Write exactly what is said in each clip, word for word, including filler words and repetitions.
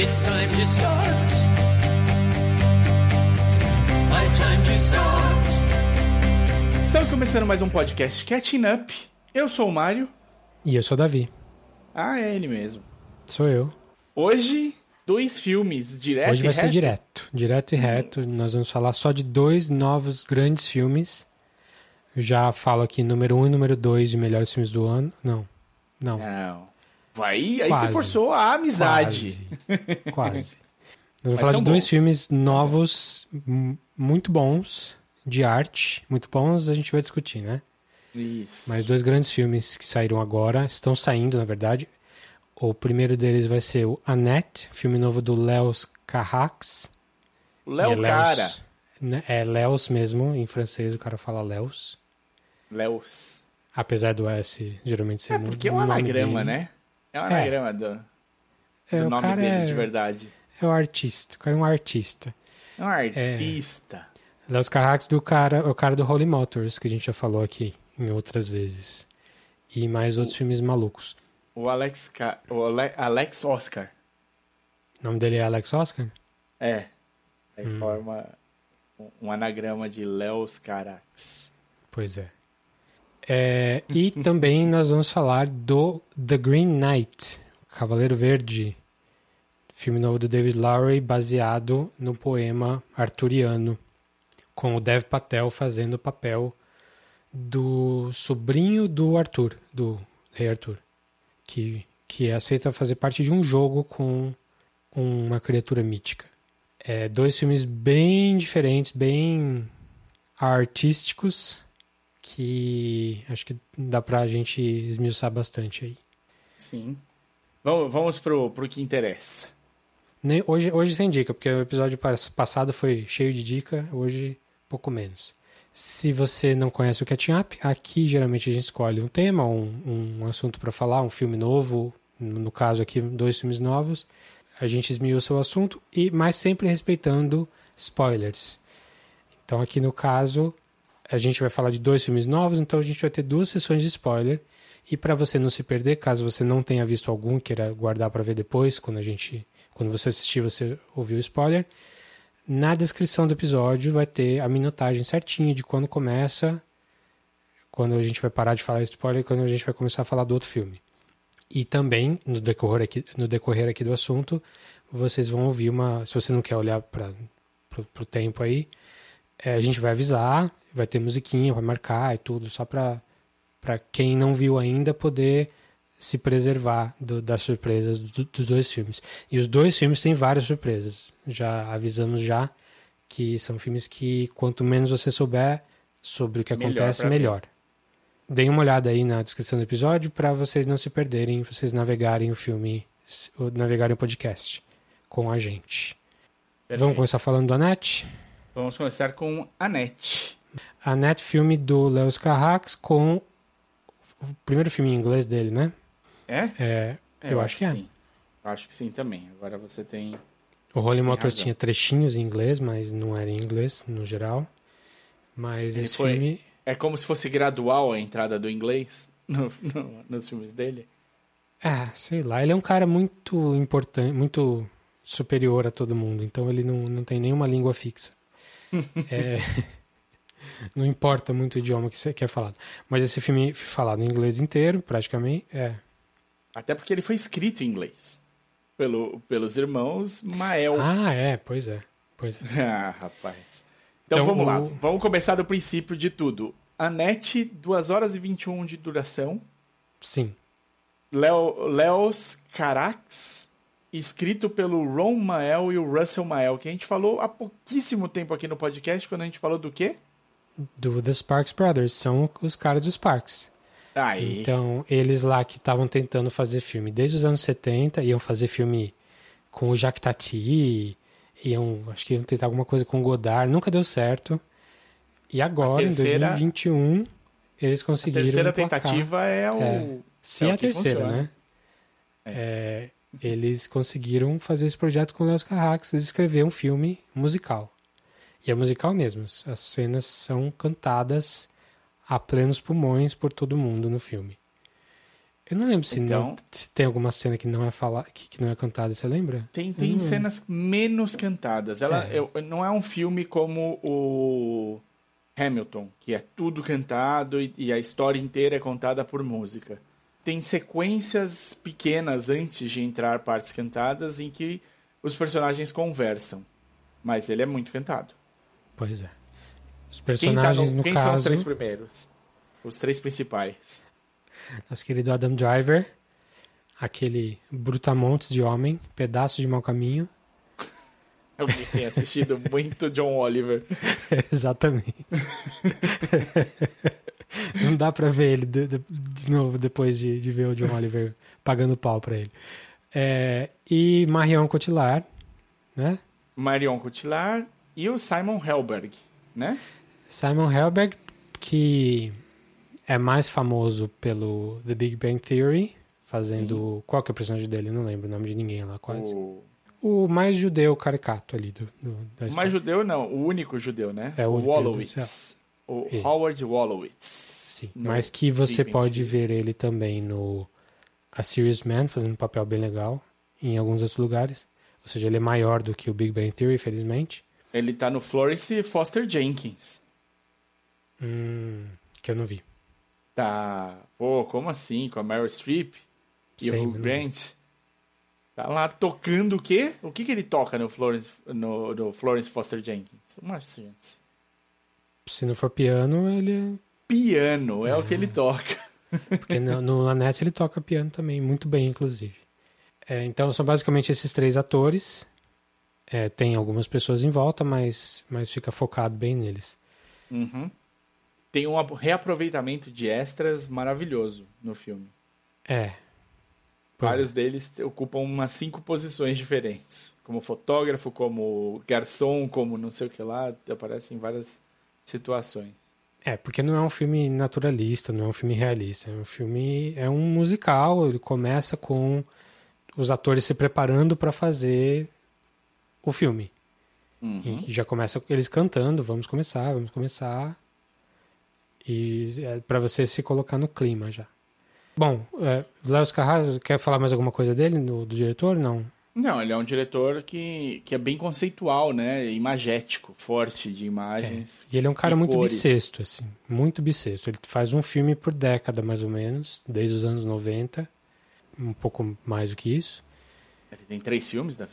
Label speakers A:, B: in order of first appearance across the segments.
A: It's time to start. My time to start.
B: Estamos começando mais um podcast Catching Up. Eu sou o Mário.
C: E eu sou o Davi.
B: Ah, é ele mesmo.
C: Sou eu.
B: Hoje, dois filmes, direto
C: Hoje
B: e
C: vai
B: reto.
C: ser direto. Direto e reto. Nós vamos falar só de dois novos grandes filmes. Eu já falo aqui número um e número dois de melhores filmes do ano. Não. Não.
B: Não. Vai, aí
C: Quase.
B: você forçou a amizade.
C: Quase. Quase. Nós vamos
B: Mas
C: falar
B: são
C: de dois
B: bons.
C: filmes novos, m- muito bons, de arte. Muito bons, a gente vai discutir, né?
B: Isso.
C: Mas dois grandes filmes que saíram agora, estão saindo, na verdade. O primeiro deles vai ser o Annette, filme novo do Leos Carax.
B: O Léo
C: E é
B: Cara.
C: Leos, né? É Leos mesmo, em francês o cara fala Leos.
B: Leos.
C: Apesar do S geralmente ser
B: É
C: muito.
B: porque é um anagrama, né? É um anagrama do, do
C: É, o
B: nome
C: cara
B: dele
C: é,
B: de verdade.
C: é o artista. O cara é um artista.
B: É um artista.
C: Leos Carax do cara, o cara do Holy Motors, que a gente já falou aqui em outras vezes. E mais outros filmes malucos.
B: O Alex, Ca... o Ale... Alex Oscar.
C: O nome dele é Alex Oscar?
B: É. Aí
C: Hum.
B: forma um- um anagrama de Leos Carax.
C: Pois é. É, e também nós vamos falar do The Green Knight, o Cavaleiro Verde, filme novo do David Lowery, baseado no poema arturiano, com o Dev Patel fazendo o papel do sobrinho do Arthur, do rei Arthur, que, que aceita fazer parte de um jogo com uma criatura mítica. É, dois filmes bem diferentes, bem artísticos, que acho que dá pra gente esmiuçar bastante aí.
B: Sim. Vamos, vamos pro, pro que interessa.
C: Nem, hoje, hoje sem dica, porque o episódio pas- passado foi cheio de dica, hoje pouco menos. Se você não conhece o Catching Up, aqui geralmente a gente escolhe um tema, um, um assunto para falar, um filme novo, no no caso aqui dois filmes novos, a gente esmiuça o assunto, e, mas sempre respeitando spoilers. Então aqui no caso a gente vai falar de dois filmes novos, então a gente vai ter duas sessões de spoiler. E para você não se perder, caso você não tenha visto algum, queira guardar para ver depois, quando a gente, quando você assistir, você ouviu o spoiler, na descrição do episódio vai ter a minutagem certinha de quando começa, quando a gente vai parar de falar spoiler e quando a gente vai começar a falar do outro filme. E também, no decorrer aqui, no decorrer aqui do assunto, vocês vão ouvir uma... Se você não quer olhar para o tempo aí, é, a gente vai avisar, vai ter musiquinha, vai marcar e tudo, só para para quem não viu ainda poder se preservar do, das surpresas do, dos dois filmes. E os dois filmes têm várias surpresas. Já avisamos já que são filmes que quanto menos você souber sobre o que
B: Melhor
C: acontece,
B: pra ver.
C: melhor. Deem uma olhada aí na descrição do episódio para vocês não se perderem, vocês navegarem o filme, ou navegarem o podcast com a gente.
B: Perfeito.
C: Vamos começar falando do Annette?
B: Vamos começar com Annette.
C: Annette, filme do Leos Carax, com o primeiro filme em inglês dele, né?
B: É?
C: É, eu, acho que, é.
B: sim. Eu acho que sim também. Agora você tem...
C: O Holy
B: Tem
C: Motors
B: razão.
C: tinha trechinhos em inglês, mas não era em inglês, no geral. Mas
B: Ele
C: esse
B: foi-
C: filme...
B: É como se fosse gradual a entrada do inglês no- no- nos filmes dele.
C: Ah, sei lá. Ele é um cara muito importante, muito superior a todo mundo. Então ele não, não tem nenhuma língua fixa. É... Não importa muito o idioma que você quer falar. Mas esse filme foi falado em inglês inteiro, praticamente. É.
B: Até porque ele foi escrito em inglês. Pelo, pelos irmãos Mael.
C: Ah, é, pois é. Pois é.
B: Ah, rapaz. Então,
C: Então,
B: vamos lá.
C: o-
B: Vamos começar do princípio de tudo. Annette, duas horas e vinte e um de duração.
C: Sim.
B: Leo, Leos Carax, escrito pelo Ron Mael e o Russell Mael, que a gente falou há pouquíssimo tempo aqui no podcast, quando a gente falou do quê?
C: Do The Sparks Brothers. São os caras dos Sparks.
B: Aí.
C: Então, eles lá que estavam tentando fazer filme desde os anos setenta, iam fazer filme com o Jacques Tati, iam, acho que iam tentar alguma coisa com o Godard, nunca deu certo. E agora,
B: A terceira-
C: em dois mil e vinte e um, eles
B: a
C: conseguiram
B: terceira
C: emplacar.
B: tentativa é o...
C: É. Se
B: é
C: é
B: o
C: a
B: que
C: terceira,
B: funciona.
C: né? É, eles conseguiram fazer esse projeto com o Leos Carax, escrever um filme musical. E é musical mesmo. As cenas são cantadas a plenos pulmões por todo mundo no filme. Eu não lembro se,
B: Então-
C: não, se tem alguma cena que não é falar, que, que não é cantada, você lembra?
B: Tem, tem
C: Hum.
B: cenas menos cantadas. Ela
C: É.
B: eu- não é um filme como o Hamilton, que é tudo cantado e, e a história inteira é contada por música. Tem sequências pequenas antes de entrar partes cantadas em que os personagens conversam. Mas ele é muito cantado.
C: Pois é. Os
B: Quem, tá
C: personagens,
B: no,
C: no
B: quem são os
C: caso,
B: três primeiros? Os três principais.
C: nosso querido Adam Driver, aquele brutamontes de homem, pedaço de mau caminho.
B: Alguém tem assistido muito John Oliver.
C: Exatamente. Não dá pra ver ele de, de- de novo depois de, de ver o John Oliver pagando pau pra ele. É, e Marion Cotillard, né?
B: Marion Cotillard e o Simon Helberg, né?
C: Simon Helberg, que é mais famoso pelo The Big Bang Theory, fazendo... Qual que é o personagem dele? Eu não lembro o nome de ninguém lá, quase.
B: O...
C: O mais judeu caricato ali do, do, da
B: o
C: história.
B: mais judeu, não. O único judeu, né?
C: É, o
B: o
C: único
B: Wolowitz. O
C: Ele.
B: Howard Wolowitz.
C: Sim,
B: No
C: mas que você
B: Big Bang
C: pode
B: Theory.
C: ver ele também no A Serious Man, fazendo um papel bem legal, em alguns outros lugares. Ou seja, ele é maior do que o Big Bang Theory, felizmente.
B: Ele tá no Florence Foster Jenkins.
C: Hum, que eu não vi.
B: Tá... Pô, como assim? Com a Meryl Streep e
C: Sei,
B: o
C: mas
B: Hugh
C: não
B: Grant. Tá lá tocando o quê? O que que ele toca no Florence, no, no Florence Foster Jenkins? Uma chance.
C: Se não for piano, ele...
B: Piano é o que ele toca.
C: Porque no, no Annette ele toca piano também, muito bem, inclusive. É, então, são basicamente esses três atores. É, tem algumas pessoas em volta, mas, mas fica focado bem neles.
B: Uhum. Tem um reaproveitamento de extras maravilhoso no filme.
C: É. Pois
B: Vários deles ocupam umas cinco posições diferentes. Como fotógrafo, como garçom, como não sei o que lá. Aparecem em várias situações.
C: É, porque não é um filme naturalista, não é um filme realista. É um filme... É um musical, ele começa com os atores se preparando para fazer o filme.
B: Uhum.
C: E já começa eles cantando, vamos começar, vamos começar. E é para você se colocar no clima já. Bom, é, Léo Carrasco, quer falar mais alguma coisa dele, do, do diretor? Não.
B: Não, ele é um diretor que, que é bem conceitual, né? Imagético, forte de imagens.
C: E ele é um cara
B: e
C: muito
B: cores.
C: bissexto, assim. Muito bissexto. Ele faz um filme por década, mais ou menos, desde os anos noventa. Um pouco mais do que isso.
B: Ele tem três filmes, Davi?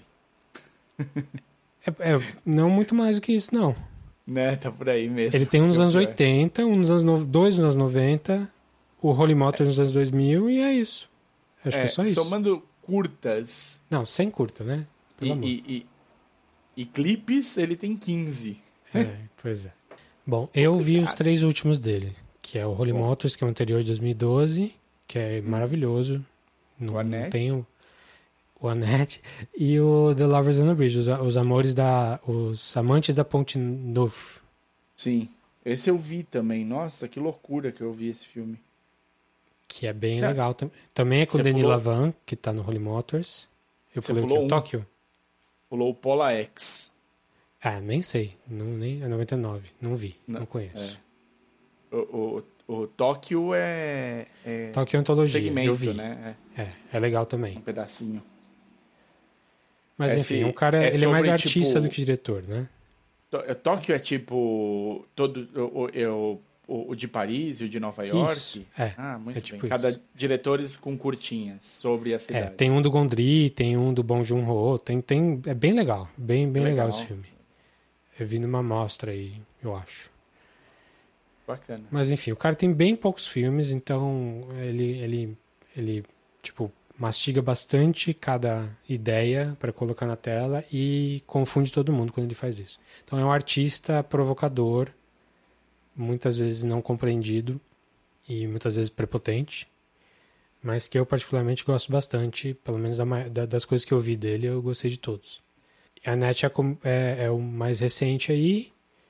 C: É, é, não muito mais do que isso, não.
B: Né? Tá por aí mesmo.
C: Ele tem um nos
B: Esse é o
C: anos
B: pior.
C: oitenta, um nos anos no... dois nos anos noventa, o Holy Motors nos anos dois mil, e é isso. Acho
B: É,
C: que é só isso.
B: somando curtas
C: Não, sem curta, né? Pelo
B: e,
C: amor.
B: e, e, e clipes, ele tem quinze.
C: É, pois é. Bom, eu vi os três últimos dele, que é o Holy
B: Bom.
C: Motors, que é o anterior de dois mil e doze, que é maravilhoso. Não,
B: O
C: não
B: Annette.
C: tem o, o Annette. E o The Lovers on the Bridge, os, os amores da... Os amantes da Ponte Neuf.
B: Sim. Esse eu vi também. Nossa, que loucura que eu vi esse filme.
C: Que é bem
B: É.
C: legal também. Também é com
B: Você
C: o Denis
B: pulou-
C: Lavan, que tá no Holy Motors. Eu
B: Você
C: falei o quê?
B: pulou
C: O
B: um.
C: Tóquio?
B: Pulou o Pola X.
C: Ah, nem sei. Não, nem, é noventa e nove. Não vi. Não,
B: Não,
C: conheço.
B: O, o, o Tóquio é... é
C: Tóquio é Antologia.
B: segmento,
C: eu vi.
B: né?
C: É, é legal
B: É
C: também.
B: um pedacinho.
C: Mas
B: É,
C: enfim,
B: se-
C: um cara,
B: é
C: ele é mais
B: sobre,
C: artista
B: tipo,
C: do que diretor, né?
B: Tó- Tóquio é tipo todo o, o, o, o de Paris e o de Nova York?
C: Isso, é.
B: Ah, muito
C: É tipo
B: bem. Cada
C: isso.
B: diretores com curtinhas sobre a
C: É,
B: cidade.
C: tem um do Gondry, tem um do Bong Joon-ho, tem, tem, é bem legal, bem, bem legal.
B: Legal.
C: esse filme. Eu vi numa mostra aí, eu acho.
B: Bacana.
C: Mas enfim, o cara tem bem poucos filmes, então ele, ele, ele tipo, mastiga bastante cada ideia para colocar na tela e confunde todo mundo quando ele faz isso. Então é um artista provocador, muitas vezes não compreendido e muitas vezes prepotente, mas que eu particularmente gosto bastante, pelo menos da ma- da- das coisas que eu vi dele, eu gostei de todos. A Annette é, com- é- é o mais recente aí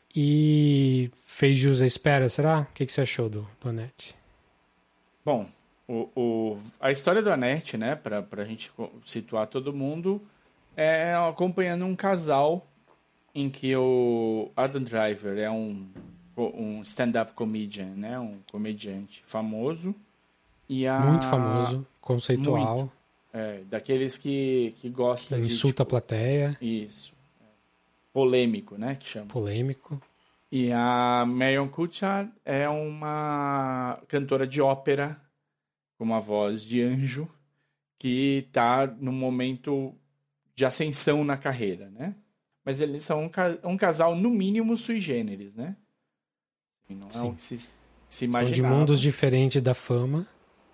C: e fez jus à espera, será? O que, que você achou do, do Annette?
B: Bom, o, o, a história do Annette, né, pra, pra gente co- situar todo mundo, é acompanhando um casal em que o Adam Driver é um, um stand-up comedian, né, um comediante famoso, E a...
C: Muito famoso, conceitual.
B: Muito. É, daqueles que, que gostam de...
C: Insulta a
B: tipo,
C: plateia.
B: Isso. Polêmico, né? Que chama.
C: Polêmico.
B: E a Marion Cotillard é uma cantora de ópera com uma voz de anjo que tá num momento de ascensão na carreira, né? Mas eles são um, ca- um casal, no mínimo, sui generis, né? E não é
C: Sim.
B: o que se, se
C: São
B: imaginava.
C: de mundos diferentes da fama.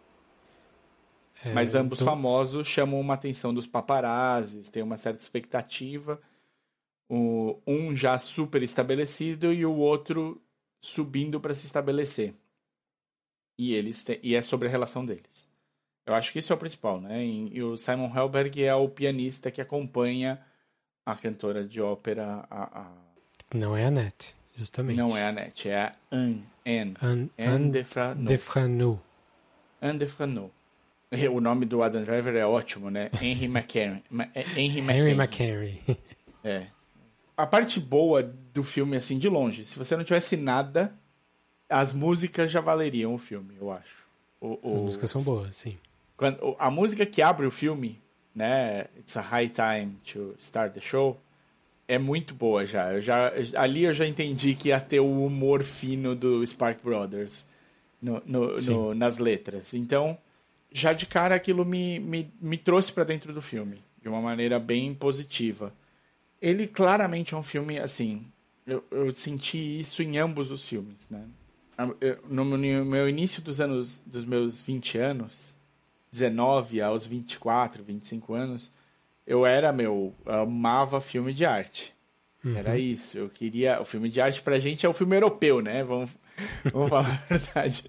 B: Mas
C: É,
B: ambos
C: então-
B: famosos chamam uma atenção dos paparazzis, tem uma certa expectativa. O, um já super estabelecido e o outro subindo para se estabelecer. E, eles te- e é sobre a relação deles. Eu acho que isso é o principal, né? E, e o Simon Helberg é o pianista que acompanha a cantora de ópera, a, a-
C: Não é a Annette, justamente.
B: não é a Annette, é a Anne. Anne,
C: Anne,
B: Anne
C: Anne
B: Defrano.
C: Defrano.
B: Anne Defrano. E o nome do Adam Driver é ótimo, né? Henry McCarry. Ma- é Henry
C: Henry
B: McCarry.
C: McHenry.
B: É. A parte boa do filme, assim, de longe, se você não tivesse nada, as músicas já valeriam o filme, eu acho. O, o-
C: As músicas são boas, sim.
B: Quando, a música que abre o filme, né? It's a high time to start the show, é muito boa já. Eu já ali eu já entendi que ia ter o humor fino do Spark Brothers no, no-
C: Sim.
B: no- nas letras. Então, já de cara aquilo me, me, me trouxe pra dentro do filme, de uma maneira bem positiva. Ele claramente é um filme, assim, eu, eu senti isso em ambos os filmes, né? Eu- no meu- no meu início dos anos, dos meus vinte anos, dezenove aos vinte e quatro, vinte e cinco anos, eu era, meu, eu amava filme de arte. Era isso, eu queria... O filme de arte pra gente é o filme europeu, né? Vamos, vamos falar a verdade.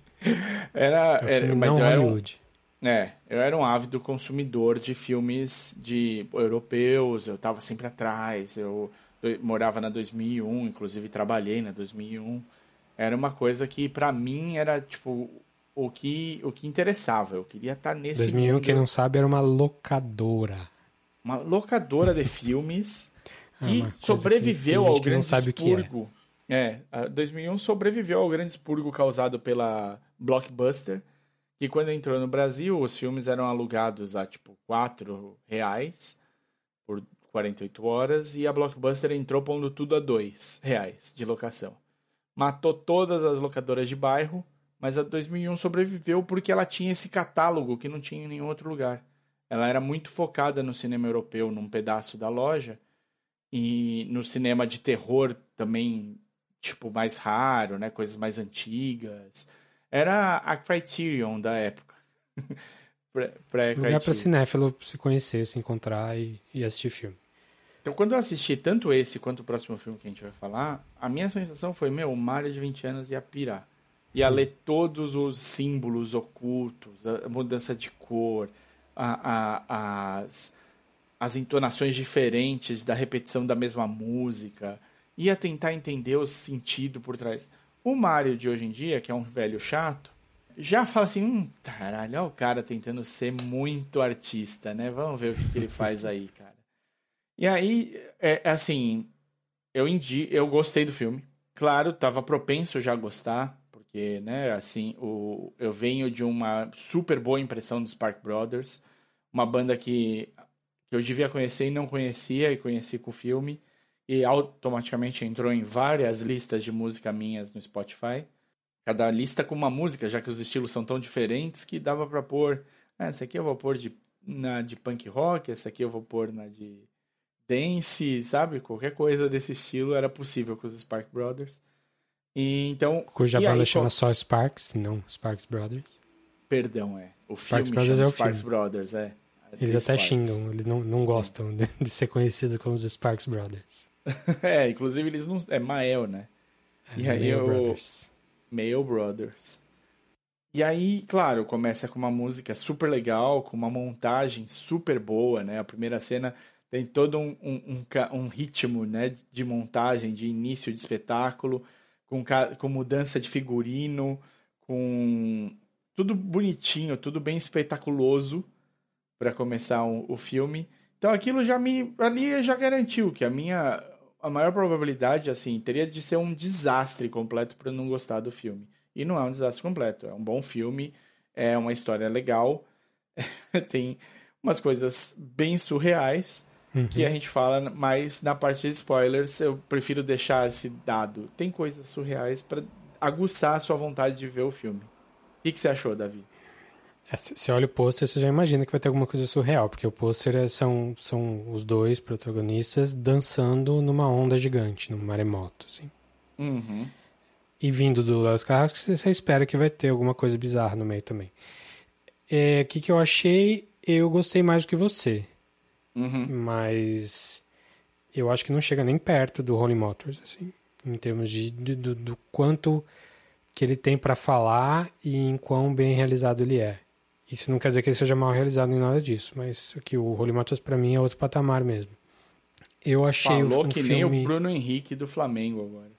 B: Era,
C: É um
B: era-
C: filme
B: mas
C: não
B: eu era um,
C: Hollywood.
B: é, eu era um ávido consumidor de filmes de europeus, eu tava sempre atrás, eu, eu morava na dois mil e um, inclusive trabalhei na dois mil e um. Era uma coisa que pra mim era tipo o que o que interessava, eu queria estar nesse
C: dois mil e um,
B: mundo.
C: quem não sabe, era uma locadora.
B: Uma locadora de filmes que
C: uma coisa
B: sobreviveu
C: que tem
B: ao
C: gente que não
B: grande
C: sabe o que é.
B: expurgo. É, a dois mil e um sobreviveu ao grande expurgo causado pela Blockbuster, que quando entrou no Brasil, os filmes eram alugados a tipo quatro reais por quarenta e oito horas e a Blockbuster entrou pondo tudo a dois reais de locação. Matou todas as locadoras de bairro, mas a dois mil e um sobreviveu porque ela tinha esse catálogo que não tinha em nenhum outro lugar. Ela era muito focada no cinema europeu, num pedaço da loja, e no cinema de terror também, tipo, mais raro, né? Coisas mais antigas. Era a Criterion da época. Pré-
C: Lugar pra
B: Pré-Criterion.
C: cinéfilo se conhecer, se encontrar e, e assistir filme.
B: Então, quando eu assisti tanto esse quanto o próximo filme que a gente vai falar, a minha sensação foi, meu, o Mário de vinte anos ia pirar. Ia ler todos os símbolos ocultos, a mudança de cor, a, a, as, as entonações diferentes da repetição da mesma música. Ia tentar entender o sentido por trás. O Mário de hoje em dia, que é um velho chato, já fala assim, hum, caralho, olha o cara tentando ser muito artista, né? Vamos ver o que, que ele faz aí, cara. E aí, é, é assim, eu, indi, eu gostei do filme. Claro, tava propenso já a gostar, porque, né, assim, o, eu venho de uma super boa impressão dos Spark Brothers, uma banda que, que eu devia conhecer e não conhecia, e conheci com o filme, e automaticamente entrou em várias listas de música minhas no Spotify. Cada lista com uma música, já que os estilos são tão diferentes que dava pra pôr, ah, essa aqui eu vou pôr de, na de punk rock, essa aqui eu vou pôr na de dance, sabe? Qualquer coisa desse estilo era possível com os Spark Brothers. E então,
C: Cuja
B: e
C: banda
B: aí,
C: chama
B: qual-
C: só Sparks, não Sparks Brothers.
B: Perdão, é. O
C: Sparks
B: filme
C: Brothers
B: chama
C: é o
B: Sparks
C: filme.
B: Brothers, é.
C: Eles
B: The
C: até
B: Sparks.
C: xingam, eles não, não gostam de, de ser conhecidos como os Sparks Brothers.
B: É, inclusive eles não... É Mael, né? E aí
C: Mail
B: eu-
C: Brothers.
B: Mail Brothers. E aí, claro, começa com uma música super legal, com uma montagem super boa, né? A primeira cena tem todo um, um, um, ca- um ritmo, né, de montagem, de início de espetáculo, com, ca- com mudança de figurino, com tudo bonitinho, tudo bem espetaculoso para começar o, o filme. Então aquilo já me... Ali já garantiu que a minha... A maior probabilidade, assim, teria de ser um desastre completo para eu não gostar do filme. E não é um desastre completo, é um bom filme. É uma história legal. Tem umas coisas bem surreais
C: Uhum.
B: que a gente fala, mas na parte de spoilers eu prefiro deixar esse dado. Tem coisas surreais para aguçar a sua vontade de ver o filme. O que, que você achou, Davi?
C: É, se você olha o pôster, você já imagina que vai ter alguma coisa surreal, porque o pôster é- são, são os dois protagonistas dançando numa onda gigante, num maremoto, assim.
B: Uhum.
C: E vindo do Los Carros, você espera que vai ter alguma coisa bizarra no meio também. É, o que, que eu achei? Eu gostei mais do que você.
B: Uhum.
C: Mas eu acho que não chega nem perto do Holy Motors, assim, em termos de, de- do, do quanto que ele tem pra falar e em quão bem realizado ele é. Isso não quer dizer que ele seja mal realizado nem nada disso, mas que o Holy Motors pra mim é outro patamar mesmo. Eu achei
B: Falou
C: um
B: que
C: filme...
B: nem o Bruno Henrique do Flamengo agora.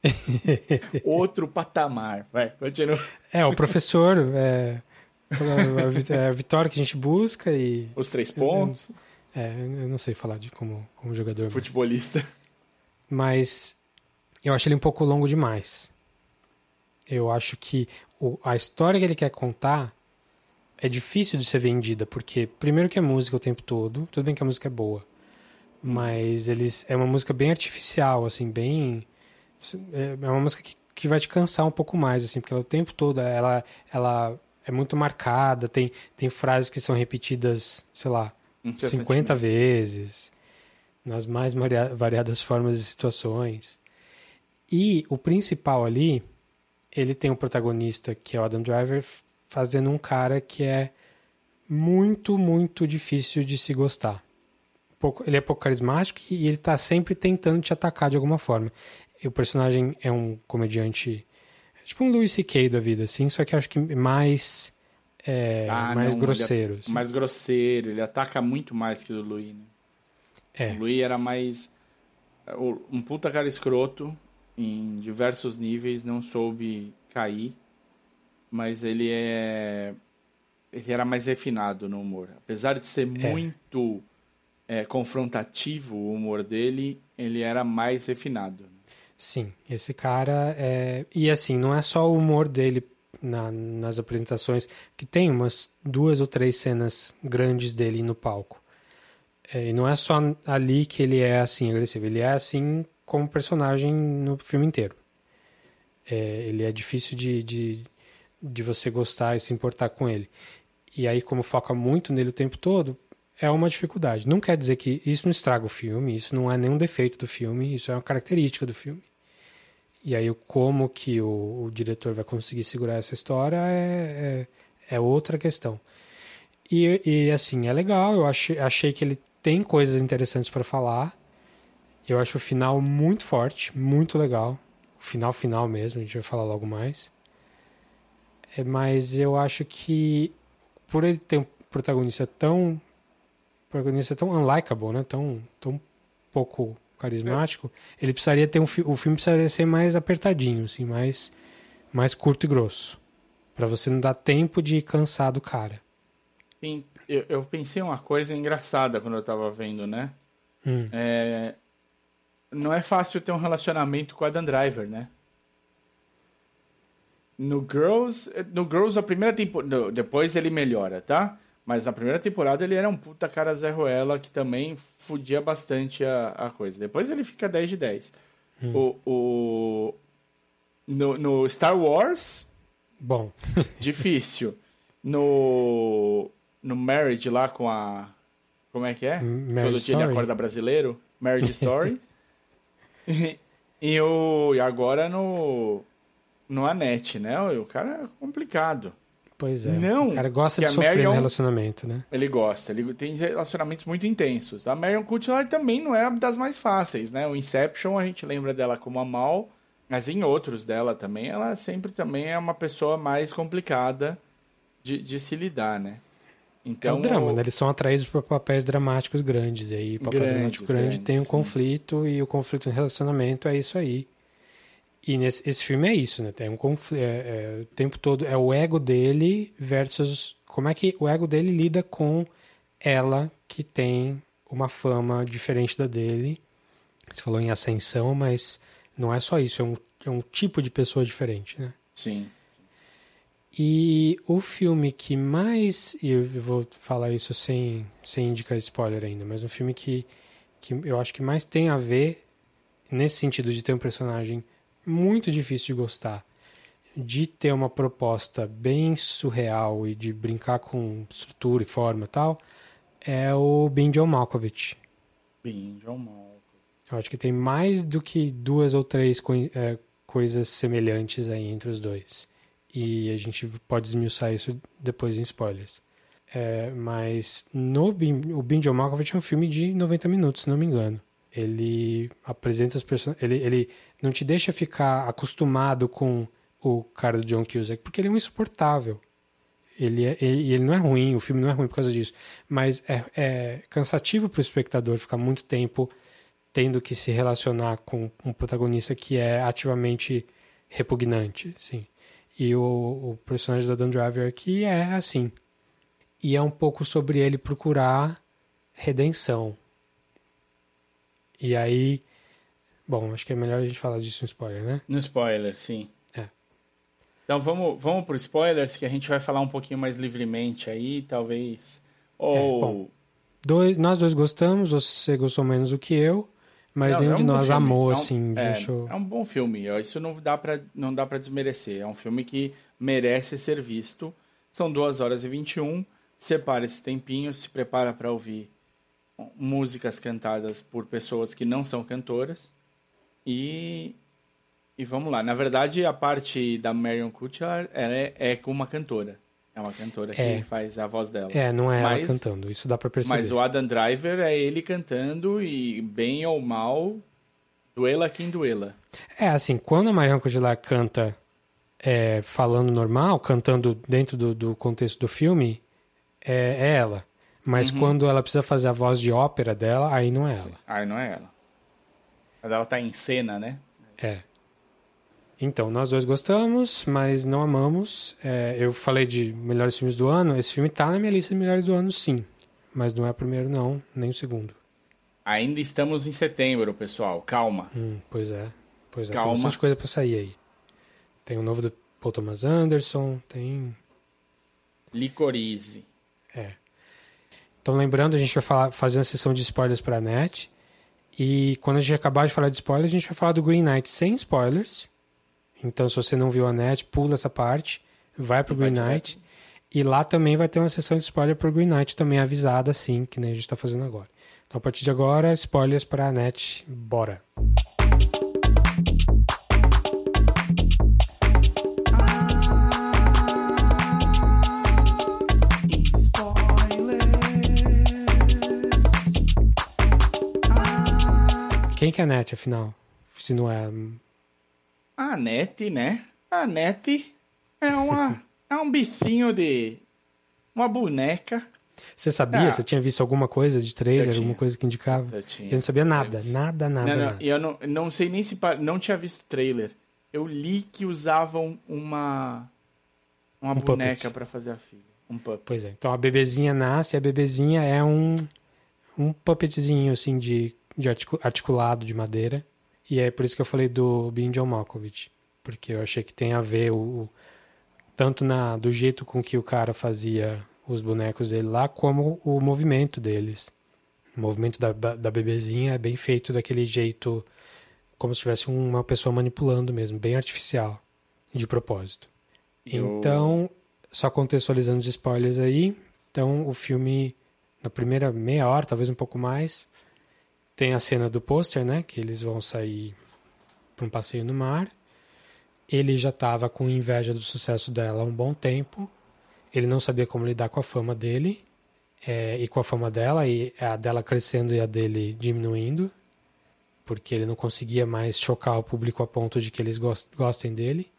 B: Outro patamar. Vai, continua.
C: É, o professor, é, a, vi- é a vitória que a gente busca e...
B: Os três pontos.
C: É, eu não sei falar de como, como jogador, mas,
B: Futebolista.
C: mas eu acho ele um pouco longo demais. Eu acho que o- a história que ele quer contar é difícil de ser vendida, porque primeiro que é música o tempo todo, tudo bem que a música é boa, mas eles é uma música bem artificial, assim, bem... É é uma música que, que vai te cansar um pouco mais, assim, porque ela, o tempo todo ela, ela é muito marcada, tem, tem frases que são repetidas, sei lá, cinquenta vezes, nas mais varia- variadas formas e situações. E o principal ali, ele tem um protagonista que é o Adam Driver f- fazendo um cara que é muito, muito difícil de se gostar. Pouco, ele é pouco carismático e ele tá sempre tentando te atacar de alguma forma. E o personagem é um comediante, tipo um Louis C K da vida, assim, só que eu acho que mais, é,
B: Ah,
C: mais
B: não,
C: grosseiro.
B: ele é
C: assim.
B: mais grosseiro, ele ataca muito mais que o Louis, né?
C: É.
B: O Louis era mais um puta cara escroto em diversos níveis, não soube cair, mas ele é ele era mais refinado no humor. Apesar de ser
C: É.
B: muito é, confrontativo o humor dele, ele era mais refinado.
C: Sim, esse cara é... E assim, não é só o humor dele na- nas apresentações, que tem umas duas ou três cenas grandes dele no palco. É, e não é só ali que ele é assim agressivo, ele é assim como personagem no filme inteiro. É, ele é difícil de, de, de você gostar e se importar com ele. E aí, como foca muito nele o tempo todo, é uma dificuldade. Não quer dizer que isso não estraga o filme, isso não é nenhum defeito do filme, isso é uma característica do filme. E aí, o como que o, o diretor vai conseguir segurar essa história é, é, é outra questão. E, e, assim, é legal, eu achei, achei que ele tem coisas interessantes para falar. Eu acho o final muito forte, muito legal. O final, final mesmo, a gente vai falar logo mais. É, mas eu acho que, por ele ter um protagonista tão protagonista tão unlikable, né? Tão, tão pouco carismático, é. ele precisaria ter um fi- o filme precisaria ser mais apertadinho, assim, mais, mais curto e grosso, para você não dar tempo de cansar do cara.
B: Sim, eu, eu pensei uma coisa engraçada quando eu tava vendo, né?
C: Hum.
B: É, não é fácil ter um relacionamento com a Adam Driver, né? No Girls, no Girls a primeira temporada, depois ele melhora, tá? Mas na primeira temporada ele era um puta cara Zé Ruela que também fudia bastante a, a coisa. Depois ele fica dez de dez.
C: Hum.
B: O, o, no, no Star Wars,
C: Bom.
B: difícil. No, no Marriage lá com a... Como é que é?
C: Marriage
B: Todo dia ele
C: Story?
B: acorda brasileiro. Marriage Story. e, e, o, e agora no... No Anete, né? O cara é complicado.
C: Pois é.
B: Não,
C: O cara gosta
B: que
C: de
B: a
C: sofrer
B: Marion-
C: no relacionamento, né?
B: Ele gosta, ele tem relacionamentos muito intensos. A Marion Cotillard também não é das mais fáceis, né? O Inception a gente lembra dela como a Mal, mas em outros dela também, ela sempre também é uma pessoa mais complicada de, de se lidar, né?
C: É
B: Então,
C: o drama,
B: o-
C: né? Eles são atraídos por papéis dramáticos grandes. E aí, papel
B: Grandes,
C: dramático grande
B: grandes,
C: tem um
B: sim.
C: conflito, e o conflito no relacionamento é isso aí. E nesse esse filme é isso, né? Tem um conflito, é, é, o tempo todo é o ego dele versus como é que o ego dele lida com ela, que tem uma fama diferente da dele. Você falou em ascensão, mas não é só isso, é um, é um tipo de pessoa diferente, né?
B: Sim.
C: E o filme que mais, e eu vou falar isso sem, sem indicar spoiler ainda, mas um filme que, que eu acho que mais tem a ver, nesse sentido de ter um personagem muito difícil de gostar, de ter uma proposta bem surreal e de brincar com estrutura e forma e tal, é o Being John Malkovich.
B: Being John Malkovich.
C: Eu acho que tem mais do que duas ou três co- é, coisas semelhantes aí entre os dois. E a gente pode esmiuçar isso depois em spoilers. É, mas no Being, o Being John Malkovich é um filme de noventa minutos, se não me engano. Ele apresenta os personagens... Ele, ele não te deixa ficar acostumado com o cara do John Cusack, porque ele é um insuportável. Ele, é, ele, ele não é ruim, o filme não é ruim por causa disso. Mas é, é cansativo para o espectador ficar muito tempo tendo que se relacionar com um protagonista que é ativamente repugnante, assim. E o, o personagem do Adam Driver aqui é assim. E é um pouco sobre ele procurar redenção. E aí... Bom, acho que é melhor a gente falar disso no spoiler, né?
B: No spoiler, sim.
C: É.
B: Então vamos, vamos pro spoilers, que a gente vai falar um pouquinho mais livremente aí, talvez. Ou...
C: É, bom, dois, nós dois gostamos, você gostou menos do que eu, mas
B: Não,
C: nenhum
B: é um
C: de
B: bom
C: nós
B: filme.
C: amou,
B: É um-
C: assim,
B: é,
C: achou...
B: é um bom filme. Isso não dá pra, não dá pra desmerecer. É um filme que merece ser visto. São duas horas e vinte e um. Separa esse tempinho, se prepara para ouvir músicas cantadas por pessoas que não são cantoras. E, e vamos lá. Na verdade, a parte da Marion Cotillard ela é, é com uma cantora. É uma cantora
C: É.
B: que faz a voz dela.
C: É, não é
B: Mas-
C: ela cantando, isso dá pra perceber.
B: Mas o Adam Driver é ele cantando e, bem ou mal, duela quem duela.
C: É, assim, quando a Marion Cotillard canta é, falando normal, cantando dentro do, do contexto do filme, é, é ela. Mas
B: Uhum.
C: quando ela precisa fazer a voz de ópera dela, aí não é ela.
B: Ah, não é ela. Mas ela tá em cena, né?
C: É. Então, nós dois gostamos, mas não amamos. É, eu falei de melhores filmes do ano, esse filme tá na minha lista de melhores do ano, sim. Mas não é o primeiro, não, nem o segundo.
B: Ainda estamos em setembro, pessoal. Calma.
C: Hum, pois é. Pois é,
B: Calma.
C: tem bastante coisa pra sair aí. Tem o novo do Paul Thomas Anderson, tem...
B: Licorice.
C: É. Então, lembrando, a gente vai falar, fazer uma sessão de spoilers pra net. E quando a gente acabar de falar de spoilers, a gente vai falar do Green Knight sem spoilers. Então, se você não viu a net, pula essa parte, vai pro
B: E vai
C: Green
B: direto.
C: Knight. E lá também vai ter uma sessão de spoiler pro Green Knight, também avisada, assim, que nem a gente tá fazendo agora. Então, a partir de agora, spoilers pra net. Bora! Quem que é a net, afinal? Se não é...
B: A Nete, né? A Nete é uma é um bichinho de uma boneca.
C: Você sabia?
B: Ah.
C: Você tinha visto alguma coisa de trailer,
B: Eu tinha.
C: alguma coisa que indicava?
B: Eu tinha.
C: Eu não sabia nada,
B: Eles-
C: nada, nada,
B: Não, não,
C: nada.
B: eu não, não sei nem se pa- não tinha visto o trailer. Eu li que usavam uma uma
C: Um
B: boneca
C: puppet.
B: pra fazer a filha, um puppet.
C: Pois é, então a bebezinha nasce e a bebezinha é um, um puppetzinho, assim, de, de articu- articulado, de madeira. E é por isso que eu falei do Being John Malkovich. Porque eu achei que tem a ver o, o- tanto na, do jeito com que o cara fazia os bonecos dele lá, como o movimento deles. O movimento da, da bebezinha é bem feito daquele jeito, como se tivesse uma pessoa manipulando mesmo, bem artificial, de propósito.
B: Eu-
C: Então, só contextualizando os spoilers aí, então o filme, na primeira meia hora, talvez um pouco mais, tem a cena do pôster, né, que eles vão sair para um passeio no mar. Ele já estava com inveja do sucesso dela há um bom tempo. Ele não sabia como lidar com a fama dele é, e com a fama dela, e a dela crescendo e a dele diminuindo, porque ele não conseguia mais chocar o público a ponto de que eles gos- gostem dele.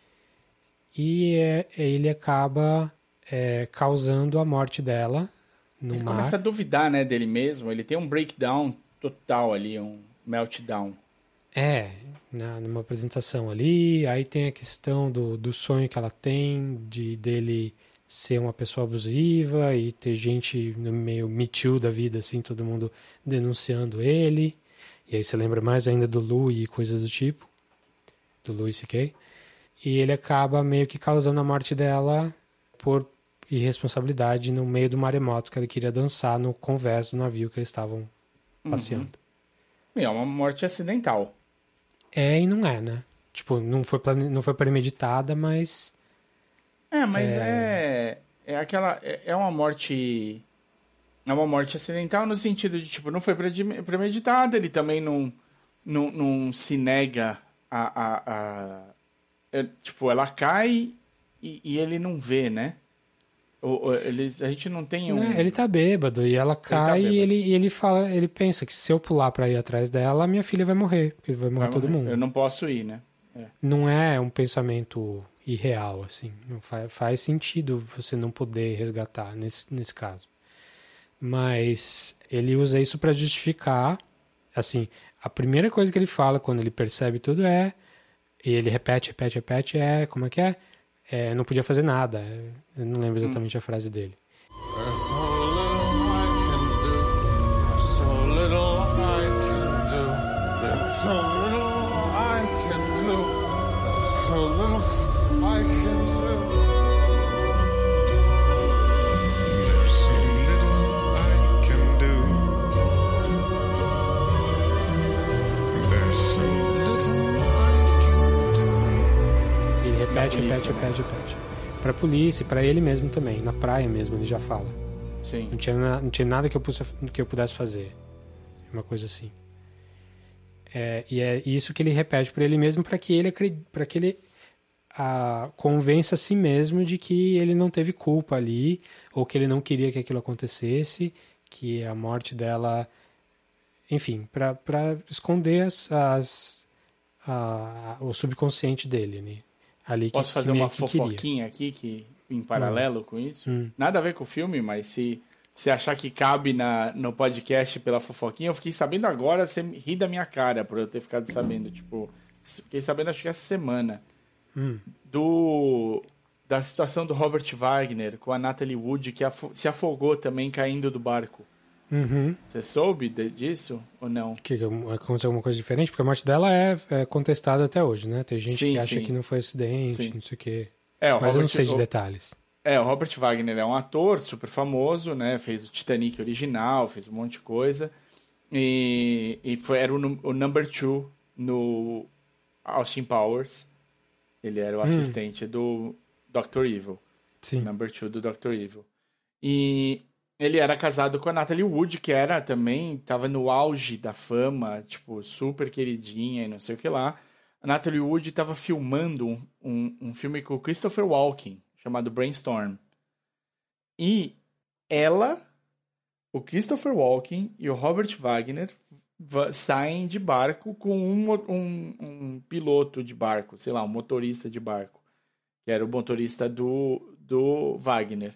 C: E é, ele acaba é, causando a morte dela no
B: Ele
C: mar.
B: começa a duvidar, né, dele mesmo. Ele tem um breakdown total ali, um meltdown.
C: É, na, numa apresentação ali, aí tem a questão do, do sonho que ela tem, de dele ser uma pessoa abusiva e ter gente no meio Me Too da vida, assim, todo mundo denunciando ele. E aí você lembra mais ainda do Lou e coisas do tipo, do Louis C K. E ele acaba meio que causando a morte dela por irresponsabilidade no meio do maremoto que ele queria dançar no convés do navio que eles estavam passeando.
B: Uhum. É uma morte acidental.
C: É e não é, né? Tipo, não foi, plane... não foi premeditada, mas...
B: É, mas é... É, é aquela... É, é uma morte... É uma morte acidental no sentido de, tipo, não foi premeditada, ele também não, não, não se nega a... a, a... É, tipo, ela cai e, e ele não vê, né? O, o, ele, a gente não tem um...
C: Né, ele tá bêbado e ela cai
B: ele tá
C: e ele, e ele fala, ele pensa que se eu pular pra ir atrás dela, minha filha vai morrer, porque vai morrer
B: vai
C: todo
B: morrer.
C: mundo.
B: Eu não posso ir, né? É.
C: Não é um pensamento irreal, assim. Não faz, faz sentido você não poder resgatar nesse, nesse caso. Mas ele usa isso pra justificar, assim, a primeira coisa que ele fala quando ele percebe tudo é, e ele repete, repete, repete, é, como é que é? É, não podia fazer nada. Eu não lembro exatamente hum. a frase dele.
A: There's so little I can do. There's so little I can do. There's so little I can do. There's so little I can do. There's so little I can do. There's so little I can do.
C: Ele repete, repete, repete, repete. Pra polícia, pra ele mesmo também. Na praia mesmo, ele já fala.
B: Sim.
C: Não tinha, não tinha nada que eu, pus, que eu pudesse fazer. Uma coisa assim. É, e é isso que ele repete pra ele mesmo, pra que ele, pra que ele a, convença a si mesmo de que ele não teve culpa ali, ou que ele não queria que aquilo acontecesse, que a morte dela... Enfim, pra, pra esconder as, as, a, o subconsciente dele, né? Ali
B: Posso
C: que,
B: fazer
C: que
B: uma
C: que
B: fofoquinha
C: queria.
B: aqui que, em paralelo hum. com isso?
C: Hum.
B: Nada a ver com o filme, mas se você achar que cabe na, no podcast pela fofoquinha, eu fiquei sabendo agora, você ri da minha cara por eu ter ficado sabendo. Tipo, fiquei sabendo acho que essa semana.
C: Hum.
B: Do, da situação do Robert Wagner com a Natalie Wood, que afo, se afogou também caindo do barco.
C: Uhum.
B: Você soube de, disso ou não?
C: Que aconteceu alguma coisa diferente? Porque a morte dela é, é contestada até hoje, né? Tem gente
B: sim,
C: que acha
B: sim.
C: que não foi acidente,
B: sim.
C: não sei o quê.
B: É, o
C: Mas
B: Robert,
C: eu não sei de
B: o,
C: detalhes.
B: É, o Robert Wagner é um ator super famoso, né? Fez o Titanic original, fez um monte de coisa. E, e foi, era o, o number two no Austin Powers. Ele era o hum. assistente do doutor Evil.
C: Sim.
B: Number two do doutor Evil. E ele era casado com a Natalie Wood, que era também, tava no auge da fama, tipo, super queridinha e não sei o que lá. A Natalie Wood tava filmando um, um, um filme com o Christopher Walken, chamado Brainstorm. E ela, o Christopher Walken e o Robert Wagner saem de barco com um, um, um piloto de barco, sei lá, um motorista de barco, que era o motorista do, do Wagner.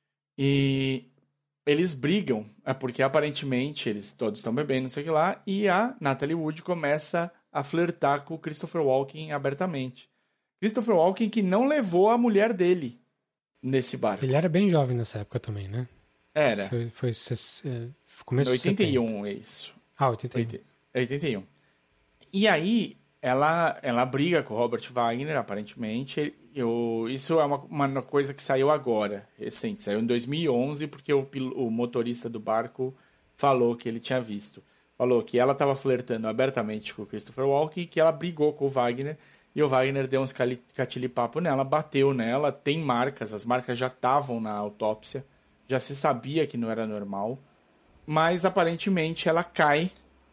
B: E eles brigam, é porque aparentemente eles todos estão bebendo, não sei o que lá, e a Natalie Wood começa a flertar com o Christopher Walken abertamente. Christopher Walken que não levou a mulher dele nesse barco.
C: Ele era bem jovem nessa época também, né?
B: Era.
C: Foi, foi, foi começo
B: de oitenta e um,
C: setenta.
B: é isso.
C: Ah, oitenta e um.
B: oitenta e um. E aí, ela, ela briga com o Robert Wagner, aparentemente. Eu, isso é uma, uma coisa que saiu agora, recente. Saiu em dois mil e onze, porque o, o motorista do barco falou que ele tinha visto. Falou que ela estava flertando abertamente com o Christopher Walken e que ela brigou com o Wagner. E o Wagner deu uns catilipapo nela, bateu nela, tem marcas, as marcas já estavam na autópsia, já se sabia que não era normal, mas aparentemente ela cai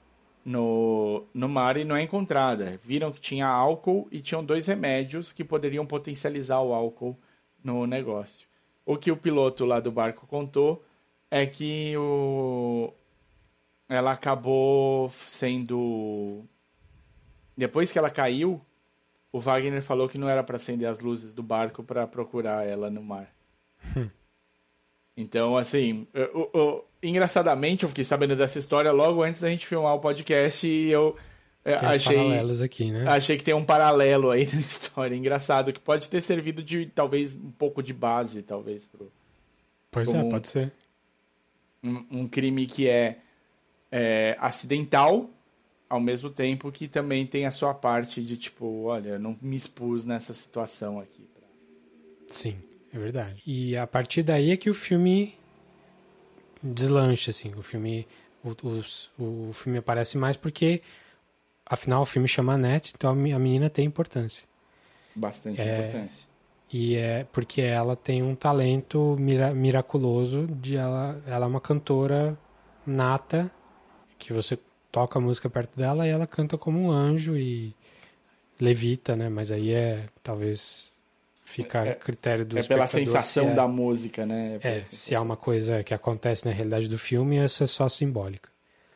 B: no, no mar e não é encontrada. Viram que tinha álcool e tinham dois remédios que poderiam potencializar o álcool no negócio. O que o piloto lá do barco contou é que o... ela acabou sendo... Depois que ela caiu, o Wagner falou que não era para acender as luzes do barco para procurar ela no mar.
C: Hum.
B: Então, assim, eu, eu, engraçadamente, eu fiquei sabendo dessa história logo antes da gente filmar o podcast e eu
C: tem
B: achei...
C: paralelos aqui, né?
B: Achei que tem um paralelo aí na história. Engraçado, que pode ter servido de, talvez, um pouco de base, talvez. Pro,
C: pois é, um, pode ser.
B: Um, um crime que é, é acidental, ao mesmo tempo que também tem a sua parte de tipo, olha, eu não me expus nessa situação aqui.
C: Sim, é verdade. E a partir daí é que o filme deslancha, assim. O filme, o, os, o filme aparece mais porque, afinal, o filme chama Annette, então a menina tem importância.
B: Bastante
C: é,
B: importância.
C: E é porque ela tem um talento mira, miraculoso de ela, ela é uma cantora nata, que você toca a música perto dela e ela canta como um anjo e levita, né? Mas aí é, talvez, fica a critério do
B: é
C: espectador.
B: É pela sensação
C: é,
B: da música, né?
C: É, é se há uma coisa que acontece na realidade do filme, essa é só simbólica.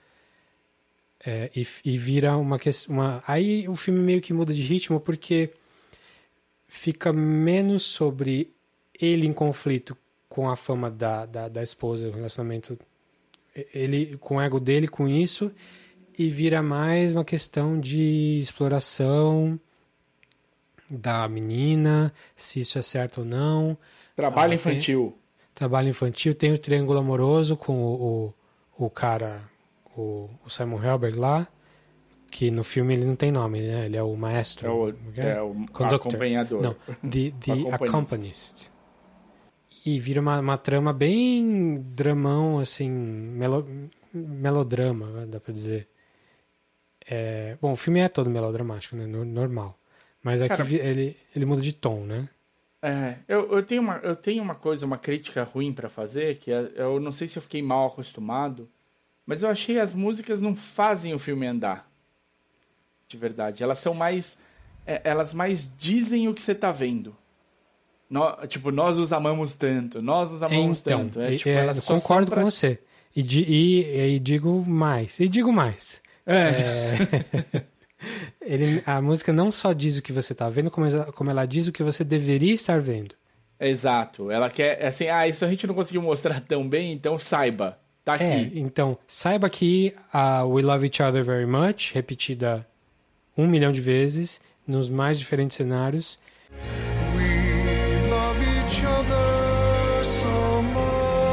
C: É, e, e vira uma questão... Uma, aí o filme meio que muda de ritmo porque fica menos sobre ele em conflito com a fama da, da, da esposa, o relacionamento... Ele, com o ego dele, com isso... E vira mais uma questão de exploração da menina, se isso é certo ou não.
B: Trabalho
C: ah,
B: infantil.
C: Tem, trabalho infantil. Tem o triângulo amoroso com o, o, o cara, o, o Simon Helberg lá, que no filme ele não tem nome, né? Ele é o maestro.
B: É o,
C: é?
B: é o acompanhador.
C: Não, the, the accompanist. E vira uma, uma trama bem dramão, assim, melo, melodrama, dá pra dizer. É, bom, o filme é todo melodramático, né? Normal. Mas aqui Cara, ele, ele muda de tom, né?
B: É, eu, eu, tenho uma, eu tenho uma coisa, uma crítica ruim pra fazer, que é, eu não sei se eu fiquei mal acostumado, mas eu achei as músicas não fazem o filme andar. De verdade. Elas são mais... É, elas mais dizem o que você tá vendo. No, tipo, nós os amamos tanto, nós os amamos
C: então,
B: tanto. É, tipo,
C: é,
B: elas
C: eu
B: só
C: concordo
B: pra...
C: com você. E, e, e digo mais. E digo mais.
B: É.
C: é... Ele, a música não só diz o que você está vendo, como ela, como ela diz o que você deveria estar vendo.
B: Exato. Ela quer, assim, ah, isso a gente não conseguiu mostrar tão bem, então saiba. Tá aqui.
C: É, então, saiba que a We Love Each Other Very Much, repetida um milhão de vezes, nos mais diferentes cenários.
A: We love each other so much.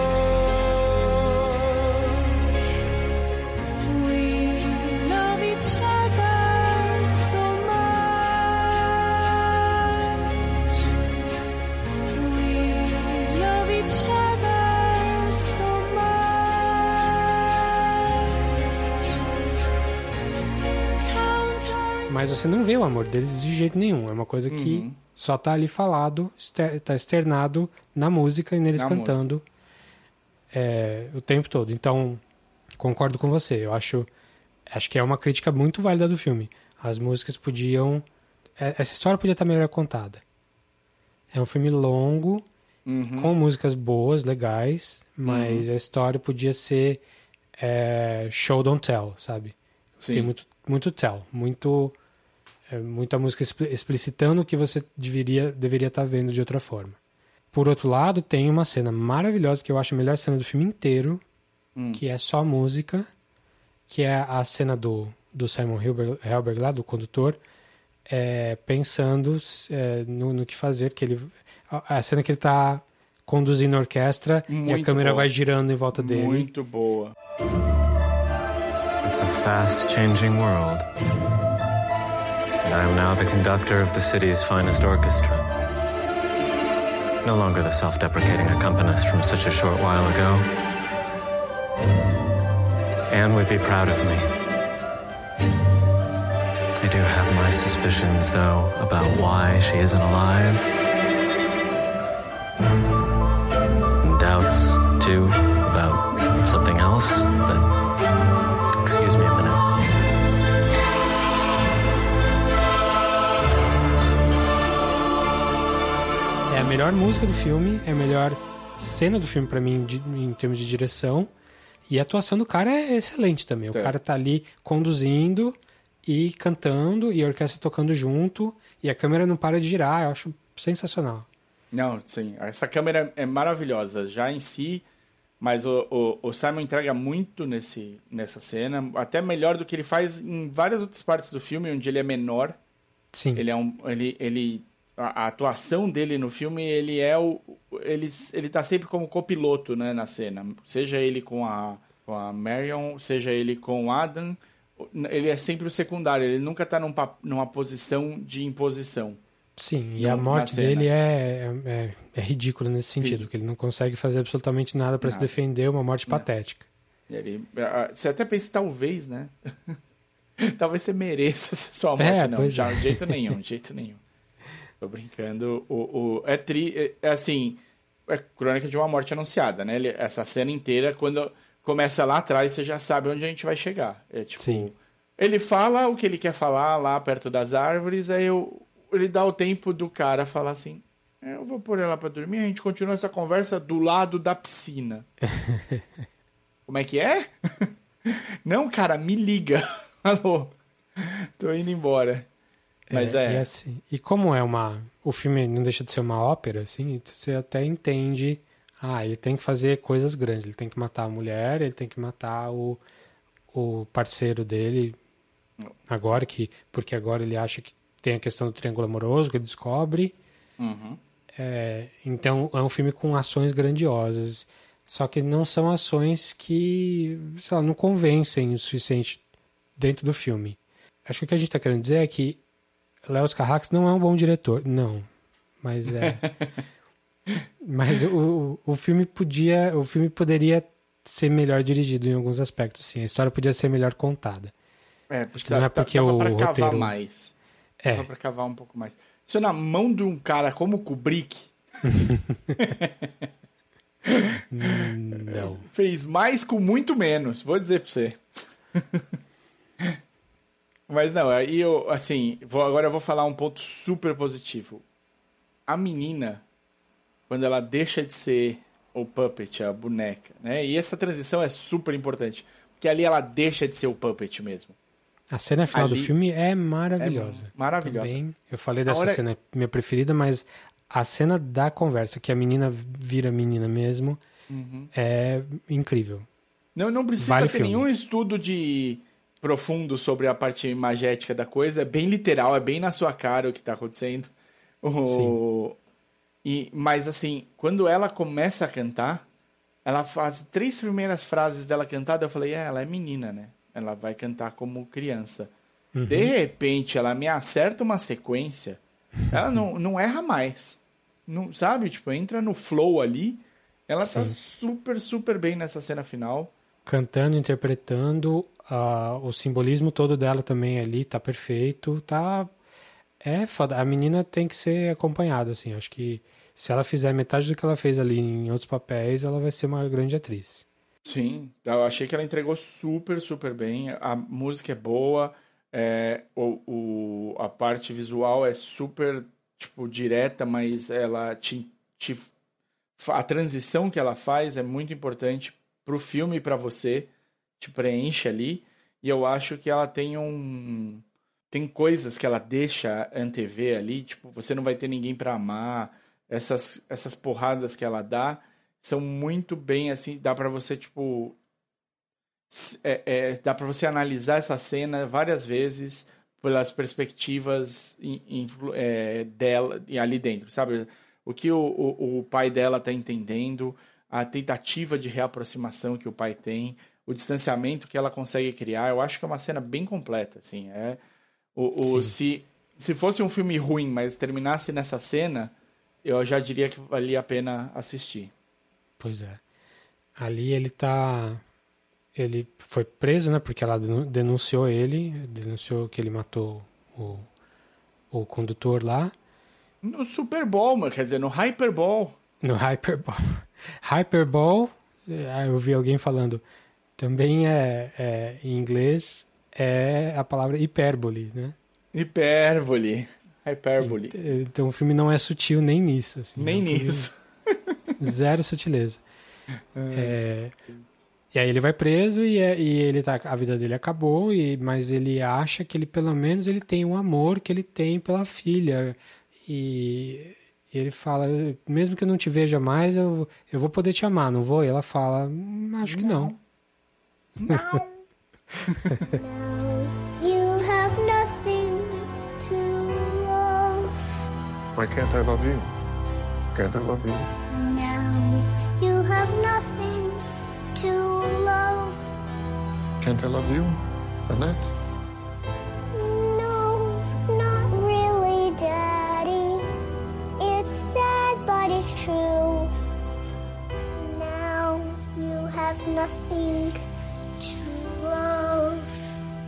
C: Mas você não vê o amor deles de jeito nenhum. É uma coisa que uhum. só tá ali falado, tá externado na música e neles na cantando é, o tempo todo. Então, concordo com você. Eu acho, acho que é uma crítica muito válida do filme. As músicas podiam... Essa história podia estar melhor contada. É um filme longo, uhum. com músicas boas, legais, mas uhum. a história podia ser é, show don't tell, sabe? Sim. Tem muito, muito tell, muito... É muita música explicitando o que você deveria, deveria estar vendo de outra forma. Por outro lado, tem uma cena maravilhosa, que eu acho a melhor cena do filme inteiro, hum. que é só música, que é a cena do, do Simon Helberg, Helberg lá, do condutor, é, pensando é, no, no que fazer, que ele, a, a cena que ele está conduzindo a orquestra muito e a câmera boa. Vai girando em volta dele.
B: Muito boa.
D: It's a fast-changing world. And I am now the conductor of the city's finest orchestra. No longer the self-deprecating accompanist from such a short while ago. Anne would be proud of me. I do have my suspicions, though, about why she isn't alive. And doubts, too, about something else, but excuse me a minute.
C: É a melhor música do filme, é a melhor cena do filme pra mim de, em termos de direção. E a atuação do cara é excelente também. O é. cara tá ali conduzindo e cantando e a orquestra tocando junto e a câmera não para de girar. Eu acho sensacional.
B: Não, sim. Essa câmera é maravilhosa já em si, mas o, o, o Simon entrega muito nesse, nessa cena. Até melhor do que ele faz em várias outras partes do filme, onde ele é menor.
C: Sim. Ele
B: é um... Ele, ele, a, a atuação dele no filme, ele é o... Ele, ele tá sempre como copiloto, né, na cena. Seja ele com a, com a Marion, seja ele com o Adam, ele é sempre o secundário, ele nunca tá num, pa- numa posição de imposição.
C: Sim, e
B: Não,
C: a morte
B: na cena.
C: dele é, é, é ridícula nesse sentido,
B: Ridículo.
C: que ele não consegue fazer absolutamente nada pra se
B: Nada.
C: defender, uma morte patética.
B: Ele, ah, você até pensa, talvez, né? Talvez você mereça sua morte.
C: É,
B: não,
C: pois
B: já,
C: é.
B: de jeito nenhum, de jeito nenhum. Tô brincando. O, o, é, tri, é, é assim, é crônica de uma morte anunciada, né? Ele- essa cena inteira, quando começa lá atrás, você já sabe onde a gente vai chegar. É tipo,
C: Sim.
B: ele fala o que ele quer falar lá perto das árvores, aí eu, ele dá o tempo do cara falar assim: "É, eu vou pôr ela pra dormir, a gente continua essa conversa do lado da piscina." Como é que é? Não, cara, me liga. Alô, tô indo embora. Mas é.
C: E, assim, e como é uma... O filme não deixa de ser uma ópera, assim, você até entende... Ah, ele tem que fazer coisas grandes. Ele tem que matar a mulher, ele tem que matar o, o parceiro dele. Agora que... Porque agora ele acha que tem a questão do triângulo amoroso, que ele descobre.
B: Uhum.
C: É, então, é um filme com ações grandiosas. Só que não são ações que, sei lá, não convencem o suficiente dentro do filme. Acho que o que a gente está querendo dizer é que Leos Carax não é um bom diretor. Não. Mas é... mas o, o filme podia... O filme poderia ser melhor dirigido em alguns aspectos, sim. A história podia ser melhor contada.
B: É,
C: Acho que não é porque
B: dava
C: o
B: pra cavar
C: roteiro...
B: mais.
C: É.
B: Dava pra cavar um pouco mais. Isso na mão de um cara como Kubrick...
C: Não.
B: Fez mais com muito menos, vou dizer pra você. Mas não, aí eu, assim, vou, agora eu vou falar um ponto super positivo. A menina, quando ela deixa de ser o puppet, a boneca, né? E essa transição é super importante, porque ali ela deixa de ser o puppet mesmo.
C: A cena final
B: Ali
C: do filme é maravilhosa.
B: é maravilhosa.
C: Também, eu falei dessa
B: hora-
C: cena, minha preferida, mas a cena da conversa, que a menina vira menina mesmo, é incrível.
B: Não, não precisa
C: Vale o
B: ter
C: filme.
B: nenhum estudo de profundo sobre a parte imagética da coisa. É bem literal, é bem na sua cara o que tá acontecendo. O... E, mas assim, quando ela começa a cantar, ela faz três primeiras frases dela cantada, eu falei, é, ela é menina, né? Ela vai cantar como criança. De repente, ela me acerta uma sequência, ela não, não erra mais. Não, sabe? Tipo, entra no flow ali. Ela tá
C: Sim.
B: super, super bem nessa cena final.
C: Cantando, interpretando, ah, o simbolismo todo dela também ali tá perfeito, tá... É foda. A menina tem que ser acompanhada, assim. Acho que se ela fizer metade do que ela fez ali em outros papéis, ela vai ser uma grande atriz.
B: Sim, eu achei que ela entregou super, super bem. A música é boa, é, o, o, a parte visual é super, tipo, direta, mas ela te, te, a transição que ela faz é muito importante pro filme e pra você, te preenche ali. E eu acho que ela tem um... Tem coisas que ela deixa antever ali, tipo, você não vai ter ninguém pra amar. Essas, essas porradas que ela dá são muito bem, assim, dá pra você, tipo... É, é, dá pra você analisar essa cena várias vezes pelas perspectivas in, influ, é, dela ali dentro, sabe? O que o, o, o pai dela tá entendendo, a tentativa de reaproximação que o pai tem, o distanciamento que ela consegue criar. Eu acho que é uma cena bem completa, assim. É, o, o, se, se fosse um filme ruim, mas terminasse nessa cena, eu já diria que valia a pena assistir.
C: Pois é. Ali ele tá... Ele foi preso, né? Porque ela denunciou ele, denunciou que ele matou o, o condutor lá.
B: No Super Bowl, mas quer dizer, no Hyper Bowl.
C: No Hyperball. Hyperball, eu vi alguém falando, também é, é em inglês, é a palavra hipérbole, né?
B: Hipérbole. Hyperbole.
C: Então o filme não é sutil nem nisso. Assim,
B: nem
C: é um
B: nisso.
C: Zero sutileza. É, e aí ele vai preso e, é, e ele tá, a vida dele acabou, e, mas ele acha que ele pelo menos ele tem um amor que ele tem pela filha. E ele fala, mesmo que eu não te veja mais, eu, eu vou poder te amar, não vou? E ela fala, acho que não.
B: Não.
E: Now you have nothing to love.
A: Why can't I love you? Can't I love you?
E: Now you have nothing to love.
A: Can't I love you? Annette?
E: No, not really, Daddy. It's sad, but it's true. Now you have nothing to love.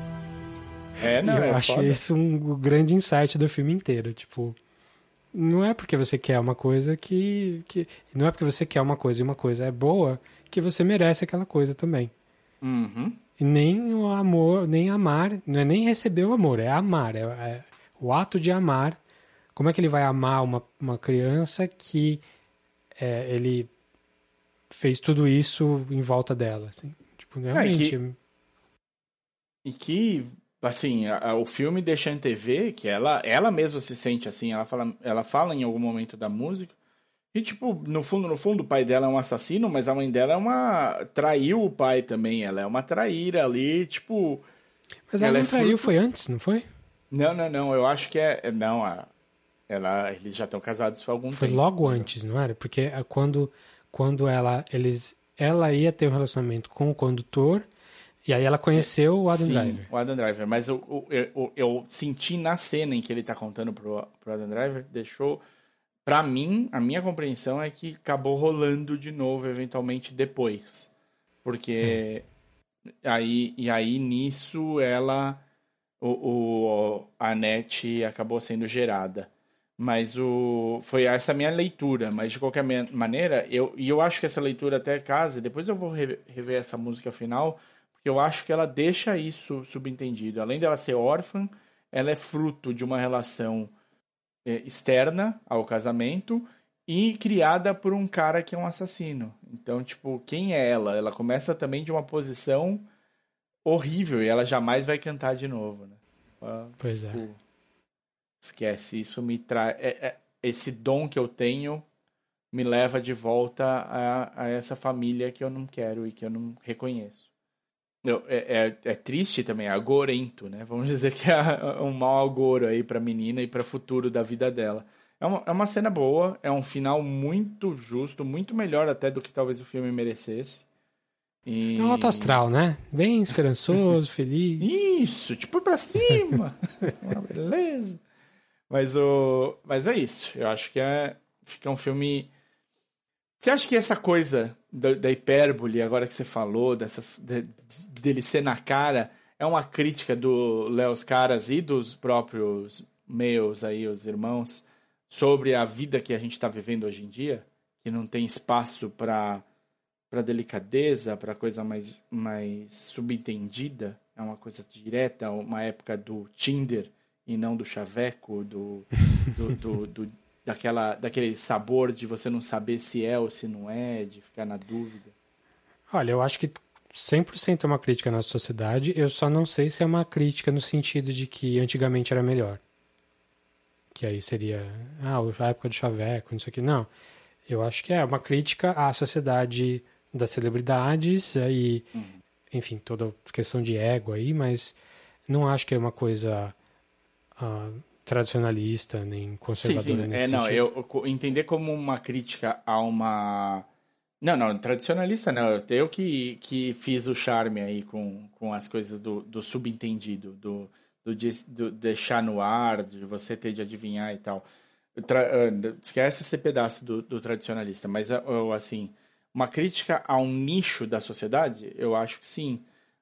B: É, não,
C: E eu
B: é
C: acho
B: foda.
C: isso um grande insight do filme inteiro. Tipo, não é porque você quer uma coisa que, que. Não é porque você quer uma coisa e uma coisa é boa que você merece aquela coisa também.
B: Uhum.
C: E nem o amor, nem amar, não é nem receber o amor, é amar. É, é o ato de amar. Como é que ele vai amar uma, uma criança que é, ele fez tudo isso em volta dela? Assim? Tipo, realmente.
B: que- E que, assim, a- a- o filme deixa antever que ela, ela mesma se sente assim. Ela fala, ela fala em algum momento da música. E, tipo, no fundo, no fundo, o pai dela é um assassino, mas a mãe dela é uma... traiu o pai também. Ela é uma traíra ali, tipo...
C: Mas ela,
B: ela
C: não
B: é
C: traiu,
B: fruto-
C: foi antes, não foi?
B: Não, não, não. Eu acho que é... Não, a, ela, eles já estão casados há algum
C: Foi
B: tempo.
C: logo
B: entendeu?
C: antes, não era? Porque é quando, quando ela, eles, ela ia ter um relacionamento com o condutor, e aí ela conheceu o Adam
B: Sim,
C: Driver.
B: o Adam Driver. Mas eu, eu, eu, eu senti na cena em que ele tá contando pro, pro Adam Driver, deixou... Pra mim, a minha compreensão é que acabou rolando de novo, eventualmente, depois. Porque... Aí, e aí, nisso, ela... O, o, a Annette acabou sendo gerada. Mas o... Foi essa minha leitura. Mas, de qualquer me- maneira, eu, e eu acho que essa leitura até casa... Depois eu vou re- rever essa música final... Porque eu acho que ela deixa isso subentendido. Além dela ser órfã, ela é fruto de uma relação eh, externa ao casamento e criada por um cara que é um assassino. Então, tipo, quem é ela? Ela começa também de uma posição horrível e ela jamais vai cantar de novo, né? Ah,
C: Pois é.
B: tipo, esquece, isso me traz... esse dom que eu tenho me leva de volta a, a essa família que eu não quero e que eu não reconheço. Eu- É, é, é triste também, é agorento, né? Vamos dizer que é um mau agouro aí pra menina e para o futuro da vida dela. É uma, é uma cena boa, é um final muito justo, muito melhor até do que talvez o filme merecesse. E...
C: É um alto astral, né? Bem esperançoso, feliz.
B: Isso, tipo pra cima. Ah, beleza. Mas, o... Mas é isso. Eu acho que é... fica um filme. Você acha que essa coisa da, da hipérbole, agora que você falou, dessas, de- dele ser na cara, é uma crítica do Léo Caras e dos próprios meus aí, os irmãos, sobre a vida que a gente está vivendo hoje em dia? Que não tem espaço para para delicadeza, para coisa mais, mais subentendida? É uma coisa direta, uma época do Tinder e não do chaveco, do, do, do, do- daquela, daquele sabor de você não saber se é ou se não é, de ficar na dúvida.
C: Olha, eu acho que cem por cento é uma crítica à nossa sociedade, eu só não sei se é uma crítica no sentido de que antigamente era melhor. Que aí seria, ah, a época do chaveco, não sei o que. Não, eu acho que é uma crítica à sociedade das celebridades e, enfim, toda a questão de ego aí, mas não acho que é uma coisa ah, tradicionalista, nem
B: Sim,
C: conservadora
B: sim.
C: nesse
B: É, não,
C: sentido.
B: eu, eu co- entender como uma crítica a uma... Não, não, tradicionalista não. Eu que, que fiz o charme aí com, com as coisas do, do subentendido, do, do, de- do deixar no ar, de você ter de adivinhar e tal. Tra- ah, esquece esse pedaço do, do tradicionalista, mas ah, eu, assim, uma crítica a um nicho da sociedade, eu acho que sim.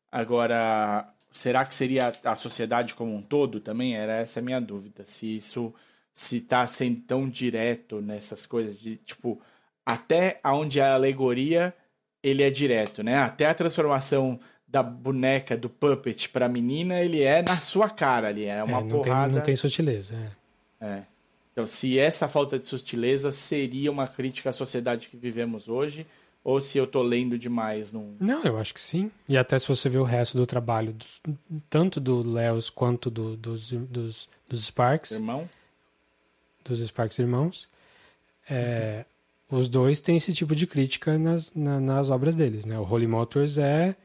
B: Agora, será que seria a sociedade como um todo também? Era essa a minha dúvida. Se isso se tá sendo tão direto nessas coisas de, tipo, até onde a alegoria ele é direto, né? Até a transformação da boneca, do puppet pra menina, ele é na sua cara ali, é uma
C: É, não, tem,
B: porrada.
C: não tem sutileza. É.
B: É. Então, se essa falta de sutileza seria uma crítica à sociedade que vivemos hoje, ou se eu tô lendo demais num...
C: Não, eu acho que sim. E até se você ver o resto do trabalho, dos- tanto do Leos quanto do- dos, dos, dos Sparks,
B: Irmão?
C: dos Sparks Irmãos, é, os dois têm esse tipo de crítica nas, na- nas obras deles, né? O Holy Motors é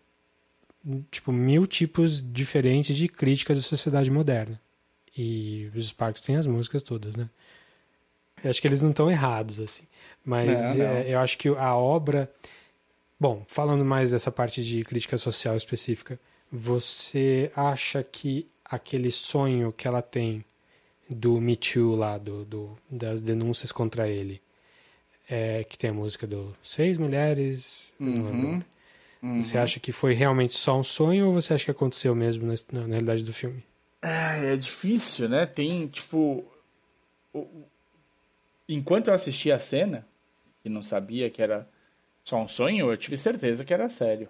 C: tipo mil tipos diferentes de crítica da sociedade moderna. E os Sparks têm as músicas todas, né? Eu acho que eles não estão errados, assim. Mas
B: Não, não.
C: é, eu acho que a obra... Bom, falando mais dessa parte de crítica social específica, você acha que aquele sonho que ela tem do Me Too lá, do, do, das denúncias contra ele, é, que tem a música do Seis Mulheres, eu não lembro.
B: Uhum.
C: Você acha que foi realmente só um sonho ou você acha que aconteceu mesmo na, na, na realidade do filme?
B: É, é difícil, né? Tem, tipo... o- Enquanto eu assistia a cena, e não sabia que era só um sonho, eu tive certeza que era sério.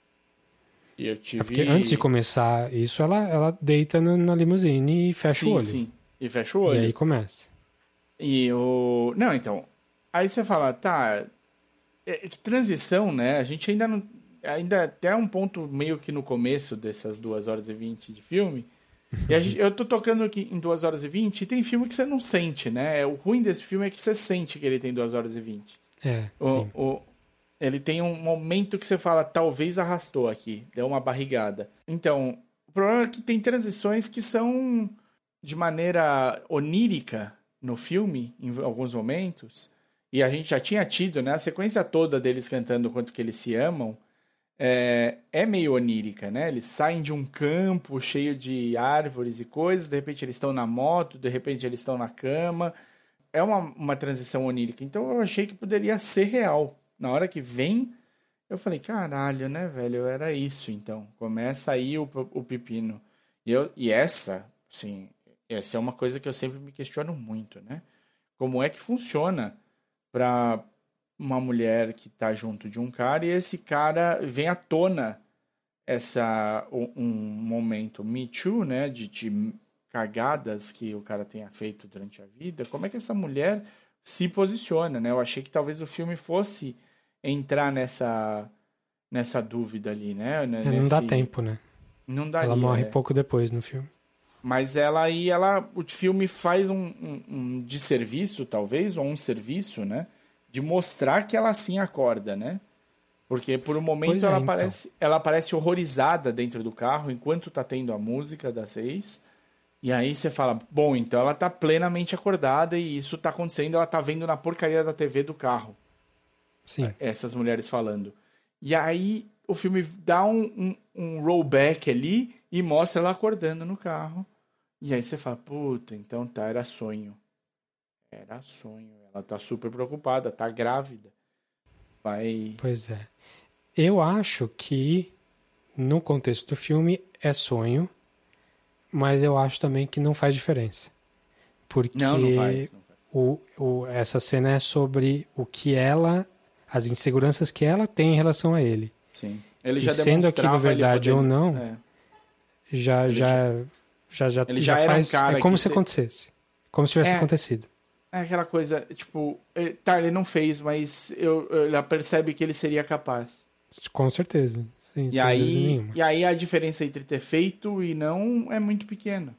B: E eu tive...
C: É porque antes de começar isso, ela, ela deita na, na limusine e fecha o
B: Sim,
C: olho.
B: sim. E fecha o olho.
C: E aí começa.
B: E o... Não, então... Aí você fala, tá... é, que transição, né? A gente ainda não... Ainda até um ponto meio que no começo dessas duas horas e vinte de filme. E a gente- eu tô tocando aqui em duas horas e vinte e tem filme que você não sente, né? O ruim desse filme é que você sente que ele tem duas horas e vinte.
C: É,
B: O,
C: sim.
B: o, ele tem um momento que você fala, talvez arrastou aqui, deu uma barrigada. Então, o problema é que tem transições que são de maneira onírica no filme, em alguns momentos, e a gente já tinha tido, né? A sequência toda deles cantando o quanto que eles se amam é, é meio onírica, né? Eles saem de um campo cheio de árvores e coisas, de repente eles estão na moto, de repente eles estão na cama. É uma, uma transição onírica. Então eu achei que poderia ser real. Na hora que vem, eu falei, caralho, né, velho? Era isso, então. Começa aí o, o pepino. E, eu, e essa, sim, essa é uma coisa que eu sempre me questiono muito, né? Como é que funciona para uma mulher que tá junto de um cara e esse cara vem à tona essa, um, um momento Me Too, né? De, de cagadas que o cara tenha feito durante a vida. Como é que essa mulher se posiciona, né? Eu achei que talvez o filme fosse entrar nessa, nessa dúvida ali, né?
C: É, não dá
B: Nesse-
C: tempo, né?
B: Não daria.
C: Ela morre
B: é.
C: pouco depois no filme.
B: Mas ela aí, ela, o filme faz um, um, um desserviço, talvez, ou um serviço, né? De mostrar que ela sim acorda, né? Porque por um momento
C: Pois é,
B: ela,
C: então.
B: parece, ela parece horrorizada dentro do carro enquanto tá tendo a música das seis. E aí você fala, bom, então ela tá plenamente acordada e isso tá acontecendo, ela tá vendo na porcaria da T V do carro.
C: Sim.
B: Essas mulheres falando. E aí o filme dá um, um, um rollback ali e mostra ela acordando no carro. E aí você fala, puta, então tá, era sonho. Era sonho. Ela tá super preocupada, tá grávida. Vai.
C: Pois é. Eu acho que, no contexto do filme, é sonho, mas eu acho também que não faz diferença. Porque
B: Não, não faz. Não faz.
C: O, o, essa cena é sobre o que ela, as inseguranças que ela tem em relação a ele.
B: Sim. Ele
C: E
B: já
C: sendo aquilo
B: demonstrava ele
C: verdade
B: podendo-
C: ou não,
B: É.
C: Já,
B: Ele
C: já, já, já,
B: ele
C: já
B: já era um
C: faz.
B: cara
C: é como
B: que
C: se
B: se-
C: acontecesse. Como se tivesse
B: É.
C: acontecido.
B: É aquela coisa, tipo, ele- tá, ele não fez, mas eu, ela percebe que ele seria capaz.
C: Com certeza. Sim,
B: E
C: sem dúvida
B: aí,
C: nenhuma.
B: e aí a diferença entre ter feito e não é muito pequena.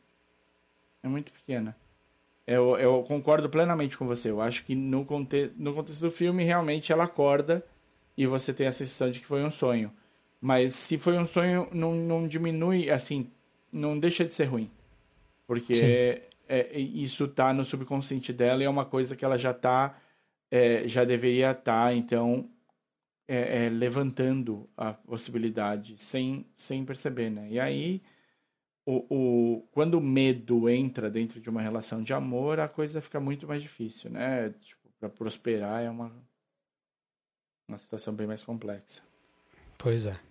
B: É muito pequena. Eu, eu concordo plenamente com você. Eu acho que no, conte no contexto do filme, realmente ela acorda e você tem a sensação de que foi um sonho. Mas se foi um sonho, não, não diminui, assim, não deixa de ser ruim. Porque
C: Sim.
B: é, é, isso tá no subconsciente dela e é uma coisa que ela já tá, é, já deveria estar, então, é, é, levantando a possibilidade sem, sem perceber, né? E aí, o, o, quando o medo entra dentro de uma relação de amor, a coisa fica muito mais difícil, né? Tipo, para prosperar é uma, uma situação bem mais complexa.
C: Pois é.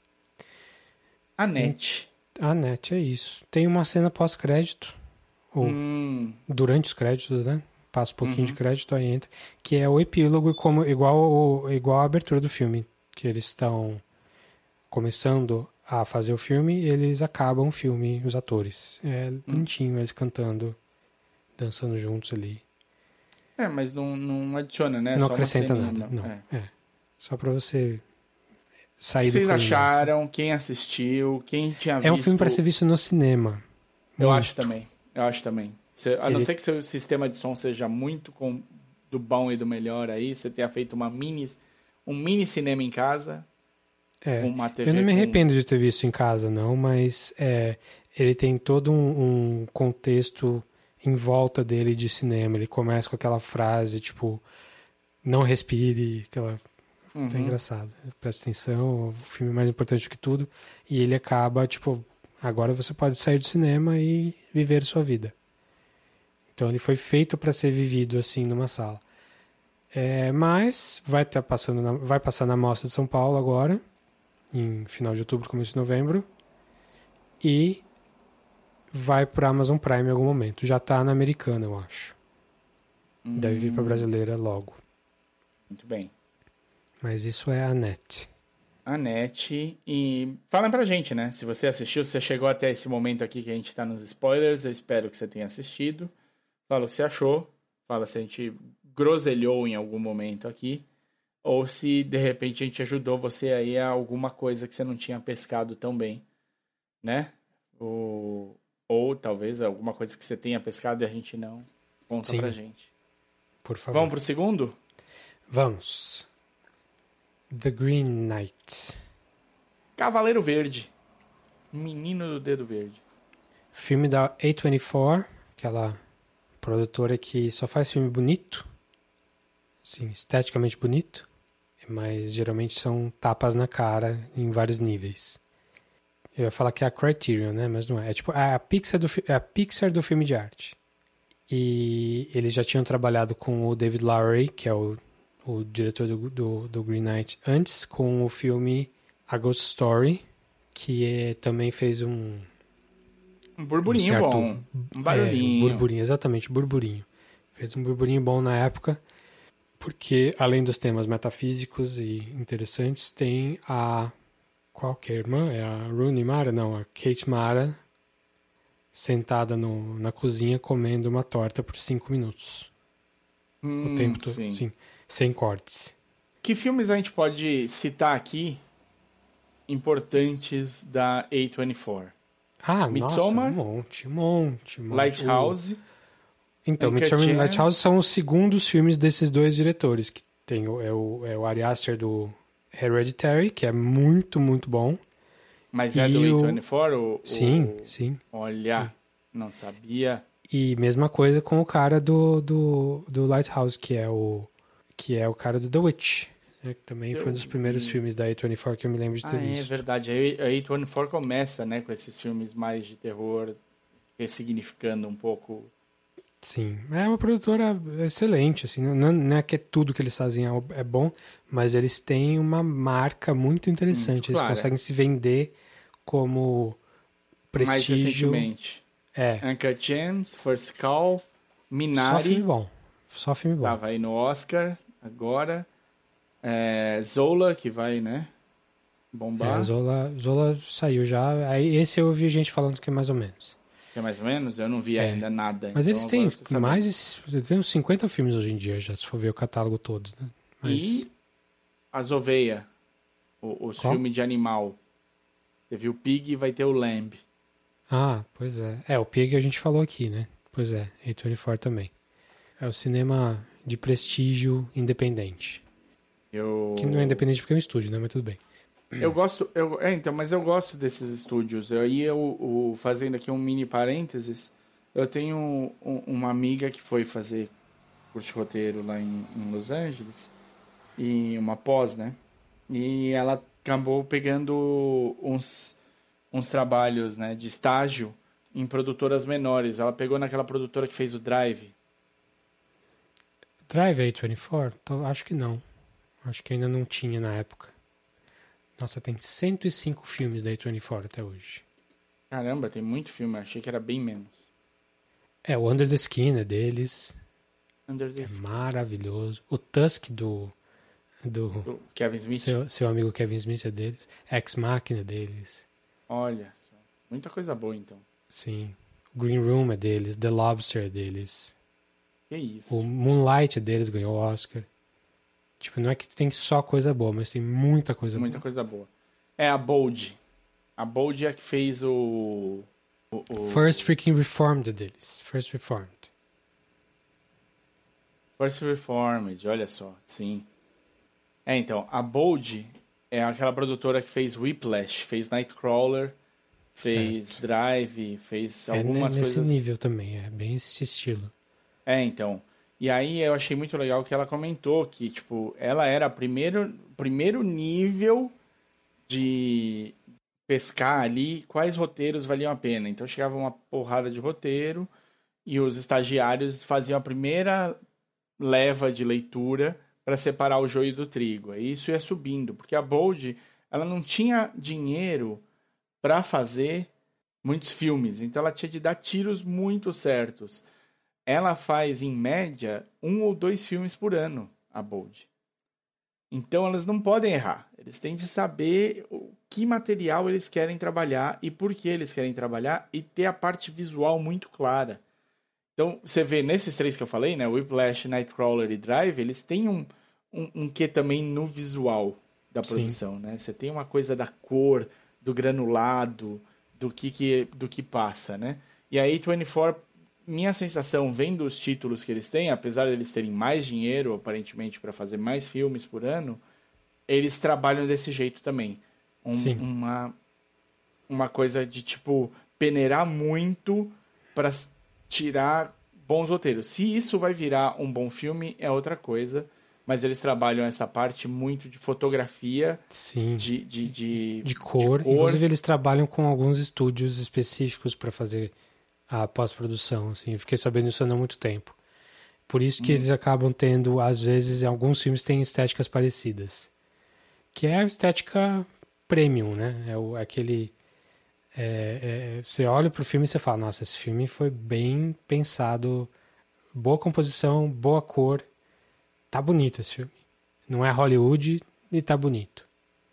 B: A Net.
C: A net é isso. Tem uma cena pós-crédito, ou
B: Hum,
C: durante os créditos, né? Passa um pouquinho
B: Uhum.
C: de crédito, aí entra. Que é o epílogo, como, igual, o- igual a abertura do filme. Que eles estão começando a fazer o filme e eles acabam o filme, os atores. É bonitinho, eles cantando, dançando juntos ali.
B: é, mas não, não adiciona, né?
C: não
B: Só uma
C: acrescenta
B: ceninha,
C: nada, não.
B: É.
C: É. Só pra você
B: O
C: sair
B: que
C: do
B: vocês
C: clima,
B: acharam? Quem assistiu? Quem tinha
C: assim.
B: visto?
C: É um filme para ser visto no cinema.
B: Eu
C: Muito.
B: acho também. Eu acho também. Se- a não
C: Ele-
B: ser que seu sistema de som seja muito com, do bom e do melhor aí, você tenha feito uma mini, um mini cinema em casa,
C: É,
B: com uma T V.
C: eu não me
B: com-
C: arrependo de ter visto em casa, não, mas é, ele tem todo um, um contexto em volta dele de cinema. Ele começa com aquela frase, tipo, não respire, aquela Então é engraçado. Presta atenção, o filme é mais importante que tudo. E ele acaba, tipo, agora você pode sair do cinema e viver sua vida. Então ele foi feito para ser vivido assim numa sala. É, mas vai tá passando na, vai passar na Mostra de São Paulo agora, em final de outubro, começo de novembro. E vai para Amazon Prime em algum momento. Já tá na Americana, eu acho. Deve vir para brasileira logo.
B: Muito bem.
C: Mas isso é a net.
B: A net. E fala pra gente, né? Se você assistiu, se você chegou até esse momento aqui que a gente tá nos spoilers, eu espero que você tenha assistido. Fala o que você achou. Fala se a gente groselhou em algum momento aqui. Ou se, de repente, a gente ajudou você aí a alguma coisa que você não tinha pescado tão bem. Né? Ou, ou talvez alguma coisa que você tenha pescado e a gente não. Conta
C: Sim.
B: pra gente.
C: Por favor.
B: Vamos pro segundo?
C: Vamos. The Green Knight.
B: Cavaleiro Verde. Menino do Dedo Verde.
C: Filme da A vinte e quatro, aquela produtora que só faz filme bonito. Assim, esteticamente bonito. Mas geralmente são tapas na cara em vários níveis. Eu ia falar que é a Criterion, né? Mas não é. É tipo é a Pixar do, é a Pixar do filme de arte. E eles já tinham trabalhado com o David Lowery, que é o o diretor do, do, do Green Knight, antes com o filme A Ghost Story, que é, também fez um...
B: Um burburinho
C: um certo,
B: bom. Um barulhinho.
C: É, um burburinho, exatamente, burburinho. Fez um burburinho bom na época, porque além dos temas metafísicos e interessantes, tem a... Qual que é a irmã? É a Rooney Mara? Não, a Kate Mara, sentada no, na cozinha comendo uma torta por cinco minutos.
B: Hum,
C: o tempo todo,
B: sim.
C: sim, sem cortes.
B: Que filmes a gente pode citar aqui importantes da A vinte e quatro?
C: Ah,
B: Midsommar,
C: nossa, um monte, um monte, um monte.
B: Lighthouse.
C: O... Então,
B: Uncut
C: Midsommar e
B: Gems.
C: Lighthouse são os segundos filmes desses dois diretores, que tem o, é, o, é o Ari Aster do Hereditary, que é muito, muito bom.
B: Mas é
C: E
B: do
C: o-
B: A vinte e quatro? O,
C: Sim,
B: o-
C: sim.
B: Olha, não sabia.
C: E mesma coisa com o cara do, do, do Lighthouse, que é o que é o cara do The Witch, né, que também foi um dos primeiros filmes da A vinte e quatro que eu me lembro de ter
B: Ah, é
C: visto.
B: verdade. A A vinte e quatro começa, né, com esses filmes mais de terror, ressignificando um pouco.
C: Sim, é uma produtora excelente, assim, não, não é que é tudo que eles fazem é é bom, mas eles têm uma marca muito interessante,
B: Muito
C: eles
B: clara.
C: conseguem se vender como
B: Mais
C: prestígio.
B: recentemente.
C: É,
B: Uncut Gems, First Call,
C: só
B: Minari,
C: filme bom, só filme bom.
B: tava aí no Oscar agora. É, Zola, que vai, né, bombar.
C: É, Zola, Zola saiu já, aí esse eu ouvi gente falando que é mais ou menos.
B: Que é mais ou menos? Eu não vi
C: É.
B: ainda nada.
C: Mas
B: então
C: eles
B: agora
C: têm
B: eu tô sabendo.
C: mais, de- tem uns cinquenta filmes hoje em dia já, se for ver o catálogo todo, né? Mas,
B: E as oveias, o- os
C: Qual?
B: filmes de animal. Teve o Pig e vai ter o Lamb.
C: Ah, pois é. É, o Pig a gente falou aqui, né? Pois é, A vinte e quatro também. É o cinema de prestígio independente.
B: Eu...
C: Que não é independente porque é um estúdio, né? Mas tudo bem.
B: Eu gosto, eu, é, então, mas eu gosto desses estúdios. Aí eu, o- fazendo aqui um mini parênteses, eu tenho um- uma amiga que foi fazer curso de roteiro lá em, em Los Angeles, e uma pós, né? E ela acabou pegando uns, uns trabalhos, né, de estágio em produtoras menores. Ela pegou naquela produtora que fez o Drive.
C: Drive A vinte e quatro? Então, acho que não. Acho que ainda não tinha na época. Nossa, tem cento e cinco filmes da A vinte e quatro até hoje.
B: Caramba, tem muito filme, eu achei que era bem menos.
C: É, o Under the Skin é deles.
B: Under the
C: É
B: Skin,
C: maravilhoso. O Tusk do, do
B: do Kevin Smith.
C: seu, seu amigo Kevin Smith é deles. Ex Machina é deles.
B: Olha, só, muita coisa boa então.
C: Sim. O Green Room é deles. The Lobster é deles.
B: Que isso.
C: O Moonlight é deles, ganhou o Oscar. Tipo, não é que tem só coisa boa, mas tem muita coisa
B: Muita
C: boa.
B: coisa boa. É a Bold. A Bold é a que fez o... o, o
C: First Freaking Reformed é deles. First Reformed.
B: First Reformed, olha só, sim. É, então, a Bold é aquela produtora que fez Whiplash, fez Nightcrawler, fez Drive, fez
C: É
B: algumas
C: ne- nesse
B: coisas...
C: nível também, é bem esse estilo.
B: É, então. E aí eu achei muito legal que ela comentou que, tipo, ela era o primeiro, primeiro nível de pescar ali quais roteiros valiam a pena. Então chegava uma porrada de roteiro e os estagiários faziam a primeira leva de leitura para separar o joio do trigo. E isso ia subindo, porque a Bold, ela não tinha dinheiro para fazer muitos filmes, então ela tinha de dar tiros muito certos. Ela faz, em média, um ou dois filmes por ano, a Bold. Então elas não podem errar. Eles têm de saber o que material eles querem trabalhar e por que eles querem trabalhar e ter a parte visual muito clara. Então, você vê nesses três que eu falei, né? Whiplash, Nightcrawler e Drive, eles têm um, um, um quê também no visual da produção, Sim. né? Você tem uma coisa da cor, do granulado, do que, que, do que passa, né? E aí, vinte e quatro, minha sensação, vendo os títulos que eles têm, apesar de eles terem mais dinheiro, aparentemente, para fazer mais filmes por ano, eles trabalham desse jeito também. Um,
C: Sim.
B: Uma, uma coisa de, tipo, peneirar muito para tirar bons roteiros. Se isso vai virar um bom filme, é outra coisa. Mas eles trabalham essa parte muito de fotografia,
C: Sim.
B: De, de, de,
C: de, cor.
B: de cor.
C: Inclusive, eles trabalham com alguns estúdios específicos para fazer a pós-produção. Assim. Eu fiquei sabendo isso há não muito tempo. Por isso que hum. eles acabam tendo, às vezes, alguns filmes têm estéticas parecidas. Que é a estética premium, né? É o, aquele... É, é, você olha pro filme e você fala, nossa, esse filme foi bem pensado, boa composição, boa cor, tá bonito esse filme. Não é Hollywood e tá bonito.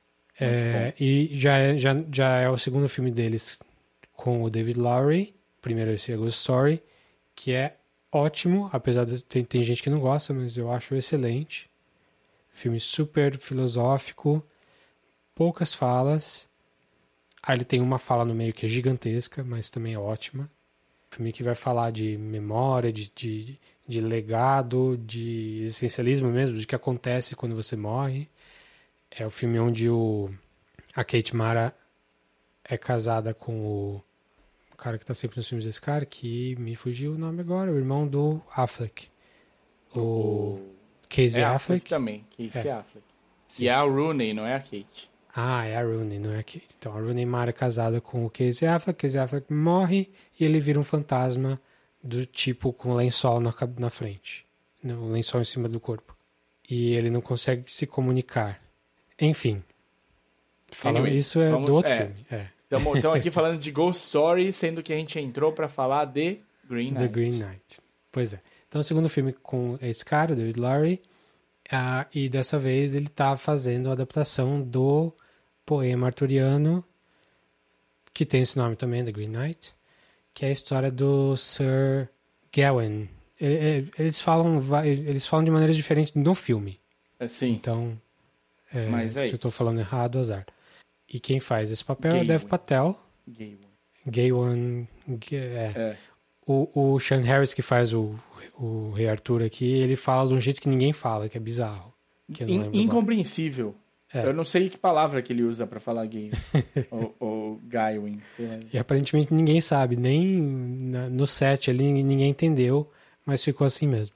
C: É, e já é, já, já é o segundo filme deles com o David Lowery, primeiro esse é Ghost Story, que é ótimo, apesar de tem, tem gente que não gosta, mas eu acho excelente. Filme super filosófico, poucas falas. Aí ele tem uma fala no meio que é gigantesca, mas também é ótima. Filme que vai falar de memória, de, de, de legado, de existencialismo mesmo, de que acontece quando você morre. É o filme onde o, a Kate Mara é casada com o, o cara que tá sempre nos filmes desse cara, que me fugiu o nome agora, o irmão do Affleck. O, o... Casey
B: é
C: Affleck.
B: Affleck também, Casey
C: é.
B: Affleck.
C: Sim.
B: E é a Rooney, não é a Kate.
C: Ah, é a Rooney, não é a Kate. Então, a Rooney Mara é casada com o Casey Affleck, Casey Affleck morre e ele vira um fantasma do tipo com lençol na, na frente. Um lençol em cima do corpo. E ele não consegue se comunicar. Enfim. Falando,
B: anyway,
C: isso é
B: vamos,
C: do outro
B: é,
C: filme. É.
B: Estamos aqui falando de Ghost Story, sendo que a gente entrou para falar de Green Knight.
C: The Green Knight. Pois é. Então, o segundo filme com esse cara, David Lowery, uh, e dessa vez ele está fazendo a adaptação do poema arturiano, que tem esse nome também, The Green Knight, que é a história do Sir Gawain. Eles falam, eles falam de maneiras diferentes no filme.
B: Sim.
C: Então, é,
B: Mas é
C: se eu estou
B: isso.
C: falando errado, azar. E quem faz esse papel
B: Gawain.
C: é o Dev Patel.
B: Gawain.
C: Gawain. É.
B: É.
C: O, o Sean Harris, que faz o, o Rei Arthur aqui, ele fala de um jeito que ninguém fala, que é bizarro. Que eu não
B: In, incompreensível. É. Eu não sei que palavra que ele usa pra falar gay. ou, ou Gawain, sei lá.
C: E aparentemente ninguém sabe, nem na, no set ali ninguém entendeu, mas ficou assim mesmo.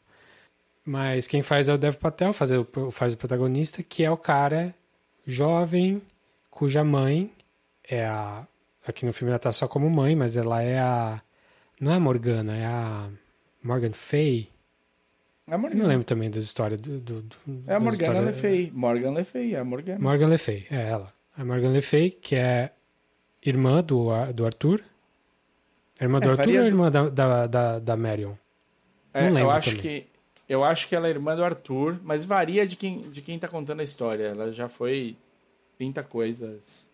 C: Mas quem faz é o Dev Patel, faz o, faz o protagonista, que é o cara jovem, cuja mãe é a... Aqui no filme ela tá só como mãe, mas ela é a... Não é a Morgana, é a Morgan Fay.
B: É a Morgana.
C: Não lembro também das histórias do... do, do
B: é a Morgana
C: histórias...
B: Le Fay. Morgan Le Fay, é a Morgana.
C: Morgan Le Fay, é ela. A Morgan Le Fay, que é irmã do, do Arthur. É irmã do é, Arthur ou do... irmã da, da, da, da Marion?
B: É,
C: Não lembro
B: eu acho
C: também.
B: que Eu acho que ela é irmã do Arthur, mas varia de quem, de quem tá contando a história. Ela já foi trinta coisas.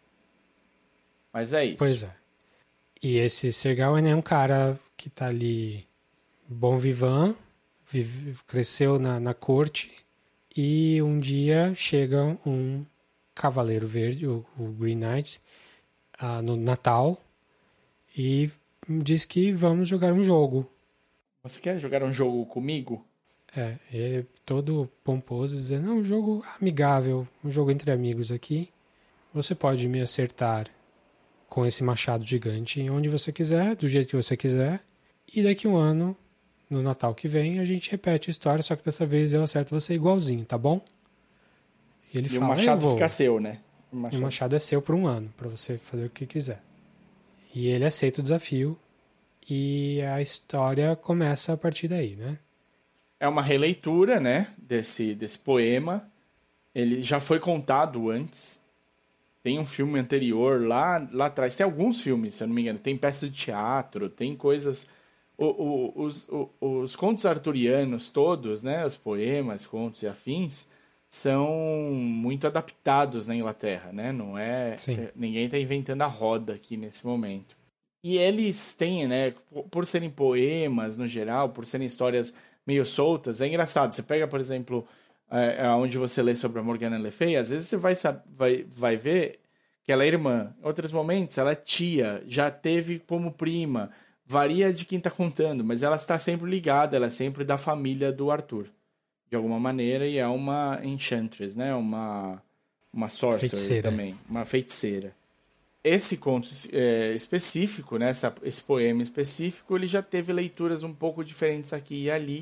B: Mas é isso.
C: Pois é. E esse Sir Gawain é um cara que tá ali bom vivant, vive, cresceu na, na corte, e um dia chega um cavaleiro verde, o, o Green Knight, uh, no Natal, e diz que vamos jogar um jogo.
B: Você quer jogar um jogo comigo?
C: É, ele é todo pomposo, dizendo, não, um jogo amigável, um jogo entre amigos aqui. Você pode me acertar com esse machado gigante onde você quiser, do jeito que você quiser, e daqui a um ano no Natal que vem a gente repete a história, só que dessa vez eu acerto você igualzinho, tá bom? E ele
B: E
C: fala,
B: o machado
C: eu vou.
B: fica seu, né? O
C: E
B: machado.
C: o machado é seu por um ano, pra você fazer o que quiser. E ele aceita o desafio e a história começa a partir daí, né?
B: É uma releitura, né, desse, desse poema. Ele já foi contado antes. Tem um filme anterior lá, lá atrás. Tem alguns filmes, se eu não me engano. Tem peças de teatro, tem coisas... O, o, os, o, os contos arturianos todos, né, os poemas, contos e afins, são muito adaptados na Inglaterra, né? Não é...
C: Sim.
B: é, ninguém está inventando a roda aqui nesse momento. E eles têm, né, por- por serem poemas no geral, por serem histórias meio soltas, é engraçado. Você pega, por exemplo, é, é, onde você lê sobre a Morgana Le Fay, às vezes você vai, sab- vai, vai ver que ela é irmã. Em outros momentos, ela é tia, já teve como prima. Varia de quem está contando, mas ela está sempre ligada, ela é sempre da família do Arthur, de alguma maneira, e é uma enchantress, né? Uma, uma sorcerer
C: Feiticeira.
B: também, uma feiticeira. Esse conto é, específico, né, essa, esse poema específico, ele já teve leituras um pouco diferentes aqui e ali,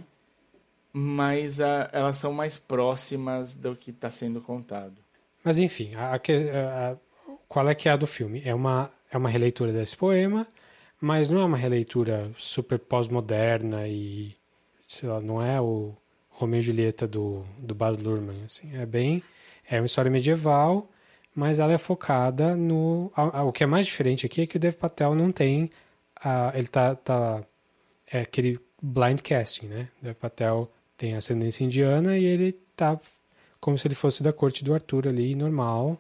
B: mas a, elas são mais próximas do que está sendo contado.
C: Mas enfim, a, a, a- qual é que é a do filme? É uma, é uma releitura desse poema, mas não é uma releitura super pós-moderna e, sei lá, não é o Romeu e Julieta do, do Baz Luhrmann, assim. É bem... É uma história medieval, mas ela é focada no... a- a- o que é mais diferente aqui é que o Dev Patel não tem... a- ele tá... tá é aquele blind casting, né? O Dev Patel tem ascendência indiana e ele tá como se ele fosse da corte do Arthur ali, normal.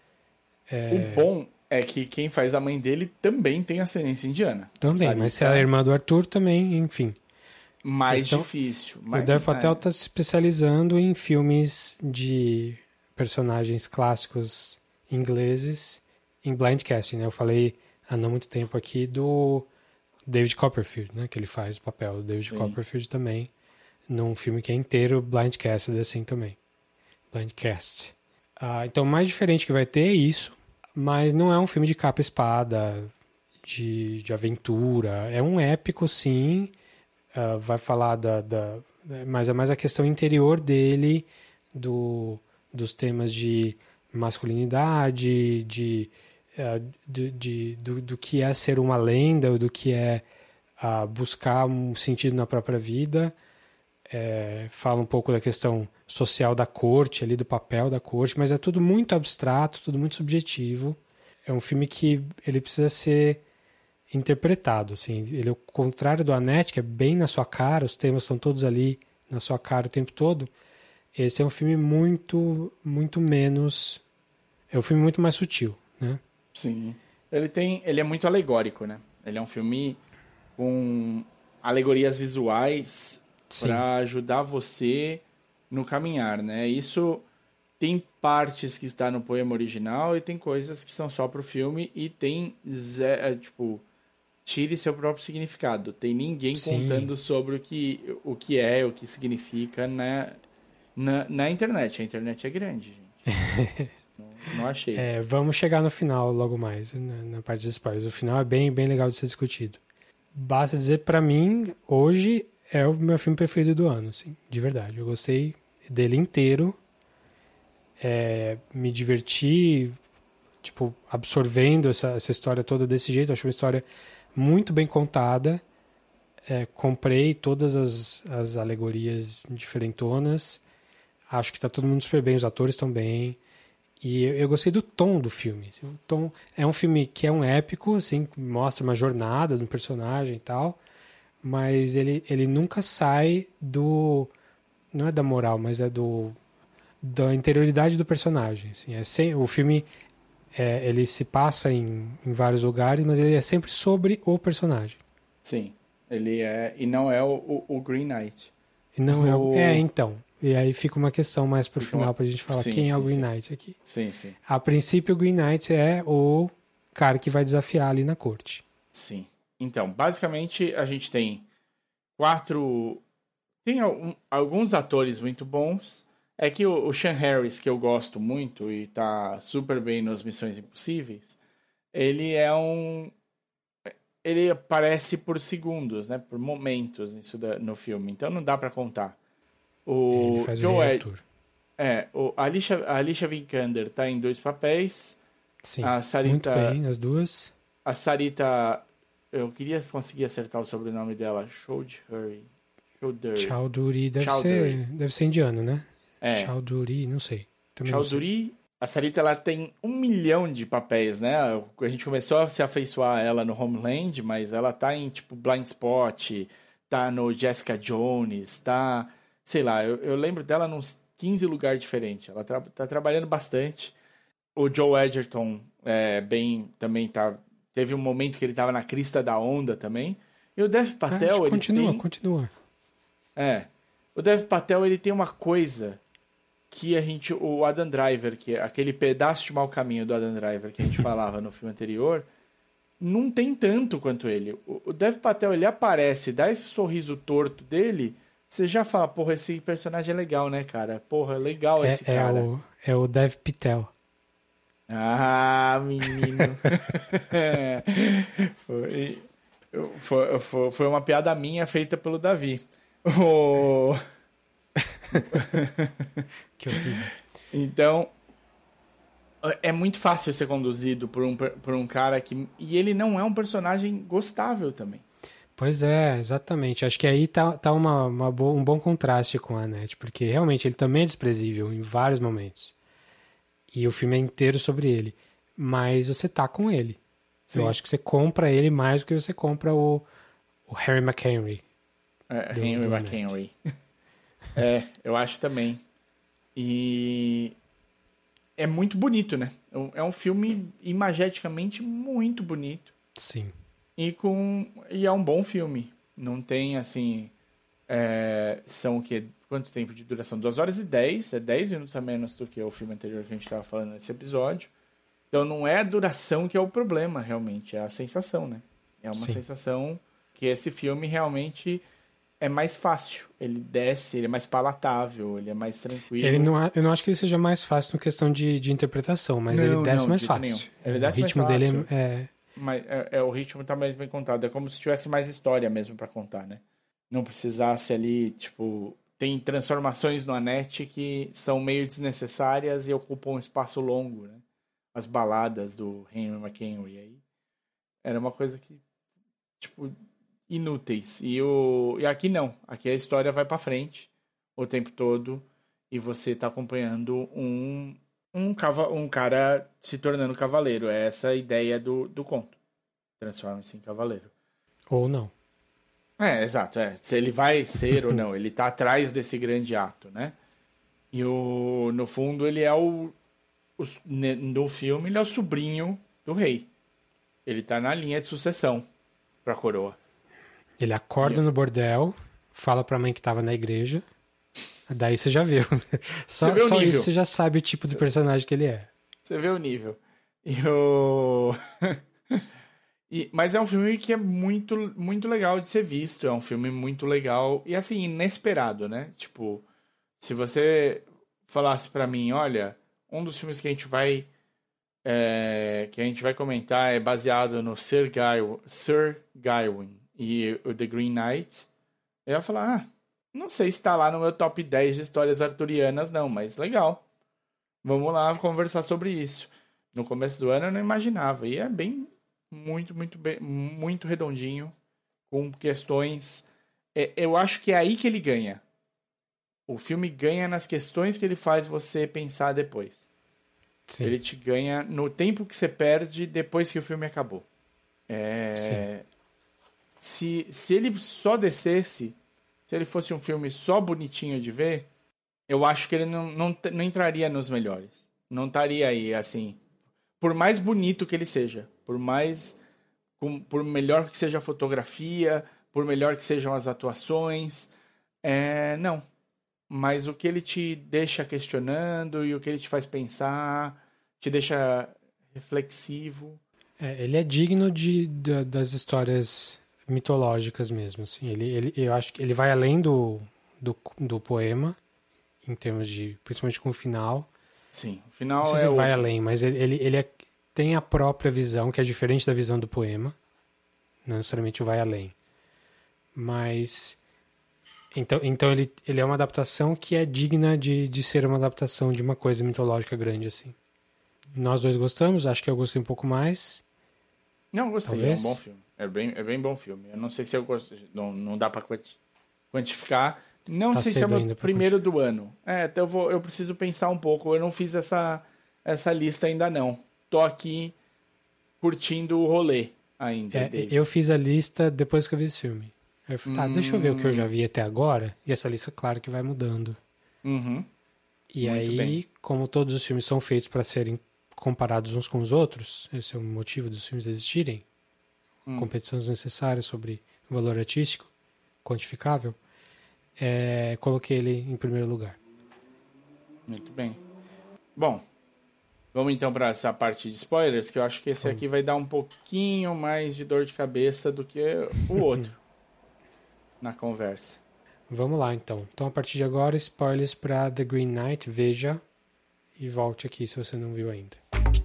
B: O bom é que quem faz a mãe dele também tem ascendência indiana.
C: Também,
B: Sarita
C: mas se ela é irmã do Arthur também, enfim.
B: mais
C: questão-
B: difícil.
C: O
B: Mas,
C: Dev Patel
B: é,
C: está se especializando em filmes de personagens clássicos ingleses em blind casting, né? Eu falei há não muito tempo aqui do David Copperfield, né? Que ele faz o papel do David
B: Sim.
C: Copperfield também, num filme que é inteiro blind casted assim também. Blind cast. Ah, então, o mais diferente que vai ter é isso, mas não é um filme de capa e espada, de, de aventura. É um épico, sim. Ah, vai falar da, da... Mas é mais a questão interior dele, do, dos temas de masculinidade, de, ah, de, de- do, do que é ser uma lenda, do que é ah, buscar um sentido na própria vida. É, fala um pouco da questão social da corte, ali do papel da corte, mas é tudo muito abstrato, tudo muito subjetivo. É um filme que ele precisa ser interpretado, assim. Ele é o contrário do Annette, que é bem na sua cara, os temas estão todos ali na sua cara o tempo todo. Esse é um filme muito, muito menos... É um filme muito mais sutil, né?
B: Sim. Ele tem, ele é muito alegórico, né? Ele é um filme com alegorias visuais
C: Sim.
B: para ajudar você no caminhar, né? Isso tem partes que está no poema original e tem coisas que são só pro filme e tem ze- é, tipo, tire seu próprio significado. Tem ninguém
C: Sim.
B: contando sobre o que, o que é, o que significa na, na, na internet. A internet é grande, gente. não, não achei.
C: É, vamos chegar no final logo mais, na, na parte dos spoilers. O final é bem, bem legal de ser discutido. Basta dizer, pra mim, hoje é o meu filme preferido do ano, assim, de verdade. Eu gostei dele inteiro, é, me diverti, tipo, absorvendo essa, essa história toda desse jeito. Eu acho uma história muito bem contada. É, comprei todas as, as alegorias diferentonas. Acho que tá todo mundo super bem, os atores estão bem. E eu, eu gostei do tom do filme. assim, O tom é um filme que é um épico, assim, mostra uma jornada do personagem e tal, mas ele, ele nunca sai do... Não é da moral, mas é do da interioridade do personagem. Assim, é sem, o filme é, ele se passa em, em vários lugares, mas ele é sempre sobre o personagem.
B: Sim, ele é. E não é o, o, o Green Knight.
C: E não é, o-
B: O-
C: é, então. E aí fica uma questão mais pro
B: Fica
C: final
B: uma-
C: pra gente falar
B: Sim,
C: quem é o
B: sim,
C: Green
B: sim.
C: Knight aqui.
B: Sim, sim.
C: A princípio, o Green Knight é o cara que vai desafiar ali na corte.
B: Sim. Então, basicamente, a gente tem quatro. Tem algum- alguns atores muito bons. É que o, o Sean Harris, que eu gosto muito e tá super bem nas Missões Impossíveis, ele é um. ele aparece por segundos, né? Por momentos nisso da, no filme. Então não dá pra contar. O
C: Ele faz o
B: Joe
C: Rei
B: Ed-
C: Arthur.
B: É, o a Alicia, a Alicia Vikander tá em dois papéis.
C: Sim,
B: A Sarita-
C: muito bem, as duas.
B: A Sarita, eu queria conseguir acertar o sobrenome dela. Choudhury. Choudhury.
C: Chowdhury deve
B: Chowdhury.
C: ser, deve ser indiano, né?
B: É.
C: Chowdhury, não sei. Também não sei.
B: Chowdhury. A Sarita, ela tem um milhão de papéis, né? A gente começou a se afeiçoar a ela no Homeland, mas ela tá em, tipo, Blind Spot, tá no Jessica Jones, tá... Sei lá, eu, eu lembro dela nos quinze lugares diferentes. Ela tra- tá trabalhando bastante. O Joe Edgerton é, bem, também tá... Teve um momento que ele tava na crista da onda também. E o Dev
C: Ah,
B: Patel,
C: acho que
B: ele
C: continua,
B: tem...
C: continua.
B: É. O Dev Patel, ele tem uma coisa que a gente... O Adam Driver, que é aquele pedaço de mau caminho do Adam Driver que a gente falava no filme anterior, não tem tanto quanto ele. O o Dev Patel, ele aparece, dá esse sorriso torto dele, você já fala, porra, esse personagem é legal, né, cara? Porra, legal
C: É,
B: esse
C: é
B: cara.
C: o, é o Dev Patel.
B: Ah, menino. foi, foi, foi, foi uma piada minha feita pelo Davi. O...
C: Que horrível.
B: Então, é muito fácil ser conduzido por um, por um cara que... E ele não é um personagem gostável também.
C: Pois é, exatamente. Acho que aí tá, tá uma, uma boa, um bom contraste com a Annette, porque realmente ele também é desprezível em vários momentos. E o filme é inteiro sobre ele. Mas você tá com ele.
B: Sim.
C: Eu acho que você compra ele mais do que você compra o, o Harry McHenry.
B: É,
C: Do-
B: Henry
C: do
B: McHenry. É, eu acho também. E é muito bonito, né? É um- É um filme imageticamente muito bonito.
C: Sim.
B: E, com, e é um bom filme. Não tem, assim... é, são o quê? Quanto tempo de duração? duas horas e dez. É dez minutos a menos do que o filme anterior que a gente estava falando nesse episódio. Então não é a duração que é o problema, realmente. É a sensação, né? É uma
C: Sim.
B: sensação que esse filme realmente é mais fácil. Ele desce, ele é mais palatável, ele é mais tranquilo.
C: Ele não, a- eu não acho que ele seja mais fácil no questão de, de interpretação, mas
B: Não,
C: ele desce
B: não,
C: mais
B: de jeito
C: fácil.
B: nenhum. Ele
C: o
B: desce mais
C: ritmo dele
B: fácil.
C: é, é-
B: Mas é, é, o ritmo tá mais bem contado. É como se tivesse mais história mesmo pra contar, né? Não precisasse ali, tipo... Tem transformações no Annette que são meio desnecessárias e ocupam um espaço longo, né? As baladas do Henry McHenry aí. Era uma coisa que... Tipo... Inúteis. E, o, e aqui não. Aqui a história vai pra frente o tempo todo e você tá acompanhando um... Um, cava, um cara se tornando cavaleiro. É essa a ideia do, do conto. Transforma-se em cavaleiro.
C: ou não.
B: É, exato. É. Se ele vai ser ou não. Ele tá atrás desse grande ato, né? E o, no fundo ele é o, o... No filme ele é o sobrinho do rei. Ele tá na linha de sucessão pra coroa.
C: Ele acorda no bordel, fala pra mãe que tava na igreja, daí você já viu. Só,
B: Você vê o
C: só
B: nível.
C: isso você já sabe o tipo de personagem que ele é.
B: Você vê o nível. E o... e, mas é um filme que é muito, muito legal de ser visto. É um filme muito legal e, assim, inesperado, né? Tipo, se você falasse pra mim, olha, um dos filmes que a gente vai... é, que a gente vai comentar é baseado no Sir, Gaw Sir Gawain e o The Green Knight, eu ia falar, ah, não sei se tá lá no meu top dez de histórias arturianas, não, mas legal. Vamos lá conversar sobre isso. No começo do ano eu não imaginava. E é bem, muito, muito, bem, muito redondinho, com questões... É, eu acho que é aí que ele ganha. O filme ganha nas questões que ele faz você pensar depois.
C: Sim.
B: Ele te ganha no tempo que você perde depois que o filme acabou. É...
C: Sim.
B: Se, se ele só descesse, se ele fosse um filme só bonitinho de ver, eu acho que ele não, não, não entraria nos melhores. Não estaria aí, assim. Por mais bonito que ele seja, por mais... com- por melhor que seja a fotografia, por melhor que sejam as atuações, é, não. Mas o que ele te deixa questionando e o que ele te faz pensar, te deixa reflexivo.
C: É, ele é digno de, da- das histórias mitológicas mesmo. Assim. Ele, ele, eu acho que ele vai além do, do, do poema, em termos de... principalmente com o final.
B: Sim, o final
C: Não sei se
B: é
C: ele vai
B: outro.
C: além, mas ele, ele, ele é- tem a própria visão, que é diferente da visão do poema. Não necessariamente vai além. Mas... Então, então ele, ele é uma adaptação que é digna de, de ser uma adaptação de uma coisa mitológica grande, assim. Nós dois gostamos, acho que eu gostei um pouco mais.
B: Não, gostei,
C: Talvez.
B: é um bom filme. É bem, é bem bom filme. Eu não sei se eu gosto. Não, não dá pra quanti- quantificar. Não
C: Tá
B: sei se é o
C: cedo
B: meu
C: ainda pra
B: primeiro do ano. É, então eu, vou, eu preciso pensar um pouco. Eu não fiz essa, essa lista ainda, não. Tô aqui curtindo o rolê ainda.
C: É,
B: dele.
C: eu fiz a lista depois que eu vi esse filme. Aí eu falei, tá, deixa eu ver o que eu já vi até agora. E essa lista, claro, que vai mudando.
B: Uhum.
C: E
B: Muito
C: aí,
B: bem.
C: como todos os filmes são feitos para serem comparados uns com os outros, esse é o motivo dos filmes existirem,
B: Hum.
C: competição desnecessária sobre valor artístico, quantificável, é, coloquei ele em primeiro lugar.
B: Muito bem. Bom, vamos então para essa parte de spoilers, que eu acho que esse
C: Vamos.
B: aqui vai dar um pouquinho mais de dor de cabeça do que o outro na conversa.
C: Vamos lá, então. Então, a partir de agora, spoilers para The Green Knight, veja e volte aqui se você não viu ainda.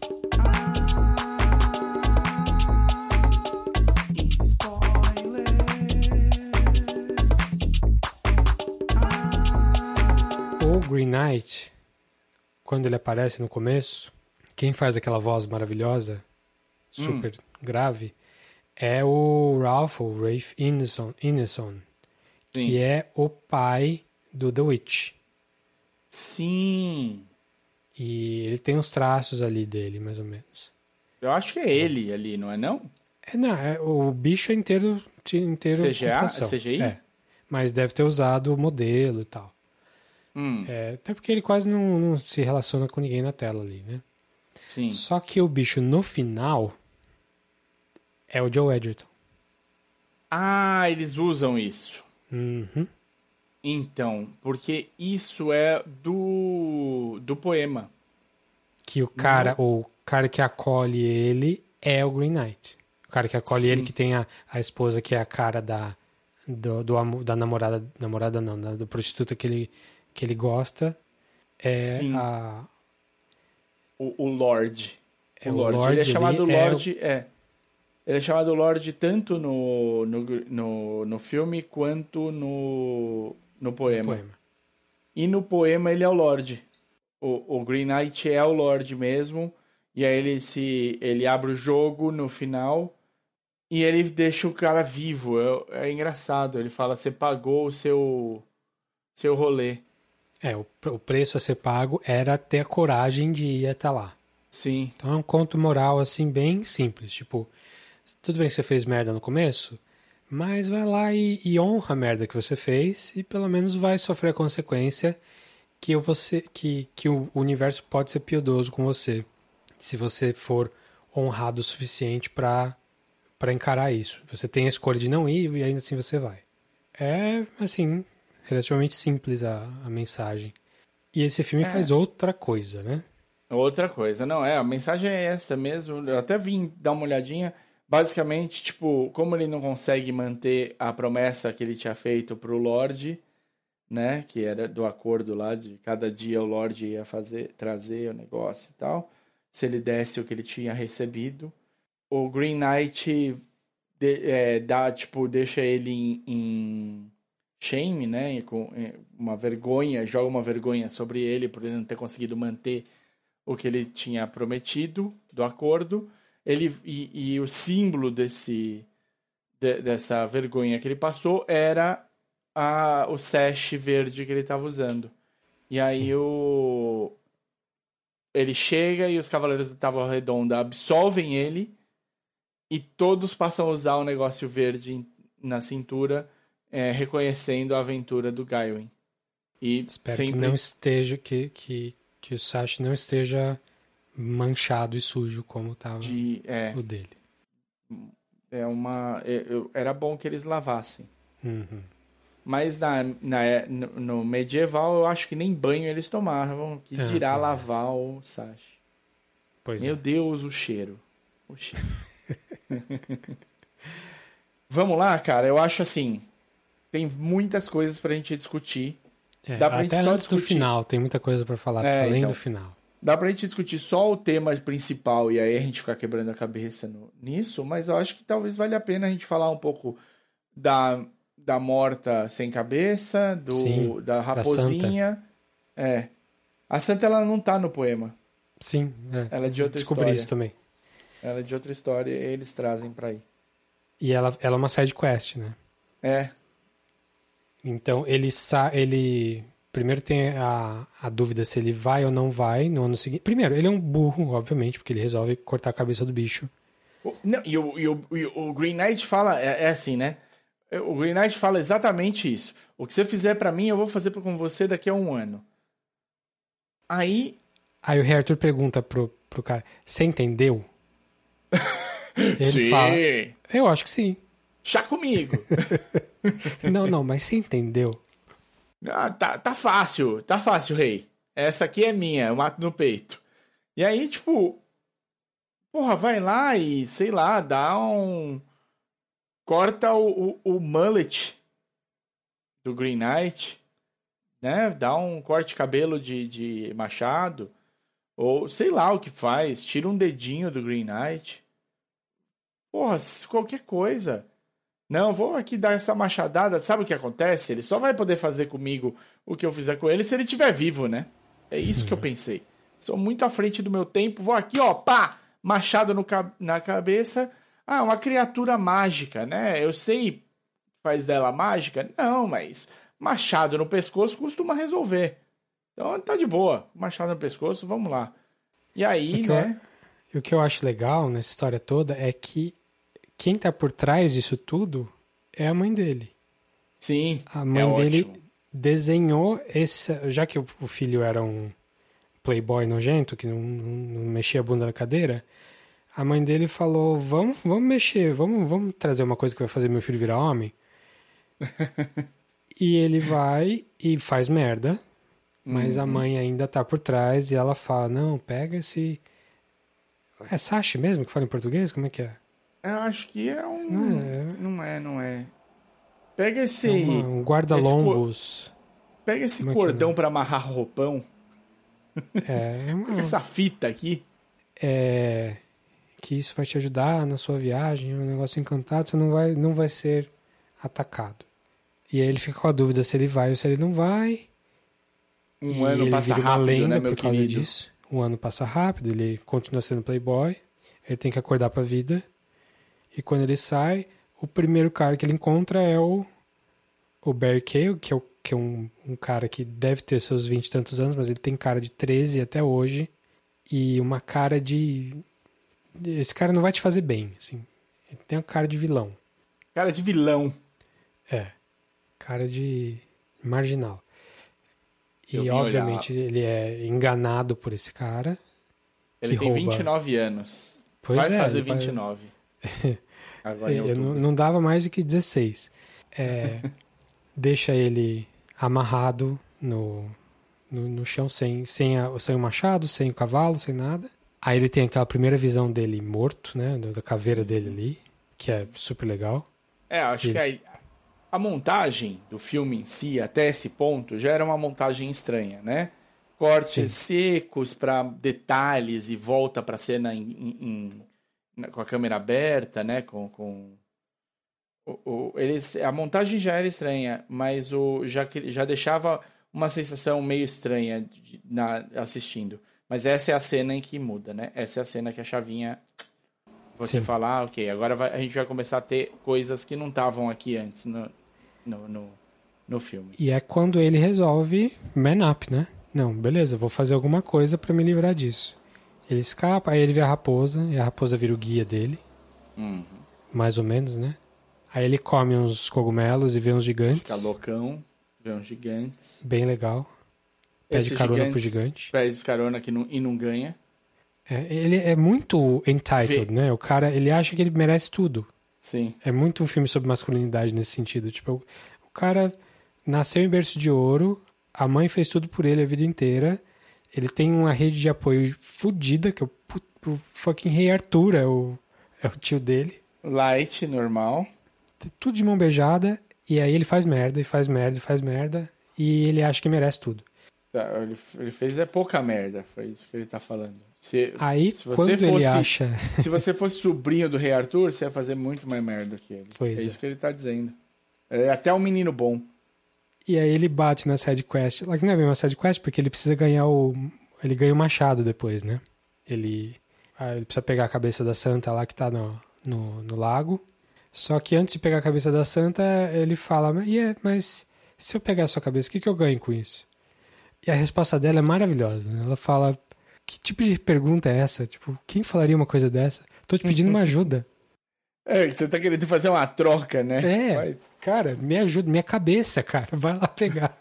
C: O Green Knight, quando ele aparece no começo, quem faz aquela voz maravilhosa, super grave, é o Ralph, ou Rafe Ineson, Ineson
B: Sim.
C: que é o pai do The Witch.
B: Sim.
C: E ele tem uns traços ali dele, mais ou menos.
B: Eu acho que é ele ali, não é não?
C: É, não, é, o bicho é inteiro, inteiro
B: C G A?
C: computação.
B: É C G I?
C: É, mas deve ter usado o modelo e tal.
B: Hum,
C: É, até porque ele quase não, não se relaciona com ninguém na tela ali, né?
B: sim.
C: Só que o bicho no final é o Joe Edgerton.
B: Ah, eles usam isso.
C: Uhum.
B: Então, porque isso é do do poema.
C: Que o cara, o cara que acolhe ele é o Green Knight. O cara que acolhe
B: Sim.
C: ele, que tem a, a esposa que é a cara da, do, do amo- da namorada, namorada não, da, da prostituta que ele, que ele gosta, é
B: Sim.
C: a...
B: O, o Lorde.
C: É,
B: o
C: o
B: Lorde.
C: Lorde
B: Ele é chamado
C: ali é
B: Lorde, é. Ele é chamado Lorde tanto no, no, no, no filme quanto no, no poema.
C: poema.
B: E no poema ele é o Lorde. O, o Green Knight é o Lorde mesmo. E aí ele se ele abre o jogo no final e ele deixa o cara vivo. É, é engraçado. Ele fala: você pagou o seu, seu rolê.
C: É, o, o preço a ser pago era ter a coragem de ir até lá.
B: Sim.
C: Então é um conto moral, assim, bem simples. Tipo, tudo bem que você fez merda no começo, mas vai lá e, e honra a merda que você fez e pelo menos vai sofrer a consequência que, você, que, que o universo pode ser piedoso com você se você for honrado o suficiente pra para encarar isso. Você tem a escolha de não ir e ainda assim você vai. É, assim, relativamente simples a, a mensagem. E esse filme
B: É.
C: faz outra coisa, né?
B: Outra coisa, não, é, a mensagem é essa mesmo. Eu até vim dar uma olhadinha. Basicamente, tipo, como ele não consegue manter a promessa que ele tinha feito pro Lorde, né? Que era do acordo lá de cada dia o Lorde ia fazer, trazer o negócio e tal. Se ele desse o que ele tinha recebido. O Green Knight de- é, dá, tipo, deixa ele em, em shame, né? Com é, uma vergonha, joga uma vergonha sobre ele por ele não ter conseguido manter o que ele tinha prometido do acordo. Ele, e, e o símbolo desse, de- dessa vergonha que ele passou era a, o sash verde que ele estava usando. E aí
C: Sim.
B: o, ele chega e os Cavaleiros da Távola Redonda absolvem ele e todos passam a usar o negócio verde em- na cintura, é, reconhecendo a aventura do Gawain. E
C: Espero
B: sempre...
C: que não esteja, que, que, que o Sash não esteja manchado e sujo como estava
B: de, é,
C: o dele.
B: é uma, é- eu- era bom que eles lavassem.
C: Uhum.
B: Mas na, na, no, no medieval eu acho que nem banho eles tomavam, que
C: É,
B: dirá
C: pois é.
B: lavar o Sash.
C: Pois
B: Meu
C: é.
B: Deus, o cheiro. O cheiro. Vamos lá, cara. Eu acho assim, tem muitas coisas pra gente discutir.
C: É,
B: Dá pra gente
C: até
B: só
C: antes do
B: discutir.
C: final, tem muita coisa pra falar,
B: É,
C: além
B: então.
C: do final.
B: Dá pra gente discutir só o tema principal e aí a gente ficar quebrando a cabeça no, nisso, mas eu acho que talvez valha a pena a gente falar um pouco da, da morta sem cabeça, do,
C: Sim,
B: da
C: da
B: raposinha. É. A Santa, ela não tá no poema.
C: Sim, é.
B: Ela é de outra
C: Descobri
B: história.
C: isso também.
B: Ela é de outra história e eles trazem pra aí.
C: E ela, ela é uma side quest, né?
B: É.
C: Então ele sa ele primeiro tem a, a dúvida se ele vai ou não vai no ano seguinte. Primeiro, ele é um burro, obviamente, porque ele resolve cortar a cabeça do bicho.
B: O- Não, e o, e o, e o Green Knight fala, é, é assim, né? O Green Knight fala exatamente isso. O que você fizer pra mim, eu vou fazer com você daqui a um ano. Aí,
C: Aí o Rei Arthur pergunta pro, pro cara, você entendeu? Ele
B: sim,
C: fala, eu acho que sim.
B: chá comigo.
C: Não, não, mas você entendeu?
B: Ah, tá, tá fácil, tá fácil, rei. Essa aqui é minha, eu mato no peito. E aí, tipo, porra, vai lá e, sei lá, dá um... Corta o, o, o mullet do Green Knight, né? Dá um corte de cabelo de, de machado. Ou sei lá o que faz. Tira um dedinho do Green Knight. Porra, qualquer coisa. Não, vou aqui dar essa machadada. Sabe o que acontece? Ele só vai poder fazer comigo o que eu fizer com ele se ele estiver vivo, né? É isso que eu pensei. Sou muito à frente do meu tempo. Vou aqui, ó, pá! Machado no, na cabeça. Ah, uma criatura mágica, né? Eu sei que faz dela mágica. Não, mas machado no pescoço costuma resolver. Então tá de boa. Machado no pescoço, vamos lá. E aí,
C: O que
B: né?
C: eu- o que eu acho legal nessa história toda é que quem tá por trás disso tudo é a mãe dele.
B: Sim,
C: A mãe
B: é
C: dele
B: ótimo.
C: desenhou esse. Já que o, o filho era um playboy nojento, que não, não, não mexia a bunda na cadeira, a mãe dele falou: vamos, vamos mexer, vamos, vamos trazer uma coisa que vai fazer meu filho virar homem. E ele vai e faz merda, mas
B: Uhum.
C: a mãe ainda tá por trás e ela fala: não, pega esse. É Sashi mesmo que fala em português? Como é que é?
B: Eu acho que é um.
C: Não é.
B: Não é, não é. Pega esse.
C: É uma- um guarda-lombos.
B: Pega esse
C: Como é que é,
B: cordão
C: né?
B: pra amarrar roupão.
C: É, é uma-
B: Pega essa fita aqui.
C: é, que isso vai te ajudar na sua viagem, é um negócio encantado, você não vai, não vai ser atacado. E aí ele fica com a dúvida se ele vai ou se ele não vai.
B: Um
C: e
B: ano
C: ele
B: passa
C: vira uma
B: rápido,
C: lenda
B: né, meu
C: por causa
B: querido?
C: disso. Um ano passa rápido, ele continua sendo playboy, ele tem que acordar pra vida. E quando ele sai, o primeiro cara que ele encontra é o, o Barry Cale, que é, o, que é um, um cara que deve ter seus vinte e tantos anos, mas ele tem cara de treze até hoje. E uma cara de... Esse cara não vai te fazer bem, assim. Ele tem uma cara de vilão.
B: Cara de vilão.
C: É. Cara de marginal.
B: Eu
C: E,
B: vim
C: obviamente, ele é enganado por esse cara.
B: Ele
C: que
B: tem
C: rouba...
B: vinte e nove anos.
C: Pois
B: vai
C: é,
B: fazer
C: ele vai-
B: vinte e nove. Agora em
C: Eu não,
B: outubro.
C: não dava mais do que dezesseis. É, deixa ele amarrado no, no, no chão, sem, sem, a- sem o machado, sem o cavalo, sem nada. Aí ele tem aquela primeira visão dele morto, né? Da caveira dele ali, que é super legal.
B: É, acho que aí, a montagem do filme em si, até esse ponto, já era uma montagem estranha, né? Cortes secos para detalhes e volta para cena em, em- em- na- com a câmera aberta, né? Com, com o, o- eles, a montagem já era estranha, mas o já que já deixava uma sensação meio estranha de- na assistindo. Mas essa é a cena em que muda, né? Essa é a cena que a chavinha você
C: Sim.
B: fala, ah, ok, agora vai- a gente vai começar a ter coisas que não estavam aqui antes no, no, no, no filme.
C: E é quando ele resolve man up, né? Não, beleza, vou fazer alguma coisa pra me livrar disso. Ele escapa, aí ele vê a raposa, e a raposa vira o guia dele,
B: Uhum.
C: mais ou menos, né? Aí ele come uns cogumelos e vê uns gigantes.
B: Fica loucão, vê uns gigantes.
C: Bem legal. Pede
B: Esses
C: carona
B: gigantes
C: pro gigante.
B: Pede carona que não, e não ganha.
C: É, ele é muito entitled,
B: Vê.
C: né? O cara, ele acha que ele merece tudo.
B: Sim.
C: É muito um filme sobre masculinidade nesse sentido. Tipo, o, o cara nasceu em berço de ouro, a mãe fez tudo por ele a vida inteira, ele tem uma rede de apoio fodida, que é o, pu- o fucking Rei Arthur, é o, é o tio dele.
B: Light, normal.
C: Tudo de mão beijada, e aí ele faz merda, e faz merda, e faz merda, e ele acha que merece tudo.
B: Tá, Ele, ele fez é pouca merda, foi isso que ele tá falando. Se,
C: Aí,
B: se você
C: quando ele
B: fosse,
C: acha...
B: Se você fosse sobrinho do Rei Arthur, você ia fazer muito mais merda que ele.
C: Pois
B: é,
C: é.
B: isso que ele tá dizendo. É até um menino bom.
C: E aí ele bate na side quest. Lá que não é bem uma side quest, porque ele precisa ganhar o... Ele ganha o machado depois, né? Ele... Ah, ele precisa pegar a cabeça da santa lá que tá no, no, no lago. Só que antes de pegar a cabeça da santa, ele fala, mas, yeah, mas se eu pegar a sua cabeça, o que, que eu ganho com isso? E a resposta dela é maravilhosa, né? Ela fala, que tipo de pergunta é essa? Tipo, quem falaria uma coisa dessa? Tô te pedindo uma ajuda.
B: É, você tá querendo fazer uma troca, né?
C: É,
B: Vai.
C: Cara, me ajuda, minha cabeça, cara, vai lá pegar.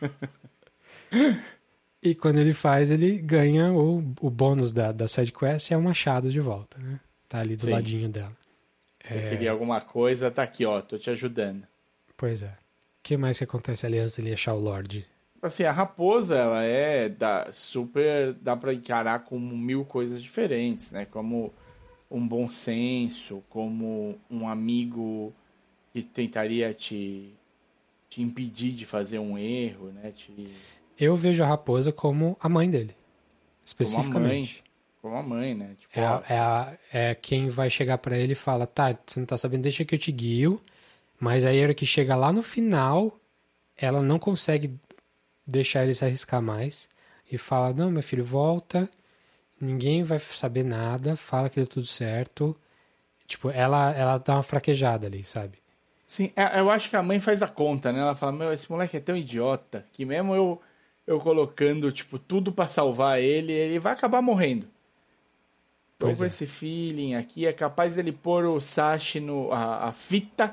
C: E quando ele faz, ele ganha o, o bônus da, da side quest, é o machado de volta, né? Tá ali do
B: Sim.
C: ladinho dela.
B: Você
C: É...
B: queria alguma coisa, tá aqui, ó, tô te ajudando.
C: Pois é. O que mais que acontece ali antes dele achar o Lorde?
B: Assim, a raposa, ela é da, super... Dá pra encarar como mil coisas diferentes, né? Como um bom senso, como um amigo que tentaria te, te impedir de fazer um erro, né? Te...
C: Eu vejo a raposa como a mãe dele,
B: Como a mãe,
C: especificamente.
B: como a mãe, né? Tipo,
C: É,
B: ó,
C: a, é, a, é quem vai chegar pra ele e fala, tá, você não tá sabendo, deixa que eu te guio. Mas aí a hora que chega lá no final, ela não consegue deixar ele se arriscar mais. E fala, não, meu filho, volta, ninguém vai saber nada, fala que deu tudo certo. Tipo, ela, ela dá uma fraquejada ali, sabe?
B: Sim, é- eu acho que a mãe faz a conta, né? Ela fala, meu, esse moleque é tão idiota que mesmo eu, eu colocando, tipo, tudo pra salvar ele, ele vai acabar morrendo. Tô
C: Pois
B: com
C: é.
B: esse feeling aqui, é capaz dele pôr o Sashi no... A, a fita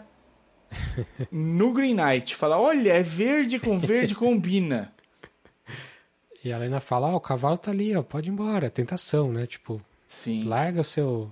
B: no Green Knight. Fala, olha, é verde com verde combina.
C: E ela ainda fala, ó, o cavalo tá ali, ó, pode ir embora. Tentação, né? Tipo,
B: Sim.
C: larga o seu,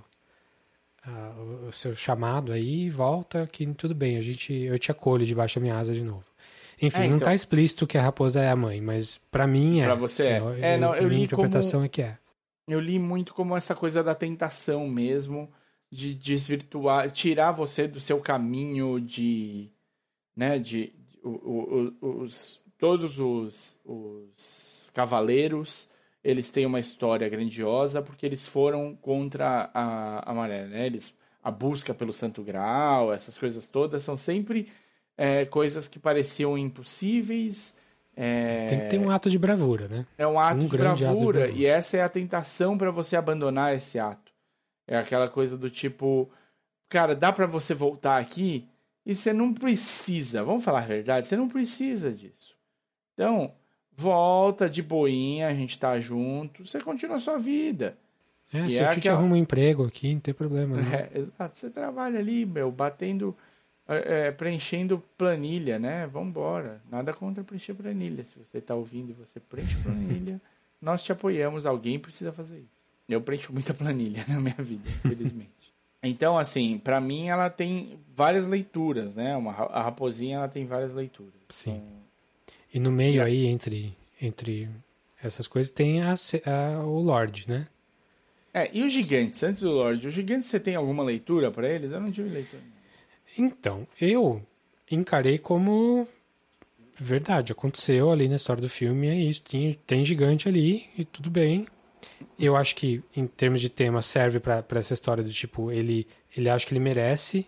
C: ah, o- o seu chamado aí e volta que tudo bem, a gente, eu te acolho debaixo da minha asa de novo. Enfim,
B: É,
C: não
B: então-
C: tá explícito que a raposa é a mãe, mas pra mim é.
B: Pra você é.
C: eu-
B: É, não, eu
C: a minha
B: li como-
C: interpretação é que é.
B: Eu li muito como essa coisa da tentação mesmo, de desvirtuar, tirar você do seu caminho de, né, de, de- o- o- o- os, todos os, os cavaleiros, eles têm uma história grandiosa porque eles foram contra a, a maré, né, eles, a busca pelo Santo Graal, essas coisas todas são sempre é, coisas que pareciam impossíveis. é,
C: Tem que ter um ato de bravura, né?
B: é um ato
C: Um
B: de
C: grande ato de
B: bravura,
C: bravura.
B: e essa é a tentação pra você abandonar esse ato. É aquela coisa do tipo, cara, dá pra você voltar aqui e você não precisa, vamos falar a verdade, você não precisa disso. Então, volta de boinha, a gente tá junto, você continua a sua vida.
C: É,
B: E
C: se
B: é
C: eu te
B: aquela-
C: arrumo um emprego aqui, não tem problema, né?
B: É, exato, você trabalha ali, meu, batendo, é, é, preenchendo planilha, né? Vambora. Nada contra preencher planilha. Se você tá ouvindo e você preenche planilha, nós te apoiamos. Alguém precisa fazer isso. Eu preencho muita planilha na minha vida, infelizmente. Então, assim, pra mim ela tem várias leituras, né? Uma, ra- a raposinha ela tem várias leituras.
C: Sim.
B: Então,
C: E no meio aí, entre, entre essas coisas, tem a, se- a- o Lorde, né?
B: é, e os gigantes, antes do Lorde, os gigantes você tem alguma leitura pra eles? Eu não tive leitura.
C: Então, eu encarei como verdade, aconteceu ali na história do filme, é isso, tem, tem gigante ali e tudo bem. Eu acho que, em termos de tema, serve pra pra essa história do tipo, ele, ele acha que ele merece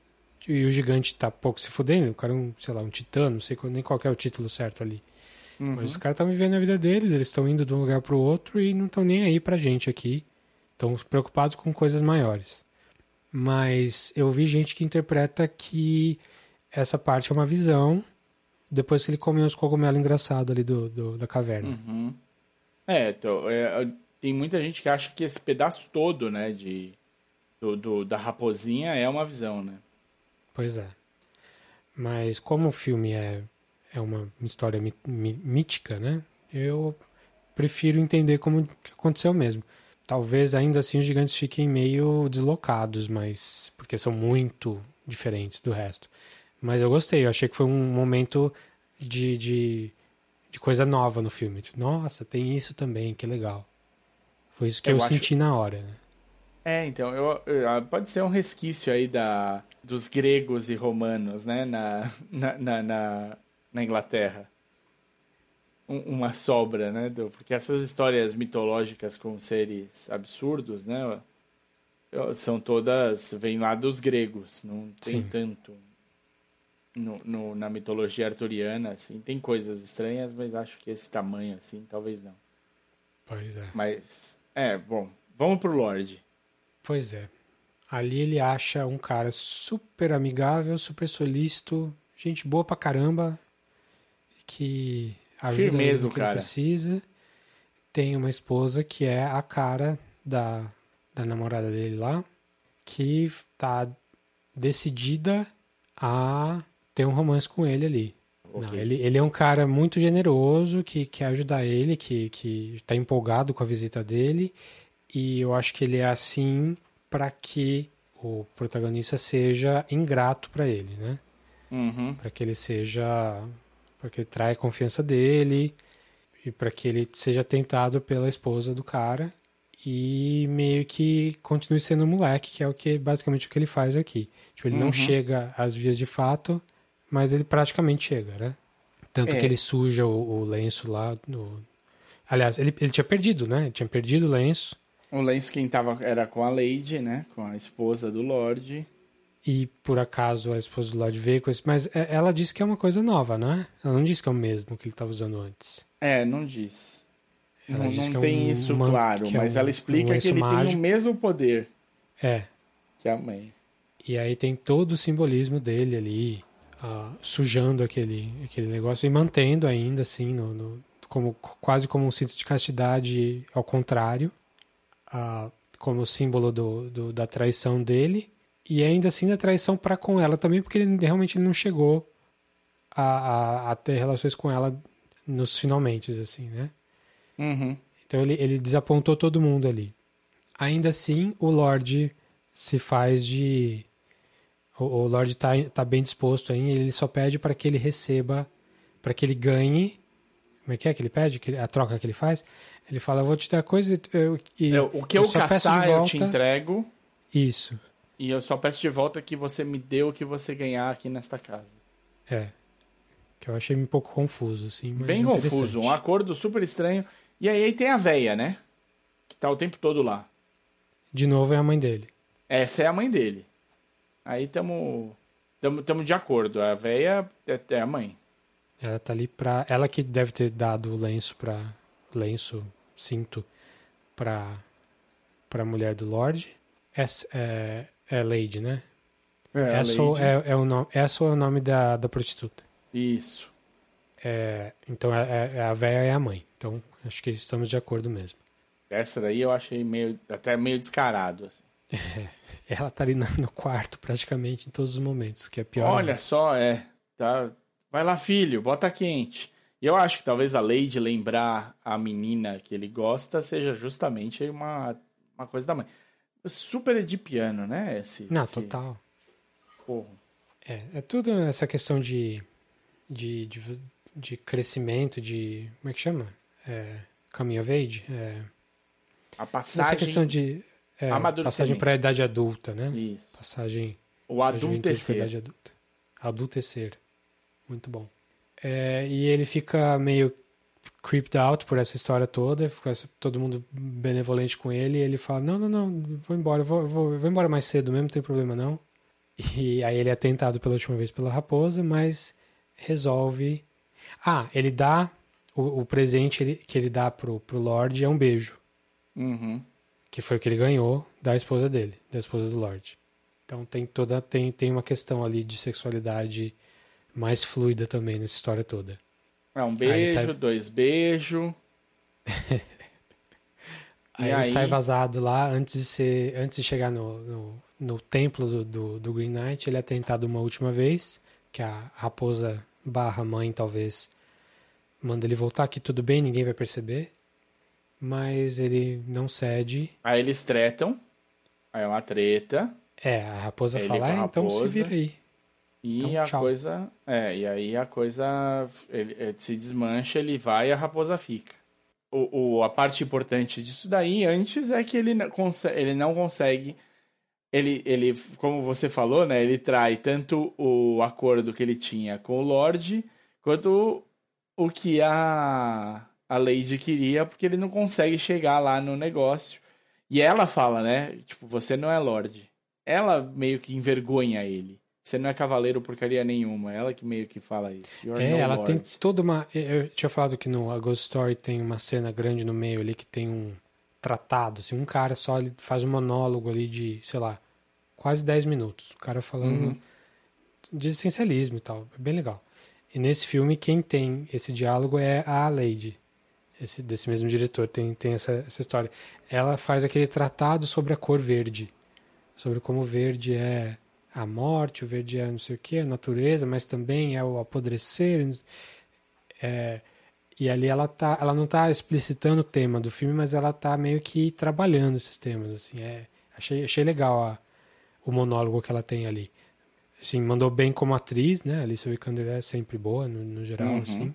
C: e o gigante tá pouco se fudendo, o cara é um, sei lá, um titã, não sei qual- nem qual que é o título certo ali. Mas os caras estão vivendo a vida deles, eles estão indo de um lugar pro outro e não estão nem aí pra gente aqui. Estão preocupados com coisas maiores. Mas eu vi gente que interpreta que essa parte é uma visão depois que ele comeu os cogumelos engraçados ali do, do- da caverna.
B: É, então, é, tem muita gente que acha que esse pedaço todo, né, de, do, do- da raposinha é uma visão, né?
C: Pois é. Mas como o filme é, é uma história mi- mi- mítica, né? Eu prefiro entender como que aconteceu mesmo. Talvez ainda assim os gigantes fiquem meio deslocados, mas porque são muito diferentes do resto. Mas eu gostei, eu achei que foi um momento de, de, de coisa nova no filme. Tipo, nossa, tem isso também, que legal. Foi isso que
B: Eu
C: eu,
B: acho-
C: senti na hora, né?
B: É, então, eu, eu- pode ser um resquício aí da, dos gregos e romanos, né, na, na, na, na, na Inglaterra. um- uma sobra, né? do- porque essas histórias mitológicas com seres absurdos, né? São todas, vêm lá dos gregos, não tem
C: Sim.
B: tanto no, no- na mitologia arturiana, assim. Tem coisas estranhas, mas acho que esse tamanho, assim, talvez não.
C: Pois é.
B: Mas, é, bom, vamos pro Lorde.
C: Pois é. Ali ele acha um cara super amigável, super solícito, gente boa pra caramba, que ajuda ele
B: Firmeza,
C: no
B: o
C: que ele
B: cara.
C: precisa. Tem uma esposa que é a cara da, da namorada dele lá, que tá decidida a ter um romance com ele ali.
B: Ok.
C: Não, ele, ele é um cara muito generoso, que quer ajudar ele, que, que tá empolgado com a visita dele, e eu acho que ele é assim para que o protagonista seja ingrato para ele, né?
B: Uhum.
C: Para que ele seja, para que ele traia a confiança dele e para que ele seja tentado pela esposa do cara e meio que continue sendo um moleque, que é o que basicamente o que ele faz aqui. Tipo, ele
B: Uhum.
C: não chega às vias de fato, mas ele praticamente chega, né? Tanto
B: É.
C: que ele suja o, o lenço lá no... Aliás, ele, ele tinha perdido, né? Ele tinha perdido o lenço.
B: O lenço quem tava era com a Lady, né? Com a esposa do Lorde.
C: E por acaso a esposa do Lorde veio com esse. Mas é- ela disse que é uma coisa nova, né? Ela não disse que é o mesmo que ele estava usando antes.
B: É, não diz.
C: Ela
B: não
C: diz
B: não
C: que é
B: tem
C: um-
B: isso
C: uma-
B: claro,
C: que é
B: mas
C: um-
B: ela
C: um
B: explica que
C: lenço
B: ele tem
C: mágico.
B: o mesmo poder
C: É.
B: que a mãe.
C: E aí tem todo o simbolismo dele ali, ah, sujando aquele, aquele negócio e mantendo ainda assim, no, no- como, quase como um cinto de castidade ao contrário, ah, como símbolo do, do- da traição dele, e ainda assim da traição para com ela também, porque ele realmente ele não chegou a, a, a ter relações com ela nos finalmente, assim, né?
B: Uhum.
C: Então ele, ele desapontou todo mundo ali. Ainda assim, o Lorde se faz de... O, o Lorde tá, tá bem disposto aí, ele só pede para que ele receba, para que ele ganhe... Como é que é que ele pede? Que, a troca que ele faz? Ele fala, eu vou te dar coisa e... eu- e
B: Eu- o que eu,
C: só peço de
B: caçar, eu te
C: volta-
B: entrego.
C: Isso,
B: E eu só peço de volta que você me dê o que você ganhar aqui nesta casa.
C: é. Que eu achei um pouco confuso, assim, mas
B: Bem
C: interessante.
B: confuso, um acordo super estranho. E aí, aí tem a véia, né? Que tá o tempo todo lá.
C: De novo é a mãe dele.
B: Essa é a mãe dele. Aí tamo, tamo, tamo de acordo. A véia é, é a mãe.
C: Ela tá ali pra... Ela que deve ter dado o lenço pra... Lenço, cinto, pra... Pra mulher do Lorde. Essa é, é Lady, né?
B: É, a
C: Essa
B: Lady.
C: é, é o nome, essa é o nome da, da prostituta.
B: Isso.
C: É, então é, é- a véia é a mãe. Então acho que estamos de acordo mesmo.
B: Essa daí eu achei meio, até meio descarado. Assim.
C: Ela tá ali na- no quarto praticamente em todos os momentos, que é pior.
B: Olha
C: ainda.
B: só, é. Tá. Vai lá, filho, bota quente. E eu acho que talvez a Lady lembrar a menina que ele gosta seja justamente uma, uma coisa da mãe. Super edipiano, né? Esse,
C: Não,
B: esse
C: total.
B: porro.
C: É, é tudo essa questão de, de, de, de crescimento, de... Como é que chama? É, coming of age? É,
B: A
C: essa
B: passagem.
C: questão de... É,
B: Amadurecimento.
C: passagem para a idade adulta, né?
B: Isso.
C: Passagem...
B: O
C: da juventude pra
B: adultecer.
C: idade adulta. Adultecer. Muito bom. É, e ele fica meio creeped out por essa história toda, fica essa- todo mundo benevolente com ele, e ele fala, não, não, não, vou embora, eu vou, eu vou, eu vou embora mais cedo mesmo, não tem problema não. E aí ele é tentado pela última vez pela raposa, mas resolve... Ah, ele dá... O, o presente ele- que ele dá pro, pro Lorde é um beijo,
B: Uhum.
C: que foi o que ele ganhou da esposa dele, da esposa do Lorde. Então tem toda tem, tem uma questão ali de sexualidade mais fluida também nessa história toda.
B: É um
C: Aí
B: beijo,
C: sai-
B: dois beijos.
C: Aí
B: E
C: ele
B: aí-
C: sai vazado lá antes de ser antes de chegar no, no, no templo do, do, do Green Knight, ele é tentado uma última vez, que a raposa barra mãe talvez manda ele voltar, que tudo bem, ninguém vai perceber, mas ele não cede.
B: Aí eles tretam. Aí é uma treta.
C: É, a raposa
B: Ele
C: fala,
B: com a
C: ah, então se
B: raposa.
C: vira aí.
B: E
C: Então,
B: a
C: tchau.
B: coisa. É, e aí a coisa ele, ele se desmancha, ele vai e a raposa fica. O, o, a parte importante disso daí, antes, é que ele não consegue. Ele não consegue ele, ele, como você falou, né? Ele trai tanto o acordo que ele tinha com o Lorde, quanto o que a, a Lady queria, porque ele não consegue chegar lá no negócio. E ela fala, né? Tipo, você não é Lorde. Ela meio que envergonha ele. Você não é cavaleiro porcaria nenhuma. Ela que meio que fala isso. You're
C: É,
B: no
C: ela
B: Lord.
C: tem toda uma... Eu tinha falado que no A Ghost Story tem uma cena grande no meio ali que tem um tratado, assim, um cara só ele faz um monólogo ali de, sei lá, quase dez minutos. O cara falando
B: Uhum.
C: de essencialismo e tal. É bem legal. E nesse filme, quem tem esse diálogo é a Lady. Esse, desse mesmo diretor, tem, tem essa, essa história. Ela faz aquele tratado sobre a cor verde. Sobre como o verde é a morte, o verde é não sei o que, a natureza, mas também é o apodrecer. É, e ali ela, tá, ela não está explicitando o tema do filme, mas ela está meio que trabalhando esses temas. Assim, é, achei, achei legal a, o monólogo que ela tem ali. Assim, mandou bem como atriz, né? A Alicia Vikander é sempre boa, no, no geral,
B: Uhum.
C: assim.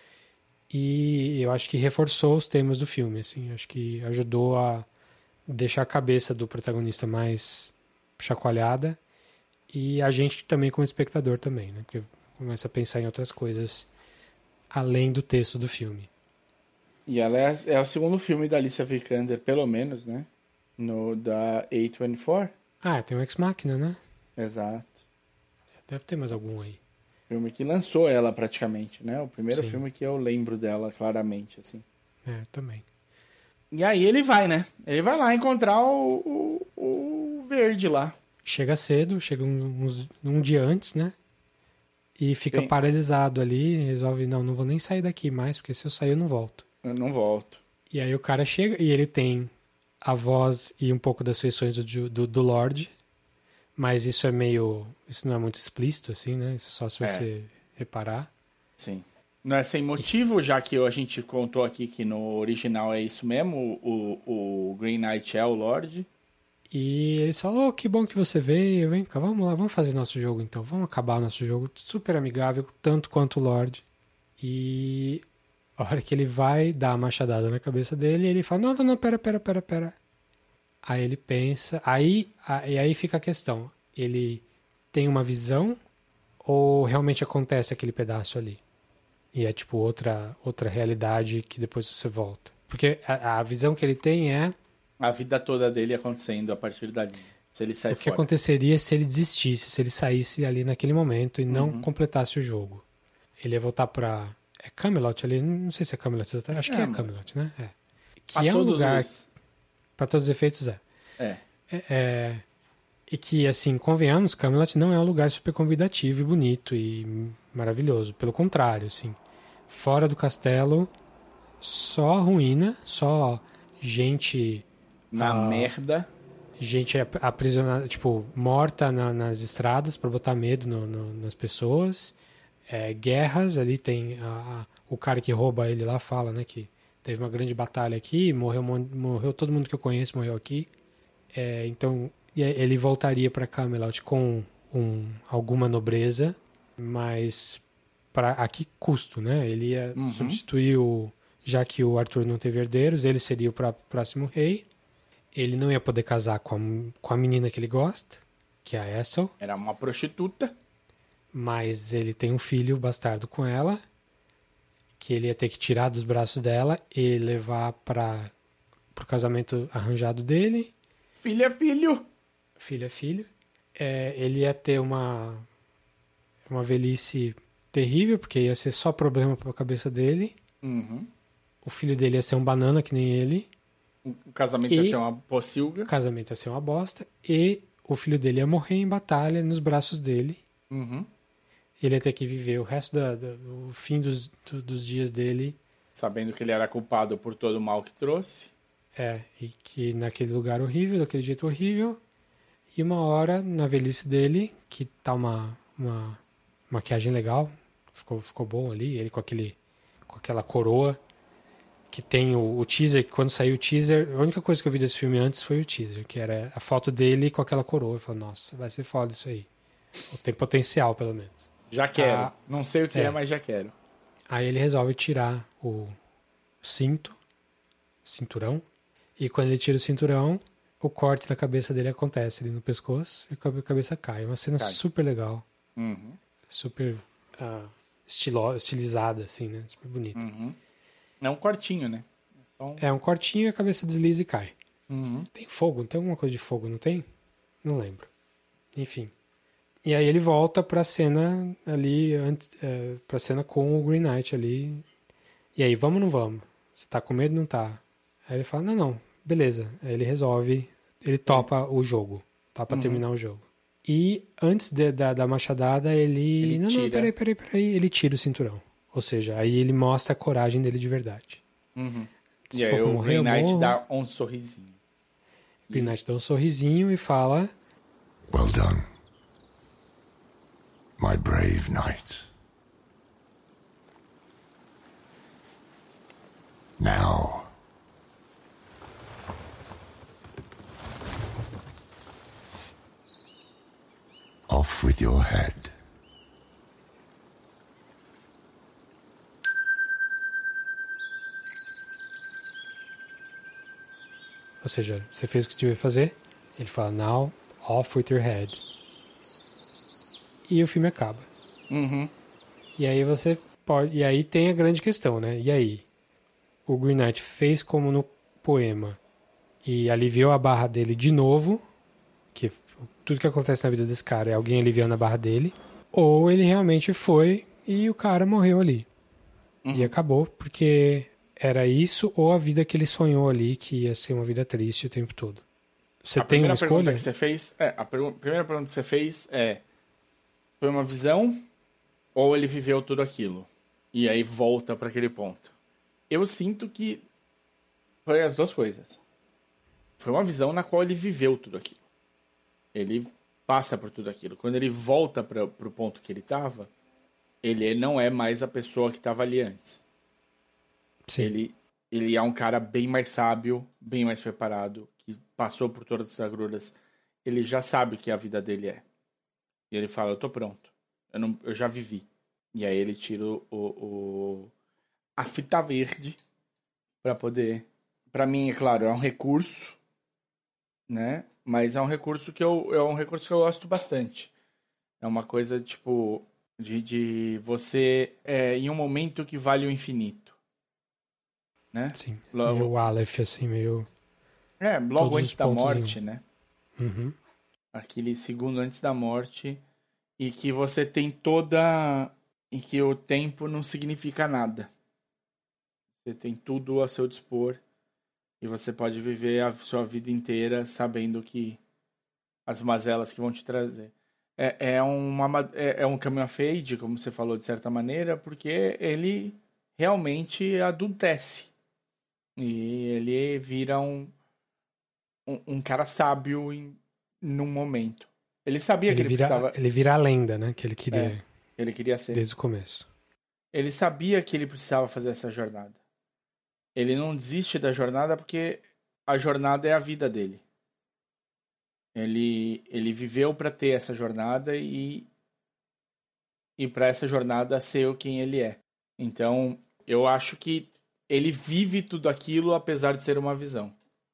C: E eu acho que reforçou os temas do filme, assim. Acho que ajudou a deixar a cabeça do protagonista mais chacoalhada e a gente também como espectador também, né? Porque começa a pensar em outras coisas além do texto do filme.
B: E ela é, é o segundo filme da Alicia Vikander, pelo menos, né? No da A vinte e quatro.
C: Ah, tem o Ex Machina, né?
B: Exato.
C: Deve ter mais algum aí.
B: Filme que lançou ela praticamente, né? O primeiro
C: Sim.
B: filme que eu lembro dela claramente, assim.
C: É, também.
B: E aí ele vai, né? Ele vai lá encontrar o, o, o verde lá.
C: Chega cedo, chega um, uns, um dia antes, né? E fica
B: Sim.
C: paralisado ali, resolve, não, não vou nem sair daqui mais, porque se eu sair eu não volto.
B: Eu não volto.
C: E aí o cara chega e ele tem a voz e um pouco das feições do, do, do Lorde, mas isso é meio, isso não é muito explícito, assim, né? Isso é só se você é. reparar.
B: Sim. Não é sem motivo, já que a gente contou aqui que no original é isso mesmo, o, o Green Knight é o Lorde.
C: E eles falam, oh, que bom que você veio, vem cá, vamos lá, vamos fazer nosso jogo então, vamos acabar nosso jogo, super amigável, tanto quanto o Lorde. E a hora que ele vai dar a machadada na cabeça dele, ele fala, não, não, não, pera, pera, pera, pera. Aí ele pensa, aí, e aí fica a questão, ele tem uma visão ou realmente acontece aquele pedaço ali? E é tipo outra, outra realidade que depois você volta. Porque a, a visão que ele tem é
B: A vida toda dele acontecendo a partir dali. Se ele sai
C: o que
B: fora.
C: aconteceria se ele desistisse, se ele saísse ali naquele momento e não
B: Uhum.
C: completasse o jogo. Ele ia voltar pra... É Camelot ali? Não sei se é Camelot. Acho que é
B: Camelot.
C: Camelot, né? É. Que
B: Pra
C: é um
B: todos
C: lugar...
B: os-
C: Pra todos os efeitos, é.
B: É.
C: É, é. E que, assim, convenhamos, Camelot não é um lugar super convidativo e bonito e maravilhoso. Pelo contrário, assim. Fora do castelo, só ruína, só gente...
B: Na
C: Ah.
B: merda.
C: gente ap- aprisionada, tipo, morta na- nas estradas para botar medo no- no- nas pessoas. É, guerras, ali tem a- a- o cara que rouba ele lá fala, né, que teve uma grande batalha aqui, morreu, mon- morreu todo mundo que eu conheço, morreu aqui. É, então, e aí ele voltaria para Camelot com um, alguma nobreza, mas para a que custo, né? Ele ia
B: Uhum.
C: substituir o... Já que o Arthur não teve herdeiros, ele seria o pró- próximo rei. Ele não ia poder casar com a, com a menina que ele gosta, que é a Essel,
B: Era uma prostituta.
C: mas ele tem um filho bastardo com ela, que ele ia ter que tirar dos braços dela e levar para o casamento arranjado dele,
B: Filho é filho.
C: filho é filho. É, ele ia ter uma, uma velhice terrível, porque ia ser só problema para a cabeça dele.
B: Uhum.
C: O filho dele ia ser um banana que nem ele.
B: O casamento
C: E-
B: ia ser uma pocilga.
C: O casamento ia ser uma bosta. E o filho dele ia morrer em batalha nos braços dele.
B: Uhum.
C: Ele ia ter que viver o resto da, da- o fim dos, do- dos dias dele.
B: Sabendo que ele era culpado por todo o mal que trouxe.
C: É, e que naquele lugar horrível, daquele jeito horrível. E uma hora, na velhice dele, que tá uma, uma maquiagem legal, ficou, ficou bom ali, ele com, aquele, com aquela coroa, que tem o, o teaser, que quando saiu o teaser, a única coisa que eu vi desse filme antes foi o teaser, que era a foto dele com aquela coroa. Eu falei, nossa, vai ser foda isso aí. Tem potencial, pelo menos.
B: Já quero.
C: Ah,
B: Não sei o que é.
C: é.
B: mas já quero.
C: Aí ele resolve tirar o cinto, cinturão, e quando ele tira o cinturão, o corte da cabeça dele acontece ali no pescoço e a cabeça cai. Uma cena
B: Cai.
C: super legal,
B: Uhum.
C: super ah, estilo, estilizada, assim, né? Super bonita.
B: Uhum. É um cortinho, né? É só um...
C: É um cortinho e a cabeça desliza e cai.
B: Uhum.
C: Tem fogo? Tem alguma coisa de fogo, não tem? Não lembro. Enfim. E aí ele volta pra cena ali, antes, é, pra cena com o Green Knight ali. E aí, vamos ou não vamos? Você tá com medo ou não tá? Aí ele fala, não, não, beleza. Aí ele resolve, ele topa o jogo. Topa
B: Uhum.
C: terminar o jogo. E antes de, da, da machadada, ele...
B: Ele
C: não,
B: tira.
C: não, peraí, peraí, peraí. Ele tira o cinturão. Ou seja, aí ele mostra a coragem dele de verdade.
B: Uhum.
C: Se
B: E aí
C: for pra
B: o
C: morrer,
B: Green
C: eu
B: Knight
C: morro.
B: dá um sorrisinho.
C: O Green Knight dá um sorrisinho e fala...
F: Well done, my brave knight. Now, off with your head.
C: Ou seja, você fez o que você devia fazer. Ele fala, now, off with your head. E o filme acaba.
B: Uhum.
C: E aí você pode... E aí tem a grande questão, né? E aí? O Green Knight fez como no poema e aliviou a barra dele de novo, que tudo que acontece na vida desse cara é alguém aliviando a barra dele, ou ele realmente foi e o cara morreu ali.
B: Uhum.
C: E acabou, porque era isso ou a vida que ele sonhou ali, que ia ser uma vida triste o tempo todo. Você
B: a
C: tem uma
B: primeira pergunta
C: escolha?
B: que você fez... É, a pergu- primeira pergunta que você fez é... Foi uma visão ou ele viveu tudo aquilo? E aí volta para aquele ponto. Eu sinto que foi as duas coisas. Foi uma visão na qual ele viveu tudo aquilo. Ele passa por tudo aquilo. Quando ele volta para o ponto que ele estava, ele não é mais a pessoa que estava ali antes.
C: Sim.
B: Ele, ele é um cara bem mais sábio, bem mais preparado, que passou por todas as agruras. Ele já sabe o que a vida dele é. E ele fala, eu tô pronto. Eu, não, eu já vivi. E aí ele tira o, o, a fita verde pra poder... Pra mim, é claro, é um recurso, né? Mas é um recurso que eu, é um recurso que eu gosto bastante. É uma coisa, tipo, de, de você... É, em um momento que vale o infinito. Né?
C: Sim,
B: Logo,
C: meio Aleph, assim, meio...
B: é, logo
C: todos
B: antes
C: os
B: da
C: pontos
B: morte,
C: em-
B: né?
C: Uhum.
B: Aquele segundo antes da morte, e que você tem toda... E que o tempo não significa nada. Você tem tudo a seu dispor, e você pode viver a sua vida inteira sabendo que as mazelas que vão te trazer. É, é, uma, é, é um caminho a fade, como você falou, de certa maneira, porque ele realmente adultece. E ele vira um, um, um cara sábio em, num momento. Ele sabia que
C: Ele
B: ele
C: vira,
B: precisava...
C: ele vira a lenda, né? Que ele queria
B: É, ele queria ser.
C: desde o começo.
B: Ele sabia que ele precisava fazer essa jornada. Ele não desiste da jornada porque a jornada é a vida dele. Ele, ele viveu para ter essa jornada e, e para essa jornada ser o quem ele é. Então, eu acho que ele vive tudo aquilo apesar de ser uma visão.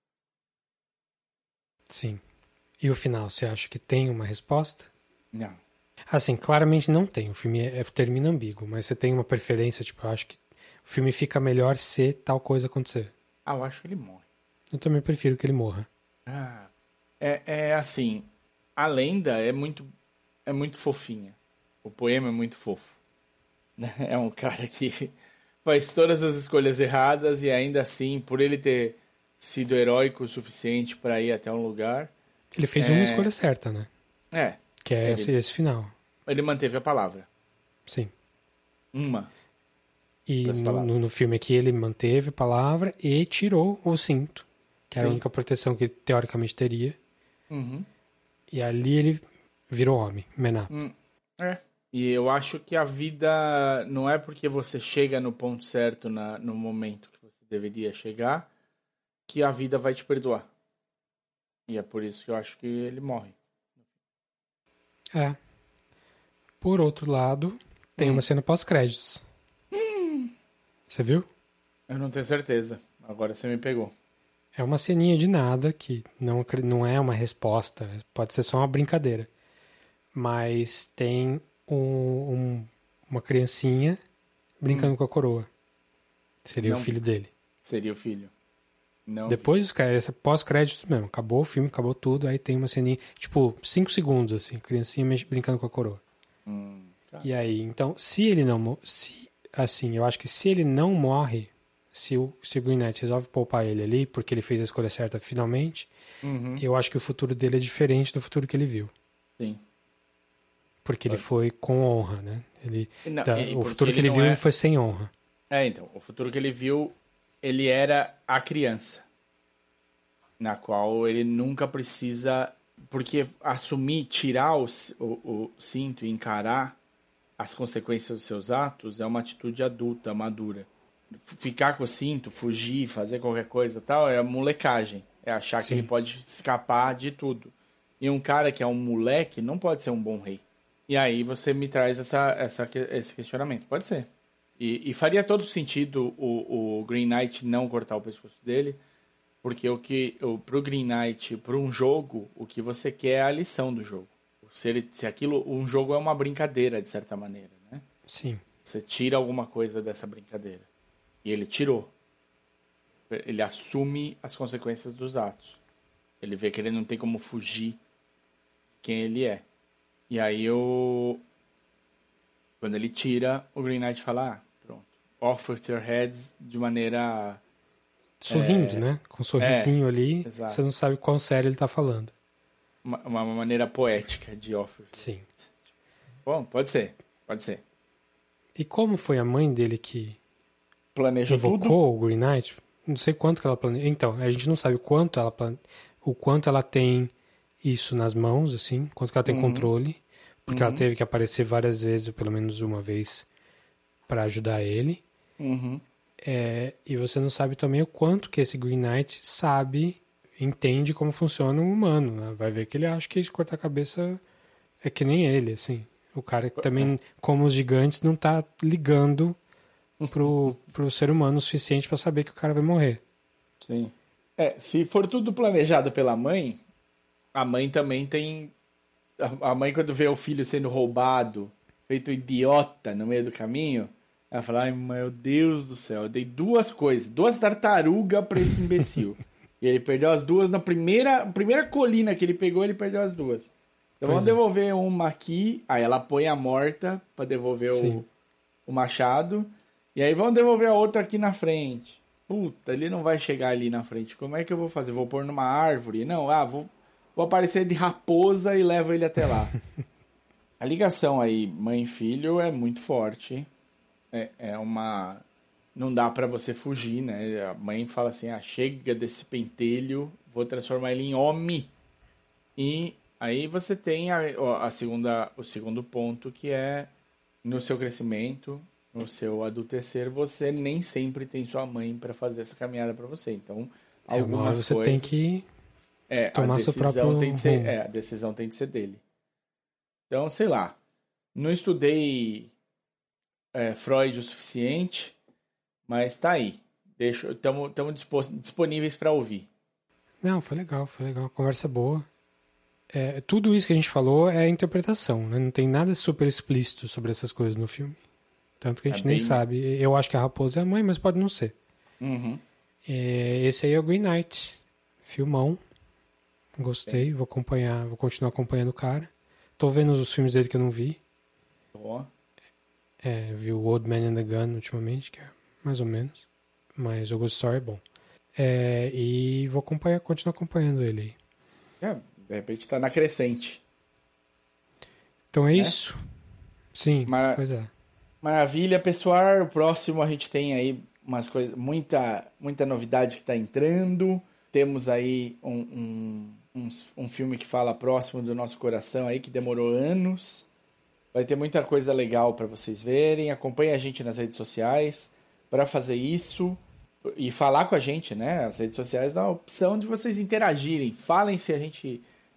C: Sim. E o final, você acha que tem uma resposta?
B: Não.
C: Assim, claramente não tem. O filme é, termina ambíguo, mas você tem uma preferência, tipo, eu acho que o filme fica melhor se tal coisa acontecer.
B: Ah, eu acho que ele morre.
C: Eu também prefiro que ele morra.
B: Ah, é, é assim, a lenda é muito, é muito fofinha. O poema é muito fofo. É um cara que faz todas as escolhas erradas e ainda assim, por ele ter sido heróico o suficiente para ir até um lugar...
C: Ele fez
B: É.
C: uma escolha certa, né?
B: É,
C: Que é
B: Ele-
C: esse, esse final.
B: ele manteve a palavra.
C: Sim.
B: Uma.
C: E
B: Das
C: no,
B: palavras.
C: no, no filme aqui ele manteve a palavra e tirou o cinto, que era a
B: Sim.
C: única proteção que ele teoricamente teria.
B: Uhum.
C: E ali ele virou homem, Man Up.
B: Hum, é. E eu acho que a vida não é porque você chega no ponto certo na, no momento que você deveria chegar que a vida vai te perdoar. E é por isso que eu acho que ele morre.
C: É. Por outro lado, tem
B: Hum.
C: uma cena pós-créditos. Você viu?
B: Eu não tenho certeza. Agora você me pegou.
C: É uma ceninha de nada, que não, acre- não é uma resposta, pode ser só uma brincadeira. Mas tem um, um- uma criancinha brincando com a coroa. Seria
B: Não.
C: o filho dele.
B: Seria o filho. Não.
C: Depois, cara, esse pós-crédito mesmo. Acabou o filme, acabou tudo. Aí tem uma ceninha, tipo, cinco segundos, assim. Criancinha mex- brincando com a coroa.
B: Hum, tá.
C: E aí, então, se ele não... mo- se, assim, eu acho que se ele não morre, se o, se o Green Knight resolve poupar ele ali, porque ele fez a escolha certa finalmente,
B: Uhum.
C: eu acho que o futuro dele é diferente do futuro que ele viu.
B: Sim.
C: Porque ele foi com honra, né? Ele,
B: Não,
C: da-
B: e
C: o
B: porque
C: futuro que
B: ele
C: ele
B: não
C: viu
B: é-
C: ele foi sem honra.
B: É, então, o futuro que ele viu, ele era a criança. Na qual ele nunca precisa... Porque assumir, tirar o, c- o, o cinto e encarar as consequências dos seus atos é uma atitude adulta, madura. F- Ficar com o cinto, fugir, fazer qualquer coisa e tal, é molecagem. É achar
C: Sim.
B: que ele pode escapar de tudo. E um cara que é um moleque não pode ser um bom rei. E aí você me traz essa, essa, que- esse questionamento. Pode ser. E, e faria todo sentido o, o Green Knight não cortar o pescoço dele, porque o que o, pro Green Knight, para um jogo, o que você quer é a lição do jogo. Se, ele, se aquilo, um jogo é uma brincadeira, de certa maneira, né?
C: Sim.
B: Você tira alguma coisa dessa brincadeira. E ele tirou. Ele assume as consequências dos atos. Ele vê que ele não tem como fugir de quem ele é. E aí o... Quando ele tira, o Green Knight fala, ah, pronto. Off with your heads de maneira...
C: Sorrindo, né? Com um sorrisinho ali,
B: exato.
C: você não sabe qual série ele tá falando.
B: Uma, uma maneira poética de off with
C: Sim.
B: your heads. Bom, pode ser. Pode ser.
C: E como foi a mãe dele que
B: Planejou tudo.
C: invocou o Green Knight? Não sei quanto que ela planejou. Então, a gente não sabe o quanto ela plane... o quanto ela tem isso nas mãos, assim, quanto que ela tem controle, porque ela teve que aparecer várias vezes, ou pelo menos uma vez, para ajudar ele.
B: Uhum.
C: É, e você não sabe também o quanto que esse Green Knight sabe, entende como funciona um humano, né? Vai ver que ele acha que cortar a cabeça é que nem ele, assim. O cara que também, como os gigantes, não tá ligando pro, pro ser humano o suficiente para saber que o cara vai morrer.
B: Sim. É, se for tudo planejado pela mãe, a mãe também tem... A a mãe, quando vê o filho sendo roubado, feito idiota no meio do caminho, ela fala, ai, meu Deus do céu, eu dei duas coisas, duas tartarugas pra esse imbecil. E ele perdeu as duas na primeira, primeira colina que ele pegou, ele perdeu as duas. Então vamos
C: Pois é.
B: devolver uma aqui, aí ela põe a morta pra devolver o,
C: Sim.
B: o machado, e aí vamos devolver a outra aqui na frente. Puta, ele não vai chegar ali na frente. Como é que eu vou fazer? Vou pôr numa árvore? Não, ah, vou, vou aparecer de raposa e levo ele até lá. A ligação aí, mãe e filho, é muito forte. É, é uma... Não dá pra você fugir, né? A mãe fala assim, ah, chega desse pentelho, vou transformar ele em homem. E aí você tem a, a segunda, o segundo ponto, que é no seu crescimento, no seu adultecer, você nem sempre tem sua mãe pra fazer essa caminhada pra você. Então,
C: É, uma hora
B: algumas
C: você
B: coisas...
C: tem que
B: É,
C: tomar
B: a
C: seu
B: decisão
C: próprio
B: tem de ser,
C: rumo.
B: é, a decisão tem de ser dele. Então, sei lá, não estudei é, Freud o suficiente, mas tá aí. Estamos disponíveis para ouvir.
C: Não, foi legal, foi legal. Conversa boa. É, tudo isso que a gente falou é interpretação, né? Não tem nada super explícito sobre essas coisas no filme. Tanto que a gente
B: É
C: nem
B: bem-
C: sabe. Eu acho que a raposa é a mãe, mas pode não ser.
B: Uhum.
C: É, esse aí é o Green Knight. Filmão. Gostei, vou acompanhar, vou continuar acompanhando o cara. Tô vendo os filmes dele que eu não vi.
B: Ó,
C: É, vi o Old Man and the Gun ultimamente, que é mais ou menos. Mas o Ghost Story é bom. É, e vou acompanhar, continuar acompanhando ele aí.
B: é, de repente tá na crescente.
C: Então é isso? Sim,
B: Mas-
C: pois é.
B: Maravilha, pessoal. O próximo a gente tem aí umas coisas, muita, muita novidade que tá entrando. Temos aí um, um, um, um filme que fala próximo do nosso coração aí, que demorou anos. Vai ter muita coisa legal para vocês verem. Acompanhe a gente nas redes sociais para fazer isso e falar com a gente, né? As redes sociais dão a opção de vocês interagirem. Falem se a gente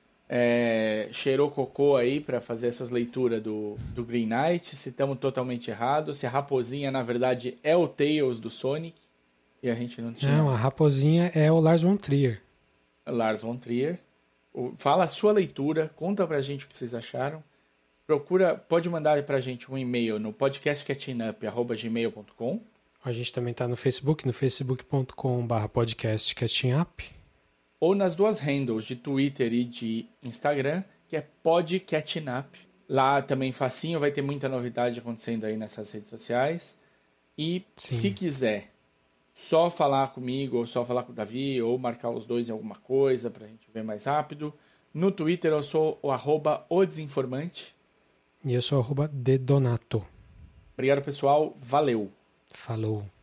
B: é, cheirou cocô aí para fazer essas leituras do, do Green Knight, se estamos totalmente errados, se a raposinha na verdade é o Tails do Sonic e a gente não tinha.
C: Não, a raposinha é o Lars von Trier.
B: Lars von Trier. O- Fala a sua leitura, conta pra gente o que vocês acharam. procura, pode mandar pra gente um e-mail no podcast catching up arroba gmail ponto com.
C: A gente também tá no Facebook, no facebook ponto com barra podcast catching up.
B: Ou nas duas handles de Twitter e de Instagram, que é pod catching up. Lá também facinho, vai ter muita novidade acontecendo aí nessas redes sociais. E
C: Sim.
B: se quiser só falar comigo, ou só falar com o Davi, ou marcar os dois em alguma coisa pra gente ver mais rápido, no Twitter eu sou o arroba o desinformante.
C: E eu sou arroba dedonato.
B: Obrigado, pessoal. Valeu!
C: Falou.